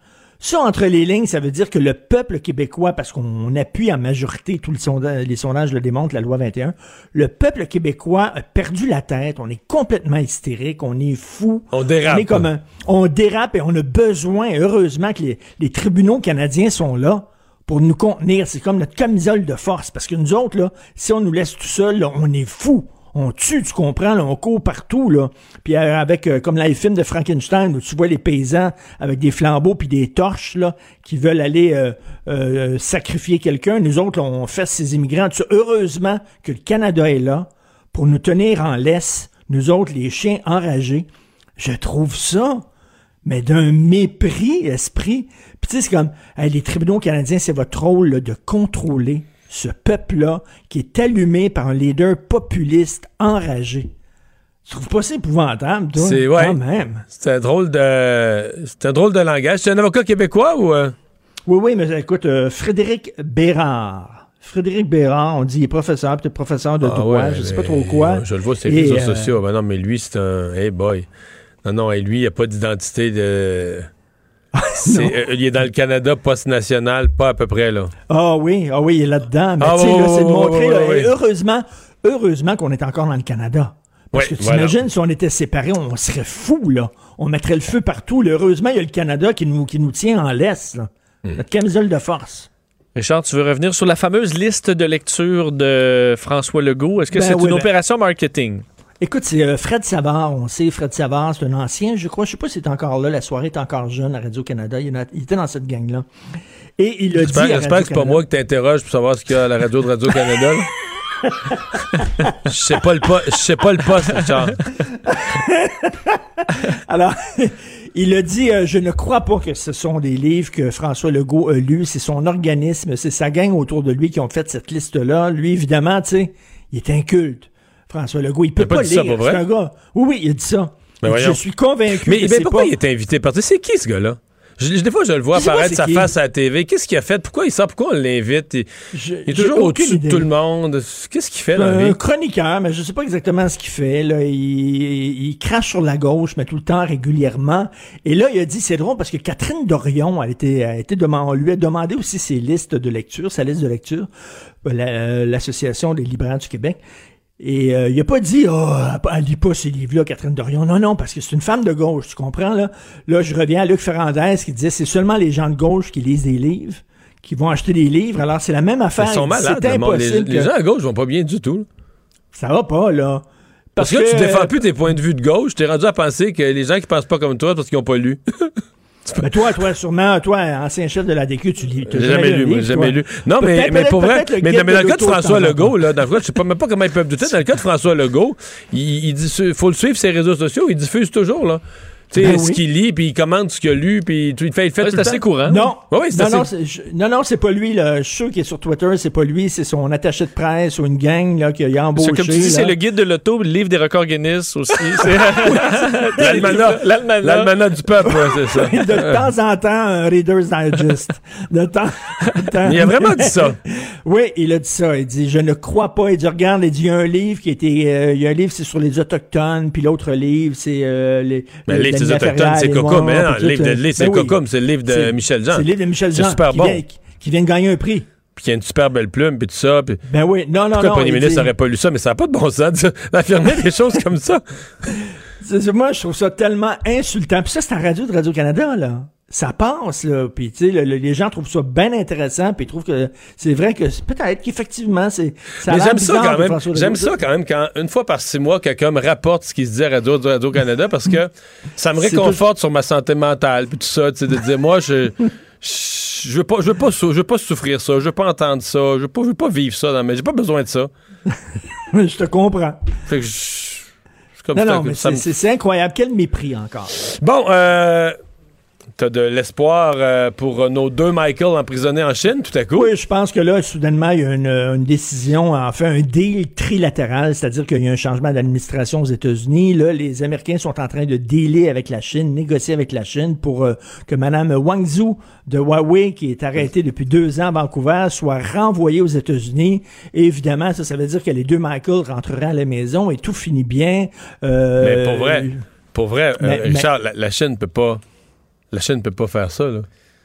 Ça, entre les lignes, ça veut dire que le peuple québécois, parce qu'on appuie en majorité, tous les sondages, les sondages le démontrent, la loi vingt et un, le peuple québécois a perdu la tête, on est complètement hystérique, on est fou. On dérape. On est comme un, on dérape et on a besoin, heureusement, que les, les tribunaux canadiens sont là pour nous contenir. C'est comme notre camisole de force, parce que nous autres, là, si on nous laisse tout seuls, là, on est fous. On tue, tu comprends, là, on court partout, là. Puis euh, avec, euh, comme dans les films de Frankenstein, où tu vois les paysans avec des flambeaux puis des torches, là, qui veulent aller euh, euh, sacrifier quelqu'un. Nous autres, là, on fait ces immigrants. Tu sais, heureusement que le Canada est là pour nous tenir en laisse, nous autres, les chiens enragés. Je trouve ça, mais d'un mépris, esprit. Puis tu sais, c'est comme, hey, les tribunaux canadiens, c'est votre rôle là, de contrôler ce peuple-là qui est allumé par un leader populiste enragé. Tu trouves pas ça épouvantable, toi? C'est, ouais. Quand même. C'est un drôle de, c'est un drôle de langage. C'est un avocat québécois ou... Euh... Oui, oui, mais écoute, euh, Frédéric Bérard. Frédéric Bérard, on dit, il est professeur, peut-être professeur de ah, droit, ouais, je sais pas trop quoi. Je le vois sur les réseaux euh... sociaux. Ben non, mais lui, c'est un... Hey boy. Non, non, et lui, il n'y a pas d'identité de... C'est, euh, il est dans le Canada post-national, pas à peu près, là. Ah oui, ah oui, il est là-dedans. Mais ah, tu sais, oh, là, c'est de oh, montrer, oh, là, oh, et heureusement, heureusement qu'on est encore dans le Canada. Parce ouais, que tu imagines, voilà. si on était séparés, on serait fous, là. On mettrait le feu partout. Là. Heureusement, il y a le Canada qui nous, qui nous tient en laisse, là. Mm. Notre camisole de force. Richard, tu veux revenir sur la fameuse liste de lecture de François Legault? Est-ce que ben, c'est oui, une ben... opération marketing? Écoute, c'est euh, Fred Savard. On sait, Fred Savard, c'est un ancien, je crois. Je sais pas s'il est encore là. La soirée est encore jeune à Radio-Canada. Il, a, il était dans cette gang-là. Et il a j'espère, dit à j'espère que c'est pas moi que t'interroges pour savoir ce qu'il y a à la radio de Radio-Canada. Je sais pas le poste, je sais pas le poste, Richard. Alors, il a dit, euh, je ne crois pas que ce sont des livres que François Legault a lus. C'est son organisme, c'est sa gang autour de lui qui ont fait cette liste-là. Lui, évidemment, tu sais, il est inculte. François Legault, il peut pas, pas lire. Ça, pas vrai? C'est un gars. Oui, oui, il a dit ça. Il dit, je suis convaincu. Mais, que mais c'est pourquoi pas... il est invité? Parce que c'est qui ce gars-là? Je, des fois, je le vois je apparaître sa qui? face à la T V. Qu'est-ce qu'il a fait? Pourquoi il sort? Pourquoi on l'invite? Il, je, il est toujours au-dessus de tout le monde. Qu'est-ce qu'il fait dans la vie? Un chroniqueur, mais je sais pas exactement ce qu'il fait. Là. Il, il, il crache sur la gauche, mais tout le temps, régulièrement. Et là, il a dit, c'est drôle, parce que Catherine Dorion, elle, était, elle était demandé, on lui a demandé aussi ses listes de lecture, sa liste de lecture, la, l'Association des libraires du Québec. Et euh, il a pas dit, oh, elle lit pas ces livres-là, Catherine Dorion. Non, non, parce que c'est une femme de gauche, tu comprends, là? Là, je reviens à Luc Ferrandez qui disait, c'est seulement les gens de gauche qui lisent des livres, qui vont acheter des livres. Alors, c'est la même affaire. Ils sont malades. C'est impossible les, que... les gens à gauche vont pas bien du tout. Là. Ça va pas, là. Parce, parce que, que tu défends plus tes points de vue de gauche, t'es rendu à penser que les gens qui pensent pas comme toi, parce qu'ils ont pas lu. Mais toi, toi, sûrement, toi, ancien chef de l'A D Q, tu lis. J'ai jamais lu, moi, j'ai jamais lu. Non, mais, mais pour vrai, mais dans, mais dans le cas de François Legault, là, dans le cas, je sais pas même pas comment ils peuvent douter, dans le cas de François Legault, il, il dit, faut le suivre ses réseaux sociaux, il diffuse toujours, là. Tu sais, ben ce oui. qu'il lit, puis il commente ce qu'il a lu, puis il fait, il fait ouais, tout c'est assez temps. courant. Non, ouais, oui, c'est non, assez... non, c'est, je, non, non, c'est pas lui. Là. Je suis sûr qu'il est sur Twitter, c'est pas lui, c'est son attaché de presse ou une gang là, qu'il a embauché. C'est comme tu dis, là. C'est le guide de l'auto, le livre des records Guinness aussi. C'est... l'almanach, l'almanach. l'almanach du peuple, ouais, c'est ça. De temps en temps, un Reader's Digest. De temps en temps. Il a vraiment dit ça. Oui, il a dit ça. Il dit, je ne crois pas. Il dit, regarde, il dit, il y a un livre qui était, euh, il y a un livre, c'est sur les Autochtones, puis l'autre livre, c'est euh, les. Ben, le livre des Autochtones, c'est Cocum, hein? Le livre de livre, c'est ben Cocum, oui. C'est le livre de c'est, Michel Jean. C'est le livre de Michel Jean. C'est super qui bon. Vient, qui, qui vient de gagner un prix. Puis qui a une super belle plume, puis tout ça. Puis... Ben oui, non, non, Pourquoi non. le premier ministre dit... n'aurait pas lu ça? Mais ça n'a pas de bon sens d'affirmer des choses comme ça. C'est, moi, je trouve ça tellement insultant. Puis ça, c'est en radio de Radio-Canada, là. Ça passe, là. Puis, tu sais, le, le, les gens trouvent ça bien intéressant. Puis ils trouvent que c'est vrai que c'est, peut-être qu'effectivement, c'est. Ça Mais j'aime ça quand même. J'aime ça quand même quand, une fois par six mois, quelqu'un me rapporte ce qu'il se dit à Radio, Radio-Canada parce que ça me réconforte tout... sur ma santé mentale. Puis tout ça, tu sais, de dire, moi, je. Je veux pas, je veux pas, je veux pas souffrir ça. Je veux pas entendre ça. Je veux pas, je veux pas vivre ça. Non, mais j'ai pas besoin de ça. Je te comprends. Fait que je. Comme non, non, mais c'est, me... c'est, c'est incroyable. Quel mépris encore. Bon, euh. T'as de l'espoir euh, pour nos deux Michael emprisonnés en Chine, tout à coup? Oui, je pense que là, soudainement, il y a une, une décision, enfin, un deal trilatéral, c'est-à-dire qu'il y a un changement d'administration aux États-Unis. Là, les Américains sont en train de dealer avec la Chine, négocier avec la Chine pour euh, que Mme Wang Zhu de Huawei, qui est arrêtée depuis deux ans à Vancouver, soit renvoyée aux États-Unis. Et évidemment, ça, ça veut dire que les deux Michael rentreront à la maison et tout finit bien. Euh, mais pour vrai, pour vrai, mais, euh, Richard, mais... La, la Chine ne peut pas... La Chine ne peut pas faire ça, là.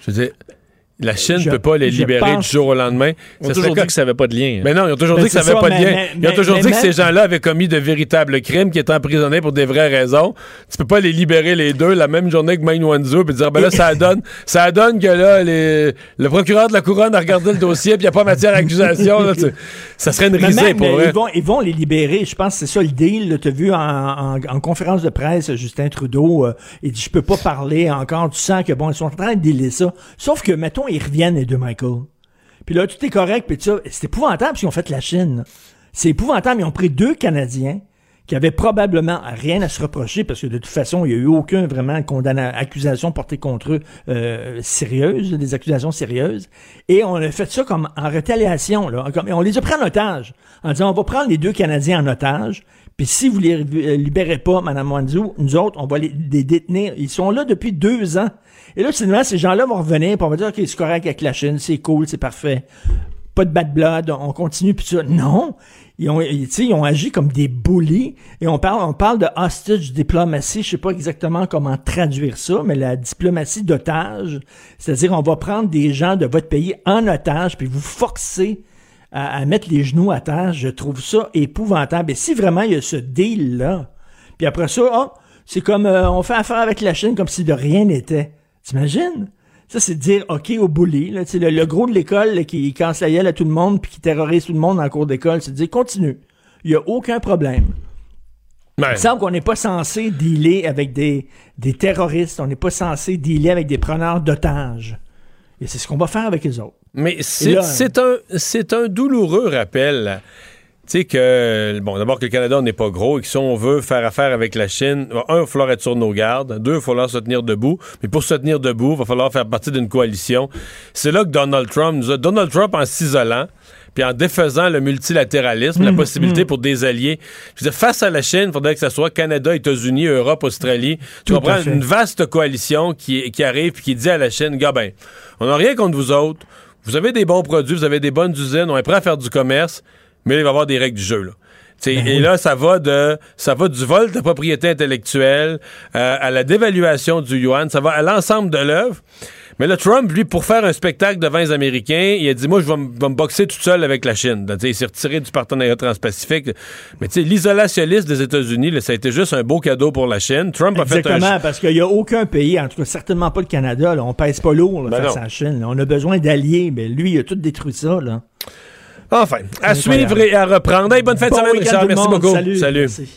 Je veux dire... La Chine ne Je- peut pas les je libérer pense- du jour au lendemain. Ils ont toujours dit que ça n'avait pas de lien. Mais non, ils ont toujours Ben, dit que ça c'est n'avait ça, pas de mais- lien. mais- Ils ont toujours mais- dit que mais- ces gens-là avaient commis de véritables crimes, qui étaient emprisonnés pour des vraies raisons. Tu peux pas les libérer les deux la même journée que Meng Wanzhou puis dire ben là ça donne ça donne que là les, le procureur de la couronne a regardé le dossier puis il n'y a pas matière à accusation. Là, tu- ça serait une Mais risée même, pour mais vrai. Ils vont, ils vont les libérer. Je pense que c'est ça le deal. Tu as vu en, en, en conférence de presse, Justin Trudeau, euh, il dit je peux pas parler encore. Tu sens que bon, ils sont en train de dealer ça. Sauf que, mettons, ils reviennent les deux, Michael. Puis là, tout est correct. Puis ça, c'est épouvantable parce qu'ils ont fait la Chine. C'est épouvantable. Ils ont pris deux Canadiens qui avaient probablement rien à se reprocher parce que de toute façon, il n'y a eu aucun vraiment condamnation, accusation portée contre eux euh, sérieuse, des accusations sérieuses. Et on a fait ça comme en rétaliation, là. Comme, on les a pris en otage. En disant, on va prendre les deux Canadiens en otage. Puis si vous les libérez pas, Mme Wanzhou, nous autres, on va les, les détenir. Ils sont là depuis deux ans. Et là, finalement, ces gens-là vont revenir puis on va dire, OK, c'est correct avec la Chine, c'est cool, c'est parfait. Pas de bad blood, on continue puis ça. Non! Ils ont, ils, ils ont agi comme des bullies. Et on parle, on parle de hostage diplomacy. Je sais pas exactement comment traduire ça, mais la diplomatie d'otage, c'est-à-dire on va prendre des gens de votre pays en otage puis vous forcer à, à mettre les genoux à terre. Je trouve ça épouvantable. Et si vraiment il y a ce deal-là, puis après ça, oh, c'est comme euh, on fait affaire avec la Chine comme si de rien n'était. T'imagines? Ça, c'est de dire OK au bully. Là, le, le gros de l'école là, qui casse la gueule à tout le monde puis qui terrorise tout le monde en cours d'école, c'est de dire continue. Il n'y a aucun problème. Ouais. Il me semble qu'on n'est pas censé dealer avec des, des terroristes. On n'est pas censé dealer avec des preneurs d'otages. Et c'est ce qu'on va faire avec les autres. Mais c'est, là, c'est, un, c'est un douloureux rappel. Tu sais que, bon, d'abord que le Canada n'est pas gros et que si on veut faire affaire avec la Chine, un, il va falloir être sur nos gardes. Deux, il va falloir se tenir debout. Mais pour se tenir debout, il va falloir faire partie d'une coalition. C'est là que Donald Trump nous a... Donald Trump, en s'isolant, puis en défaisant le multilatéralisme, mmh, la possibilité mmh. pour des alliés. Je veux dire, face à la Chine, il faudrait que ce soit Canada, États-Unis, Europe, Australie. Tu comprends? Une vaste coalition qui, qui arrive et qui dit à la Chine, gars, ben, on n'a rien contre vous autres. Vous avez des bons produits, vous avez des bonnes usines, on est prêt à faire du commerce. Mais là, il va y avoir des règles du jeu, là. Ben et oui. là, ça va de ça va du vol de propriété intellectuelle euh, à la dévaluation du yuan. Ça va à l'ensemble de l'œuvre. Mais là, Trump, lui, pour faire un spectacle devant les Américains, il a dit, moi, je vais, m- vais me boxer tout seul avec la Chine. Donc, il s'est retiré du partenariat transpacifique. Mais tu sais, l'isolationnisme des États-Unis, là, ça a été juste un beau cadeau pour la Chine. Trump a Exactement, fait un... parce qu'il n'y a aucun pays, en tout cas certainement pas le Canada, là, on pèse pas lourd là, Ben face non. à la Chine. Là. On a besoin d'alliés, mais lui, il a tout détruit ça. Là. Enfin, à Incroyable. suivre et à reprendre. Hey, bonne fin de Bon semaine, week-end Richard. tout le Merci monde. beaucoup. Salut. Salut. Merci.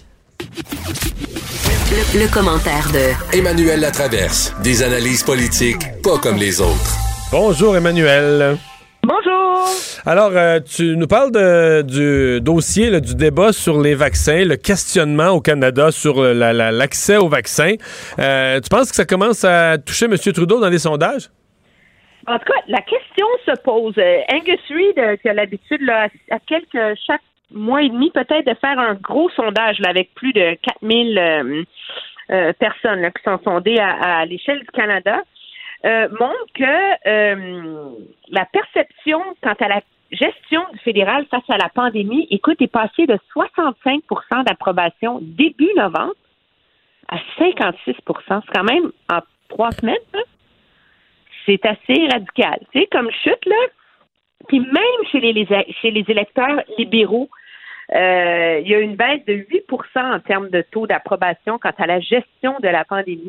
Le, le commentaire de Emmanuel Latraverse. Des analyses politiques pas comme les autres. Bonjour, Emmanuel. Bonjour. Alors, euh, tu nous parles de, du dossier, là, du débat sur les vaccins, le questionnement au Canada sur la, la, l'accès aux vaccins. Euh, tu penses que ça commence à toucher M. Trudeau dans les sondages? En tout cas, la question se pose. Euh, Angus Reid, euh, qui a l'habitude, là, à quelques, chaque mois et demi, peut-être, de faire un gros sondage là, avec plus de quatre mille euh, euh, personnes là, qui sont sondées à, à l'échelle du Canada, euh, montre que euh, la perception quant à la gestion du fédéral face à la pandémie, écoute, est passée de soixante-cinq pour cent d'approbation début novembre à cinquante-six pour cent. C'est quand même en trois semaines, hein? C'est assez radical. Tu sais, comme chute, là. Puis même chez les, les, chez les électeurs libéraux, euh, il y a une baisse de huit pour cent en termes de taux d'approbation quant à la gestion de la pandémie.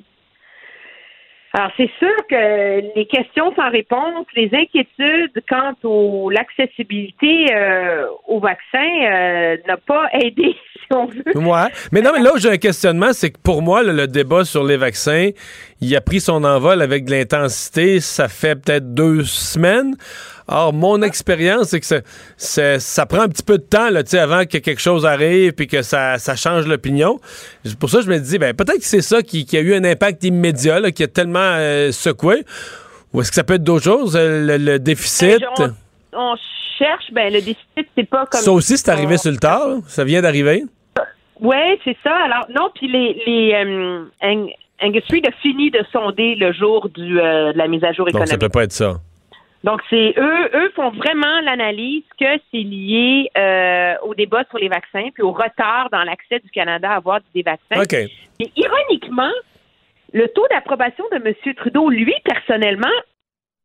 Alors, c'est sûr que les questions sans réponse, les inquiétudes quant à l'accessibilité euh, au vaccin euh, n'a pas aidé, si on veut. Ouais. Mais non, mais là où j'ai un questionnement, c'est que pour moi, là, le débat sur les vaccins, il a pris son envol avec de l'intensité, ça fait peut-être deux semaines. Or, mon expérience, c'est que ça, ça, ça prend un petit peu de temps là, avant que quelque chose arrive puis que ça, ça change l'opinion. Pour ça, je me dis, ben, peut-être que c'est ça qui, qui a eu un impact immédiat, là, qui a tellement euh, secoué. Ou est-ce que ça peut être d'autres choses, le, le déficit? Ben, on, on cherche, ben, le déficit, c'est pas comme... Ça aussi, c'est arrivé on... sur le tard, là. Ça vient d'arriver? Oui, c'est ça. Alors, non, puis les... les euh, Ang- Angus Reid a fini de sonder le jour du, euh, de la mise à jour économique. Donc, ça peut pas être ça. Donc, c'est eux, eux font vraiment l'analyse que c'est lié euh, au débat sur les vaccins puis au retard dans l'accès du Canada à avoir des vaccins. Okay. Et ironiquement, le taux d'approbation de M. Trudeau, lui, personnellement,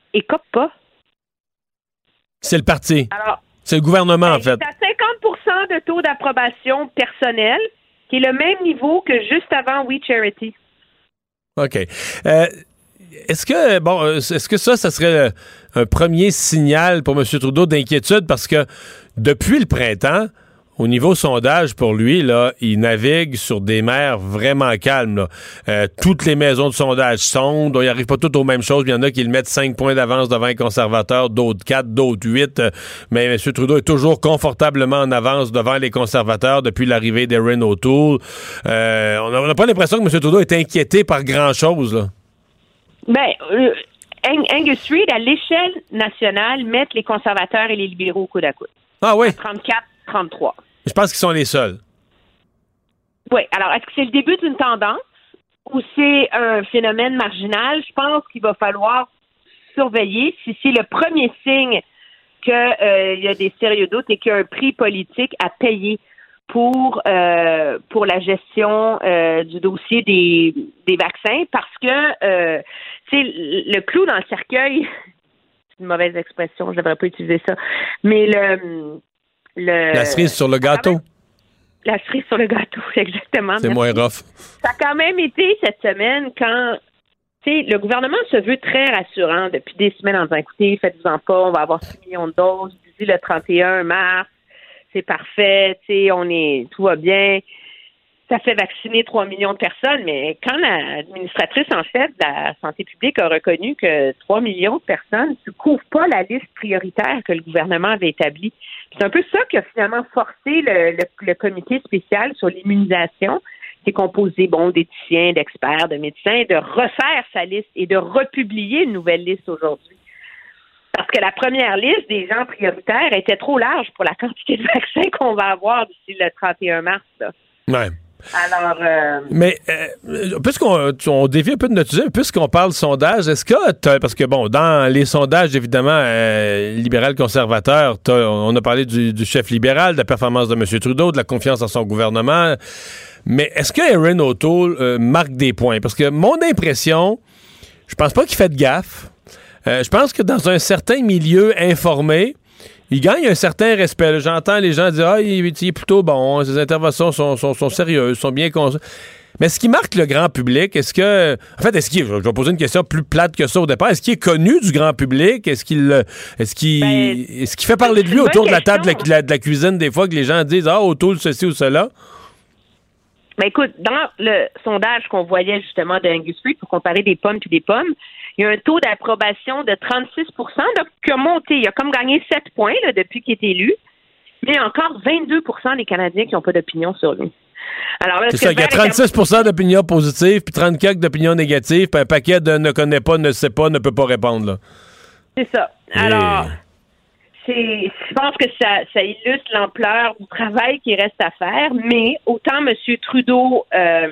écope pas. C'est le parti. Alors, c'est le gouvernement, en fait. C'est à cinquante pour cent de taux d'approbation personnelle, qui est le même niveau que juste avant We Charity. OK. Euh, est-ce que, bon, est-ce que ça, ça serait un premier signal pour M. Trudeau d'inquiétude? Parce que depuis le printemps, au niveau sondage, pour lui, là, il navigue sur des mers vraiment calmes. Là. Euh, toutes les maisons de sondage sondent. Ils n'arrivent pas toutes aux mêmes choses. Il y en a qui le mettent cinq points d'avance devant les conservateurs, d'autres quatre, d'autres huit. Mais M. Trudeau est toujours confortablement en avance devant les conservateurs depuis l'arrivée d'Erin O'Toole. Euh, on n'a pas l'impression que M. Trudeau est inquiété par grand-chose. Là. Ben, euh, Angus Reid, à l'échelle nationale, met les conservateurs et les libéraux au coude à coude. Ah oui? trente-quatre trente-trois. Je pense qu'ils sont les seuls. Oui. Alors, est-ce que c'est le début d'une tendance ou c'est un phénomène marginal? Je pense qu'il va falloir surveiller si c'est le premier signe qu'il euh, y a des sérieux doutes et qu'il y a un prix politique à payer pour euh, pour la gestion euh, du dossier des, des vaccins parce que, euh, tu sais, le clou dans le cercueil, c'est une mauvaise expression, je ne devrais pas utiliser ça, mais le... Le, la cerise sur le gâteau. La cerise sur le gâteau, exactement. C'est moins rough. Ça a quand même été cette semaine quand, tu sais, le gouvernement se veut très rassurant depuis des semaines en disant, écoutez, faites-vous-en pas, on va avoir six millions de doses d'ici le trente et un mars, c'est parfait, tu sais, on est, tout va bien. Ça fait vacciner trois millions de personnes, mais quand l'administratrice en chef de la santé publique a reconnu que trois millions de personnes ne couvrent pas la liste prioritaire que le gouvernement avait établie, c'est un peu ça qui a finalement forcé le, le, le comité spécial sur l'immunisation, qui est composé, bon, d'éthiciens, d'experts, de médecins, de refaire sa liste et de republier une nouvelle liste aujourd'hui. Parce que la première liste des gens prioritaires était trop large pour la quantité de vaccins qu'on va avoir d'ici le trente et un mars. Là. Ouais. Alors, euh... Mais, euh, puisqu'on on dévie un peu de notre sujet, puisqu'on parle sondage, est-ce que t'as, parce que bon, dans les sondages, évidemment, euh, libéral-conservateur, on a parlé du, du chef libéral, de la performance de M. Trudeau, de la confiance en son gouvernement, mais est-ce que Erin O'Toole euh, marque des points? Parce que mon impression, je pense pas qu'il fait de gaffe. Euh, je pense que dans un certain milieu informé, il gagne un certain respect. Là, j'entends les gens dire « Ah, il, il est plutôt bon, ses interventions sont, sont, sont sérieuses, sont bien cons... » Mais ce qui marque le grand public, est-ce que... En fait, est-ce qu'il... Je vais poser une question plus plate que ça au départ. Est-ce qu'il est connu du grand public? Est-ce qu'il... Est-ce qu'il... Ben, est-ce qu'il fait parler de lui autour de la table de la, de, la, de la cuisine des fois que les gens disent « Ah, O'Toole, ceci ou cela? » Ben écoute, dans le sondage qu'on voyait justement d'Angus Reid pour comparer des pommes puis des pommes, il y a un taux d'approbation de trente-six pour cent là, qui a monté. Il a comme gagné sept points là, depuis qu'il est élu. Mais il y a encore vingt-deux pour cent des Canadiens qui n'ont pas d'opinion sur lui. Alors là, c'est ça, il y a trente-six pour cent d'opinions positives, puis trente-quatre d'opinions négatives, puis un paquet de ne connaît pas, ne sait pas, ne peut pas répondre. Là. C'est ça. Et... Alors, c'est, je pense que ça, ça illustre l'ampleur du travail qui reste à faire, mais autant M. Trudeau... Euh,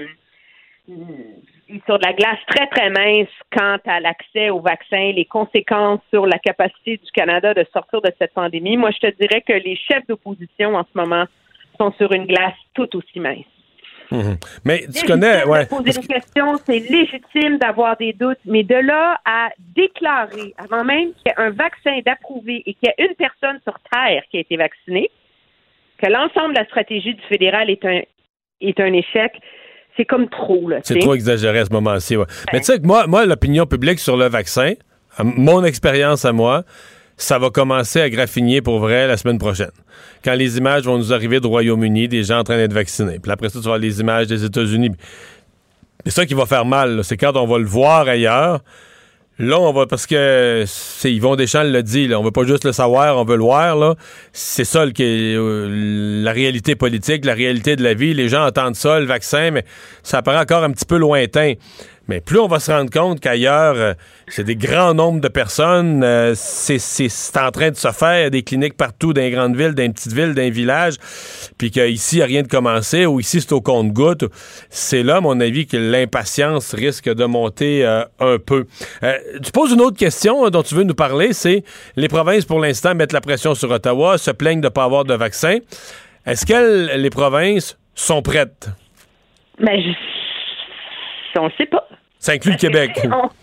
sur de la glace très, très mince quant à l'accès aux vaccins, les conséquences sur la capacité du Canada de sortir de cette pandémie. Moi, je te dirais que les chefs d'opposition en ce moment sont sur une glace tout aussi mince. Mmh. Mais tu légitime connais... de ouais. poser des questions, c'est légitime d'avoir des doutes, mais de là à déclarer, avant même qu'il y ait un vaccin d'approuvé et qu'il y ait une personne sur Terre qui a été vaccinée, que l'ensemble de la stratégie du fédéral est un, est un échec, c'est comme trop, là. C'est trop exagéré à ce moment-ci, ouais. Mais tu sais que moi, moi, l'opinion publique sur le vaccin, mon expérience à moi, ça va commencer à graffiner pour vrai la semaine prochaine. Quand les images vont nous arriver du Royaume-Uni, des gens en train d'être vaccinés. Puis après ça, tu vas voir les images des États-Unis. C'est ça qui va faire mal, là. C'est quand on va le voir ailleurs. Là, on va, parce que c'est Yvon Deschamps l'a dit, là, on veut pas juste le savoir, on veut le voir, là. C'est ça le, euh, la réalité politique, la réalité de la vie. Les gens entendent ça, le vaccin, mais ça paraît encore un petit peu lointain. Mais plus on va se rendre compte qu'ailleurs, euh, c'est des grands nombres de personnes, euh, c'est, c'est, c'est en train de se faire, des cliniques partout, dans les grandes villes, dans les petites villes, dans les villages, puis qu'ici, il n'y a rien de commencé, ou ici, c'est au compte-gouttes. C'est là, à mon avis, que l'impatience risque de monter euh, un peu. Euh, tu poses une autre question hein, dont tu veux nous parler, c'est les provinces, pour l'instant, mettent la pression sur Ottawa, se plaignent de ne pas avoir de vaccin. Est-ce que les provinces sont prêtes? Ben, je... on ne sait pas. Ça inclut le Québec. On,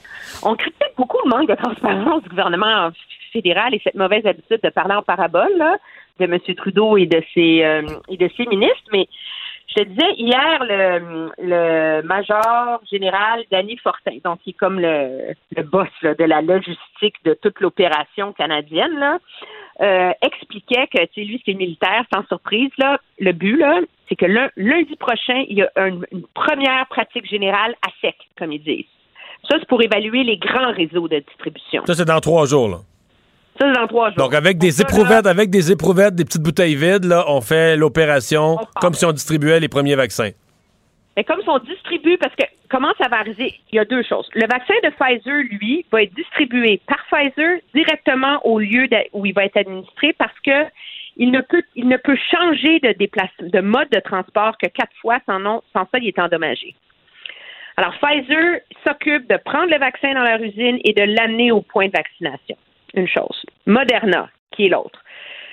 on critique beaucoup le manque de transparence du gouvernement fédéral et cette mauvaise habitude de parler en parabole là, de M. Trudeau et de ses euh, et de ses ministres, mais je te disais, hier, le, le major général Danny Fortin, donc qui est comme le, le boss là, de la logistique de toute l'opération canadienne, là, euh, expliquait que, tu sais, lui, c'est militaire, sans surprise, là, le but, là, c'est que lundi prochain, il y a une, une première pratique générale à sec, comme ils disent. Ça, c'est pour évaluer les grands réseaux de distribution. Ça, c'est dans trois jours, là. Ça, c'est dans trois jours. Donc, avec des ça, éprouvettes, là, avec des éprouvettes, des petites bouteilles vides, là, on fait l'opération on comme si on distribuait les premiers vaccins. Mais comme si on distribue, parce que comment ça va arriver? Il y a deux choses. Le vaccin de Pfizer, lui, va être distribué par Pfizer directement au lieu de, où il va être administré parce que il ne peut, il ne peut changer de déplacement, de mode de transport que quatre fois, sans, non, sans ça, il est endommagé. Alors, Pfizer s'occupe de prendre le vaccin dans leur usine et de l'amener au point de vaccination. Une chose. Moderna, qui est l'autre.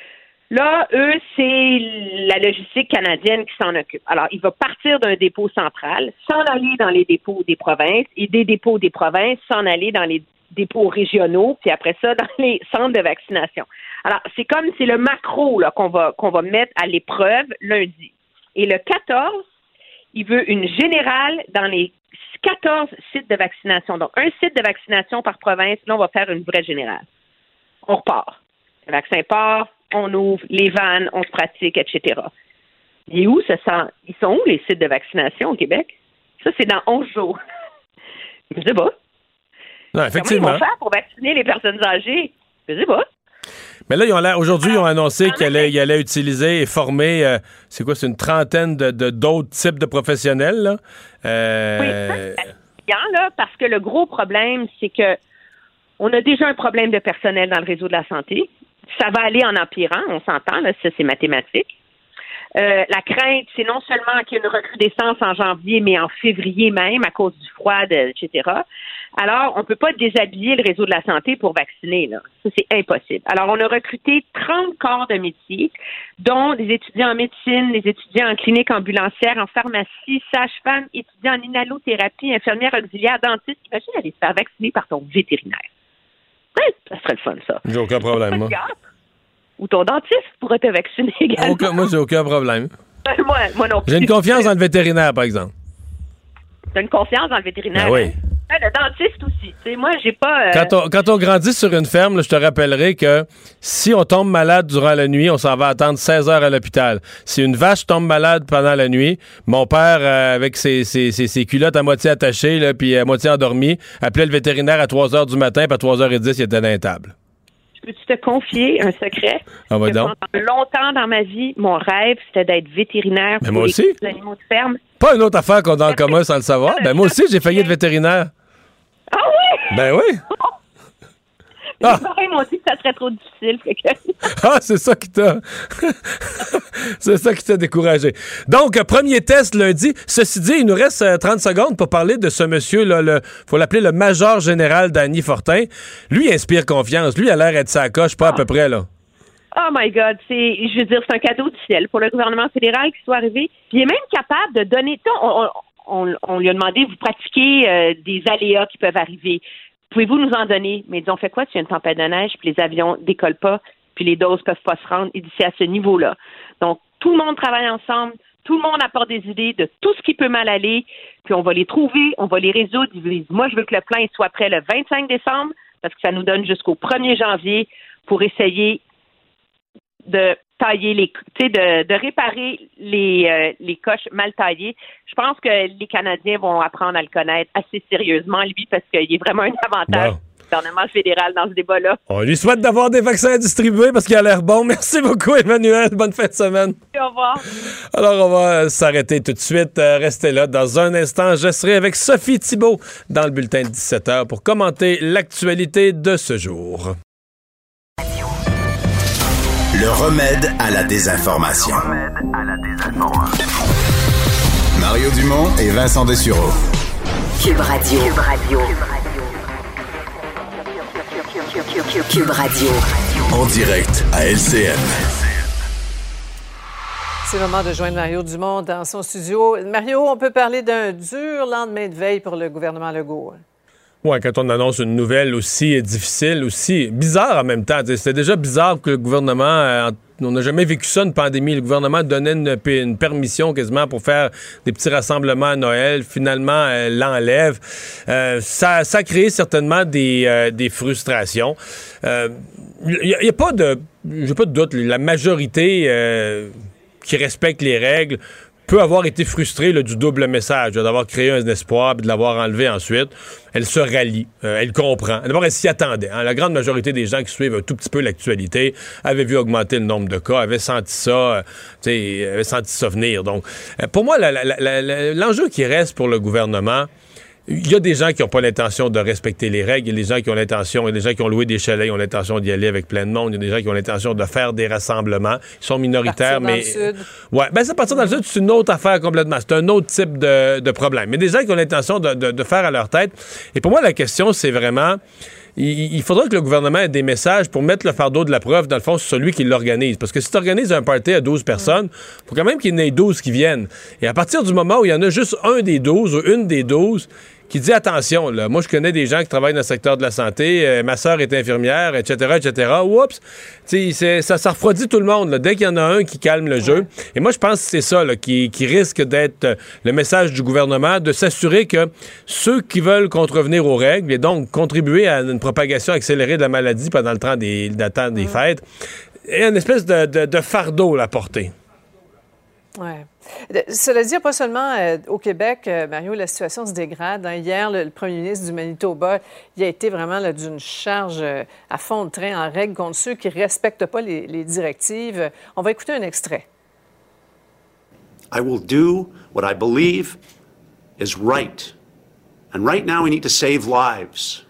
Là, eux, c'est la logistique canadienne qui s'en occupe. Alors, il va partir d'un dépôt central, s'en aller dans les dépôts des provinces, et des dépôts des provinces, s'en aller dans les dépôts régionaux, puis après ça, dans les centres de vaccination. Alors, c'est comme, c'est le macro là, qu'on va, qu'on va mettre à l'épreuve lundi. Et le quatorze, il veut une générale dans les quatorze sites de vaccination. Donc, un site de vaccination par province, là, on va faire une vraie générale. On repart. Le vaccin part, on ouvre les vannes, on se pratique, et cetera. Et où ça sent? Ils sont où les sites de vaccination au Québec? Ça, c'est dans onze jours. Je sais pas. Non, effectivement. Comment ils vont faire pour vacciner les personnes âgées? Je sais pas. Mais là, ils ont aujourd'hui, ils ont annoncé qu'ils allaient, ils allaient utiliser et former, euh, c'est quoi, c'est une trentaine de, de, d'autres types de professionnels, là? Euh... Oui, ça, c'est bien, là, parce que le gros problème, c'est que on a déjà un problème de personnel dans le réseau de la santé. Ça va aller en empirant, on s'entend, là, ça, c'est mathématique. Euh, la crainte, c'est non seulement qu'il y ait une recrudescence en janvier, mais en février même, à cause du froid, et cetera. Alors, on ne peut pas déshabiller le réseau de la santé pour vacciner, là. Ça, c'est impossible. Alors, on a recruté trente corps de métier, dont des étudiants en médecine, des étudiants en clinique ambulancière, en pharmacie, sage-femme, étudiants en inhalothérapie, infirmière auxiliaire, dentiste. Imagine aller se faire vacciner par ton vétérinaire. Ouais, ça serait le fun, ça. J'ai aucun problème, moi. Ou ton dentiste pourrait te vacciner également. Aucun, moi, j'ai aucun problème. moi, moi non plus. J'ai une confiance dans le vétérinaire, par exemple. T'as une confiance dans le vétérinaire? Ben oui. Hein? Le dentiste aussi. Tu sais, moi, j'ai pas... Euh... Quand, on, quand on grandit sur une ferme, là, je te rappellerai que si on tombe malade durant la nuit, on s'en va attendre seize heures à l'hôpital. Si une vache tombe malade pendant la nuit, mon père, euh, avec ses, ses, ses, ses culottes à moitié attachées, là, puis à moitié endormi, appelait le vétérinaire à trois heures du matin, puis à trois heures dix, il était dans la table. Peux-tu te confier un secret? Ah, ouais, donc. Pendant longtemps dans ma vie, mon rêve, c'était d'être vétérinaire Mais pour moi les aussi. animaux de ferme. Pas une autre affaire qu'on a en commun sans le savoir. Ben moi aussi, j'ai failli être vétérinaire. Ah oui? Ben oui. Ah. Mes parents m'ont dit que ça serait trop difficile. Fait que... ah, c'est ça qui t'a... c'est ça qui t'a découragé. Donc, premier test lundi. Ceci dit, il nous reste trente secondes pour parler de ce monsieur-là. Il faut l'appeler le major général Danny Fortin. Lui, il inspire confiance. Lui, il a l'air d'être sa coche, pas ah. à peu près, là. Oh my God, c'est, je veux dire, c'est un cadeau du ciel pour le gouvernement fédéral qui soit arrivé. Puis il est même capable de donner... On, on, on, on lui a demandé, vous pratiquez euh, des aléas qui peuvent arriver. Pouvez-vous nous en donner? Mais ils ont fait quoi s'il y a une tempête de neige, puis les avions décollent pas, puis les doses peuvent pas se rendre? Et d'ici à ce niveau-là. Donc, tout le monde travaille ensemble, tout le monde apporte des idées de tout ce qui peut mal aller, puis on va les trouver, on va les résoudre. Ils disent, moi, je veux que le plan soit prêt le vingt-cinq décembre, parce que ça nous donne jusqu'au premier janvier pour essayer de tailler les, tu sais, de, de réparer les, euh, les coches mal taillées. Je pense que les Canadiens vont apprendre à le connaître assez sérieusement, lui, parce qu'il est vraiment un avantage. Bon. Gouvernement fédéral dans ce débat-là. On lui souhaite d'avoir des vaccins à distribuer parce qu'il a l'air bon. Merci beaucoup, Emmanuel. Bonne fin de semaine. Au revoir. Alors, on va s'arrêter tout de suite. Restez là. Dans un instant, je serai avec Sophie Thibault dans le bulletin de dix-sept heures pour commenter l'actualité de ce jour. Le remède à la désinformation. Le remède à la désinformation. Mario Dumont et Vincent Dessureau. Cube Radio. Cube Radio. Cube Radio. En direct à L C N. C'est le moment de joindre Mario Dumont dans son studio. Mario, on peut parler d'un dur lendemain de veille pour le gouvernement Legault. Ouais, quand on annonce une nouvelle aussi difficile, aussi bizarre en même temps. C'était déjà bizarre que le gouvernement... Euh, on n'a jamais vécu ça, une pandémie. Le gouvernement donnait une, une permission quasiment pour faire des petits rassemblements à Noël. Finalement, elle l'enlève. Euh, ça, ça a créé certainement des, euh, des frustrations. Il euh, n'y a, a pas de... J'ai pas de doute. La majorité euh, qui respecte les règles peut avoir été frustrée là, du double message, là, d'avoir créé un espoir et de l'avoir enlevé ensuite. Elle se rallie, euh, elle comprend. D'abord, elle s'y attendait. Hein. La grande majorité des gens qui suivent un tout petit peu l'actualité avaient vu augmenter le nombre de cas, avaient senti ça, euh, avaient senti ça venir. Donc, euh, pour moi, la, la, la, la, l'enjeu qui reste pour le gouvernement, il y a des gens qui n'ont pas l'intention de respecter les règles, il y a des gens qui ont l'intention, il y a des gens qui ont loué des chalets, qui ont l'intention d'y aller avec plein de monde, il y a des gens qui ont l'intention de faire des rassemblements. Ils sont minoritaires, mais... Partir dans le sud. Ouais, ben ça, partir dans le sud, c'est une autre affaire complètement. C'est un autre type de, de problème. Mais des gens qui ont l'intention de, de, de faire à leur tête. Et pour moi, la question, c'est vraiment... Il, il faudra que le gouvernement ait des messages pour mettre le fardeau de la preuve, dans le fond, sur celui qui l'organise. Parce que si tu organises un party à douze personnes, il faut quand même qu'il y en ait douze qui viennent. Et à partir du moment où il y en a juste un des douze ou une des douze qui dit attention, là, moi je connais des gens qui travaillent dans le secteur de la santé, euh, ma sœur est infirmière, et cetera, et cetera. Oups, c'est, ça, ça refroidit tout le monde, là, dès qu'il y en a un qui calme le ouais. jeu. Et moi je pense que c'est ça là, qui, qui risque d'être euh, le message du gouvernement, de s'assurer que ceux qui veulent contrevenir aux règles et donc contribuer à une propagation accélérée de la maladie pendant le temps des, le temps des ouais. fêtes, aient une espèce de, de, de fardeau à porter. Oui. Cela dit, pas seulement euh, au Québec, euh, Mario, la situation se dégrade. Hein. Hier, le, le premier ministre du Manitoba, il a été vraiment là, d'une charge euh, à fond de train en règle contre ceux qui ne respectent pas les, les directives. On va écouter un extrait. I will do what I believe is right. And right now we need to save lives.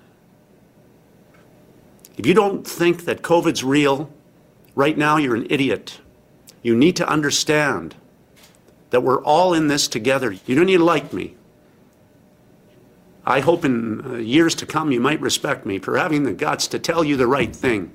If you don't think that COVID's real, right now you're an idiot. You need to understand that we're all in this together. You don't need to like me. I hope in uh, years to come you might respect me for having the guts to tell you the right thing.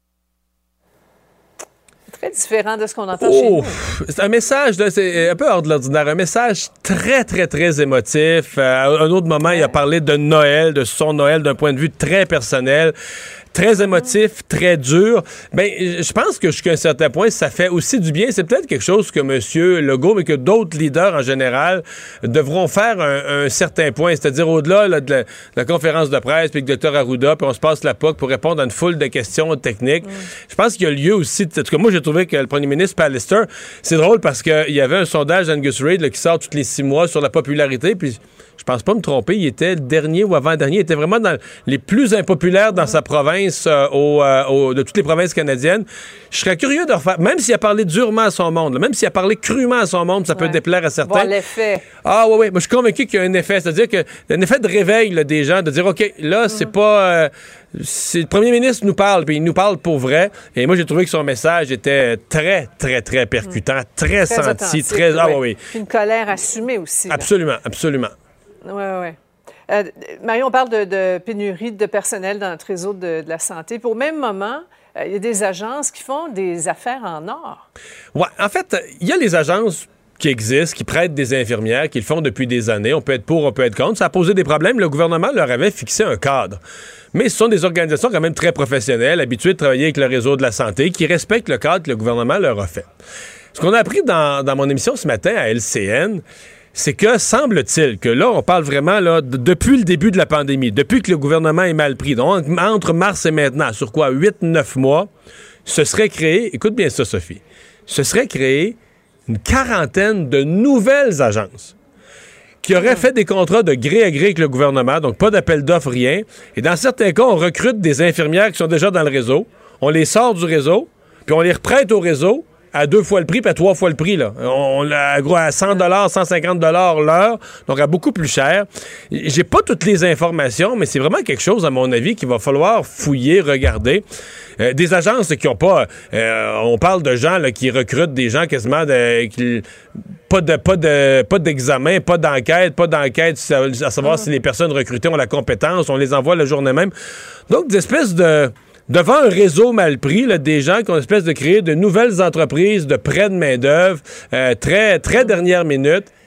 Très différent de ce qu'on entend oh, chez nous. C'est un message, là, c'est un peu hors de l'ordinaire, un message très, très, très émotif. Euh, à un autre moment, ouais. il a parlé de Noël, de son Noël d'un point de vue très personnel. Très émotif, très dur. Ben, je pense que jusqu'à un certain point, ça fait aussi du bien. C'est peut-être quelque chose que M. Legault, mais que d'autres leaders en général devront faire un, un certain point. C'est-à-dire au-delà là, de, la, de la conférence de presse, puis que le docteur Arruda, puis on se passe la P O C pour répondre à une foule de questions techniques. Mm. Je pense qu'il y a lieu aussi... En tout cas, moi, j'ai trouvé que le premier ministre Pallister, c'est drôle parce qu'il y avait un sondage d'Angus Reid là, qui sort tous les six mois sur la popularité, puis... Je pense pas me tromper, il était le dernier ou avant-dernier, il était vraiment dans les plus impopulaires dans sa province, euh, au, euh, au, de toutes les provinces canadiennes. Je serais curieux de refaire, même s'il a parlé durement à son monde, là, même s'il a parlé crûment à son monde, ça ouais. peut déplaire à certains. Voir l'effet. Ah oui, oui, moi je suis convaincu qu'il y a un effet, c'est-à-dire qu'il y a un effet de réveil là, des gens, de dire, OK, là, mm-hmm. c'est pas... Euh, c'est, le premier ministre nous parle, puis il nous parle pour vrai. Et moi, j'ai trouvé que son message était très, très, très percutant, mm. très, très senti, très... Ah oui, oui. Une colère assumée aussi. Là. Absolument, absolument. Oui, oui. Euh, Mario, on parle de, de pénurie de personnel dans notre réseau de, de la santé. Puis au même moment, il euh, y a des agences qui font des affaires en or. Oui, en fait, il y a les agences qui existent, qui prêtent des infirmières, qui le font depuis des années. On peut être pour, on peut être contre. Ça a posé des problèmes. Le gouvernement leur avait fixé un cadre. Mais ce sont des organisations quand même très professionnelles, habituées de travailler avec le réseau de la santé, qui respectent le cadre que le gouvernement leur a fait. Ce qu'on a appris dans, dans mon émission ce matin à L C N, c'est que, semble-t-il, que là, on parle vraiment là, de, depuis le début de la pandémie, depuis que le gouvernement est mal pris, donc entre mars et maintenant, sur quoi, huit neuf mois, se serait créé, écoute bien ça, Sophie, se serait créé une quarantaine de nouvelles agences qui auraient fait des contrats de gré à gré avec le gouvernement, donc pas d'appel d'offres, rien. Et dans certains cas, on recrute des infirmières qui sont déjà dans le réseau, on les sort du réseau, puis on les reprête au réseau, à deux fois le prix, puis à trois fois le prix, là. On l'a à cent dollars, cent cinquante dollars l'heure, donc à beaucoup plus cher. J'ai pas toutes les informations, mais c'est vraiment quelque chose, à mon avis, qu'il va falloir fouiller, regarder. Euh, des agences qui ont pas... Euh, on parle de gens là, qui recrutent des gens quasiment de... Qui, pas de pas de pas d'examen, pas d'enquête, pas d'enquête à savoir mmh. si les personnes recrutées ont la compétence, on les envoie la journée même. Donc, des espèces de... Devant un réseau mal pris, là, des gens qui ont une espèce de créer de nouvelles entreprises de prêt de main-d'œuvre, euh, très, très dernière minute,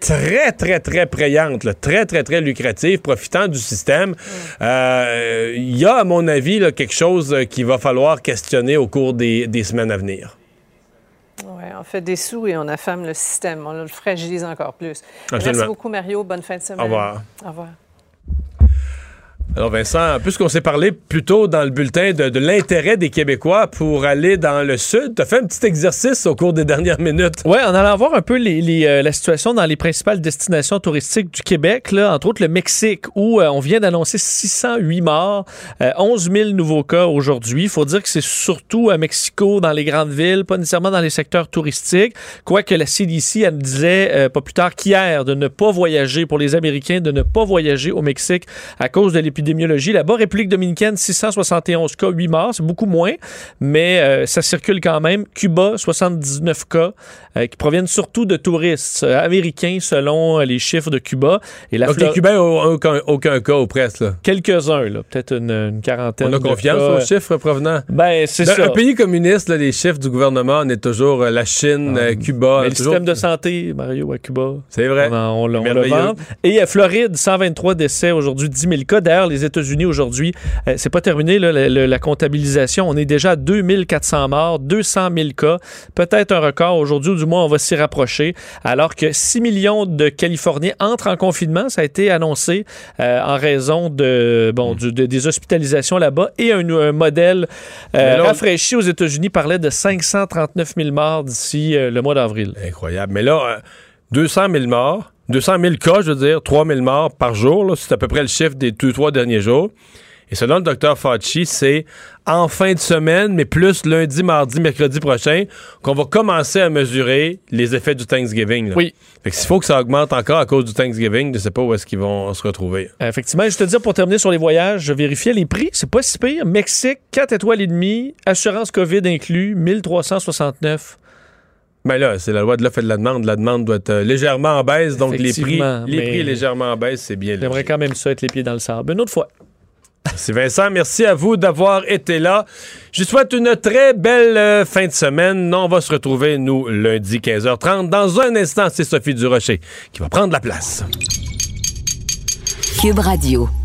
très, très, très prayante, là, très, très, très lucrative, profitant du système. Il euh, y a, à mon avis, là, quelque chose qu'il va falloir questionner au cours des, des semaines à venir. Oui, on fait des sous et on affame le système. On le fragilise encore plus. Absolument. Merci beaucoup, Mario. Bonne fin de semaine. Au revoir. Au revoir. Alors Vincent, puisqu'on s'est parlé plus tôt dans le bulletin de, de l'intérêt des Québécois pour aller dans le sud, tu as fait un petit exercice au cours des dernières minutes. Oui, en allant voir un peu les, les, euh, la situation dans les principales destinations touristiques du Québec, là, entre autres le Mexique, où euh, on vient d'annoncer six cent huit morts, euh, onze mille nouveaux cas aujourd'hui. Il faut dire que c'est surtout à Mexico, dans les grandes villes, pas nécessairement dans les secteurs touristiques, quoique la C D C elle disait euh, pas plus tard qu'hier de ne pas voyager, pour les Américains, de ne pas voyager au Mexique à cause de l'épidémiologie là-bas. République dominicaine, six cent soixante et onze cas, huit morts, c'est beaucoup moins, mais euh, ça circule quand même. Cuba, soixante-dix-neuf cas, euh, qui proviennent surtout de touristes euh, américains, selon euh, les chiffres de Cuba. Et la Donc Flor- les Cubains n'ont aucun, aucun cas ou presque. Là. Quelques-uns, là, peut-être une, une quarantaine. On a confiance de cas. aux chiffres provenant. Ben, c'est Dans ça. un pays communiste, là, les chiffres du gouvernement, on est toujours euh, la Chine, euh, Cuba. Mais le toujours... système de santé, Mario, à Cuba. C'est vrai. On, en, on, on le Merveilleux. vend. Et à Floride, cent vingt-trois décès aujourd'hui, dix mille cas. D'ailleurs, les États-Unis aujourd'hui, euh, c'est pas terminé là, la, la, la comptabilisation. On est déjà à deux mille quatre cents morts, deux cent mille cas. Peut-être un record aujourd'hui, ou du moins on va s'y rapprocher. Alors que six millions de Californiens entrent en confinement, ça a été annoncé euh, en raison de, bon, du, de, des hospitalisations là-bas. Et un, un modèle euh, là, rafraîchi aux États-Unis parlait de cinq cent trente-neuf mille morts d'ici euh, le mois d'avril. Incroyable. Mais là, euh, deux cent mille morts, deux cent mille cas, je veux dire, trois mille morts par jour. Là, c'est à peu près le chiffre des deux, trois derniers jours. Et selon le docteur Fauci, c'est en fin de semaine, mais plus lundi, mardi, mercredi prochain, qu'on va commencer à mesurer les effets du Thanksgiving. Là. Oui. Fait que s'il faut que ça augmente encore à cause du Thanksgiving, je ne sais pas où est-ce qu'ils vont se retrouver. Effectivement, je te dis, pour terminer sur les voyages, je vérifiais les prix, c'est pas si pire. Mexique, quatre étoiles et demie, assurance COVID inclus, mille trois cent soixante-neuf. Ben là, c'est la loi de l'offre et de la demande. La demande doit être euh, légèrement en baisse, donc les prix, les prix légèrement en baisse, c'est bien. J'aimerais quand même ça, être les pieds dans le sable. Une autre fois. Merci Vincent, merci à vous d'avoir été là. Je vous souhaite une très belle euh, fin de semaine. On va se retrouver, nous, lundi quinze heures trente. Dans un instant, c'est Sophie Durocher qui va prendre la place. Cube Radio.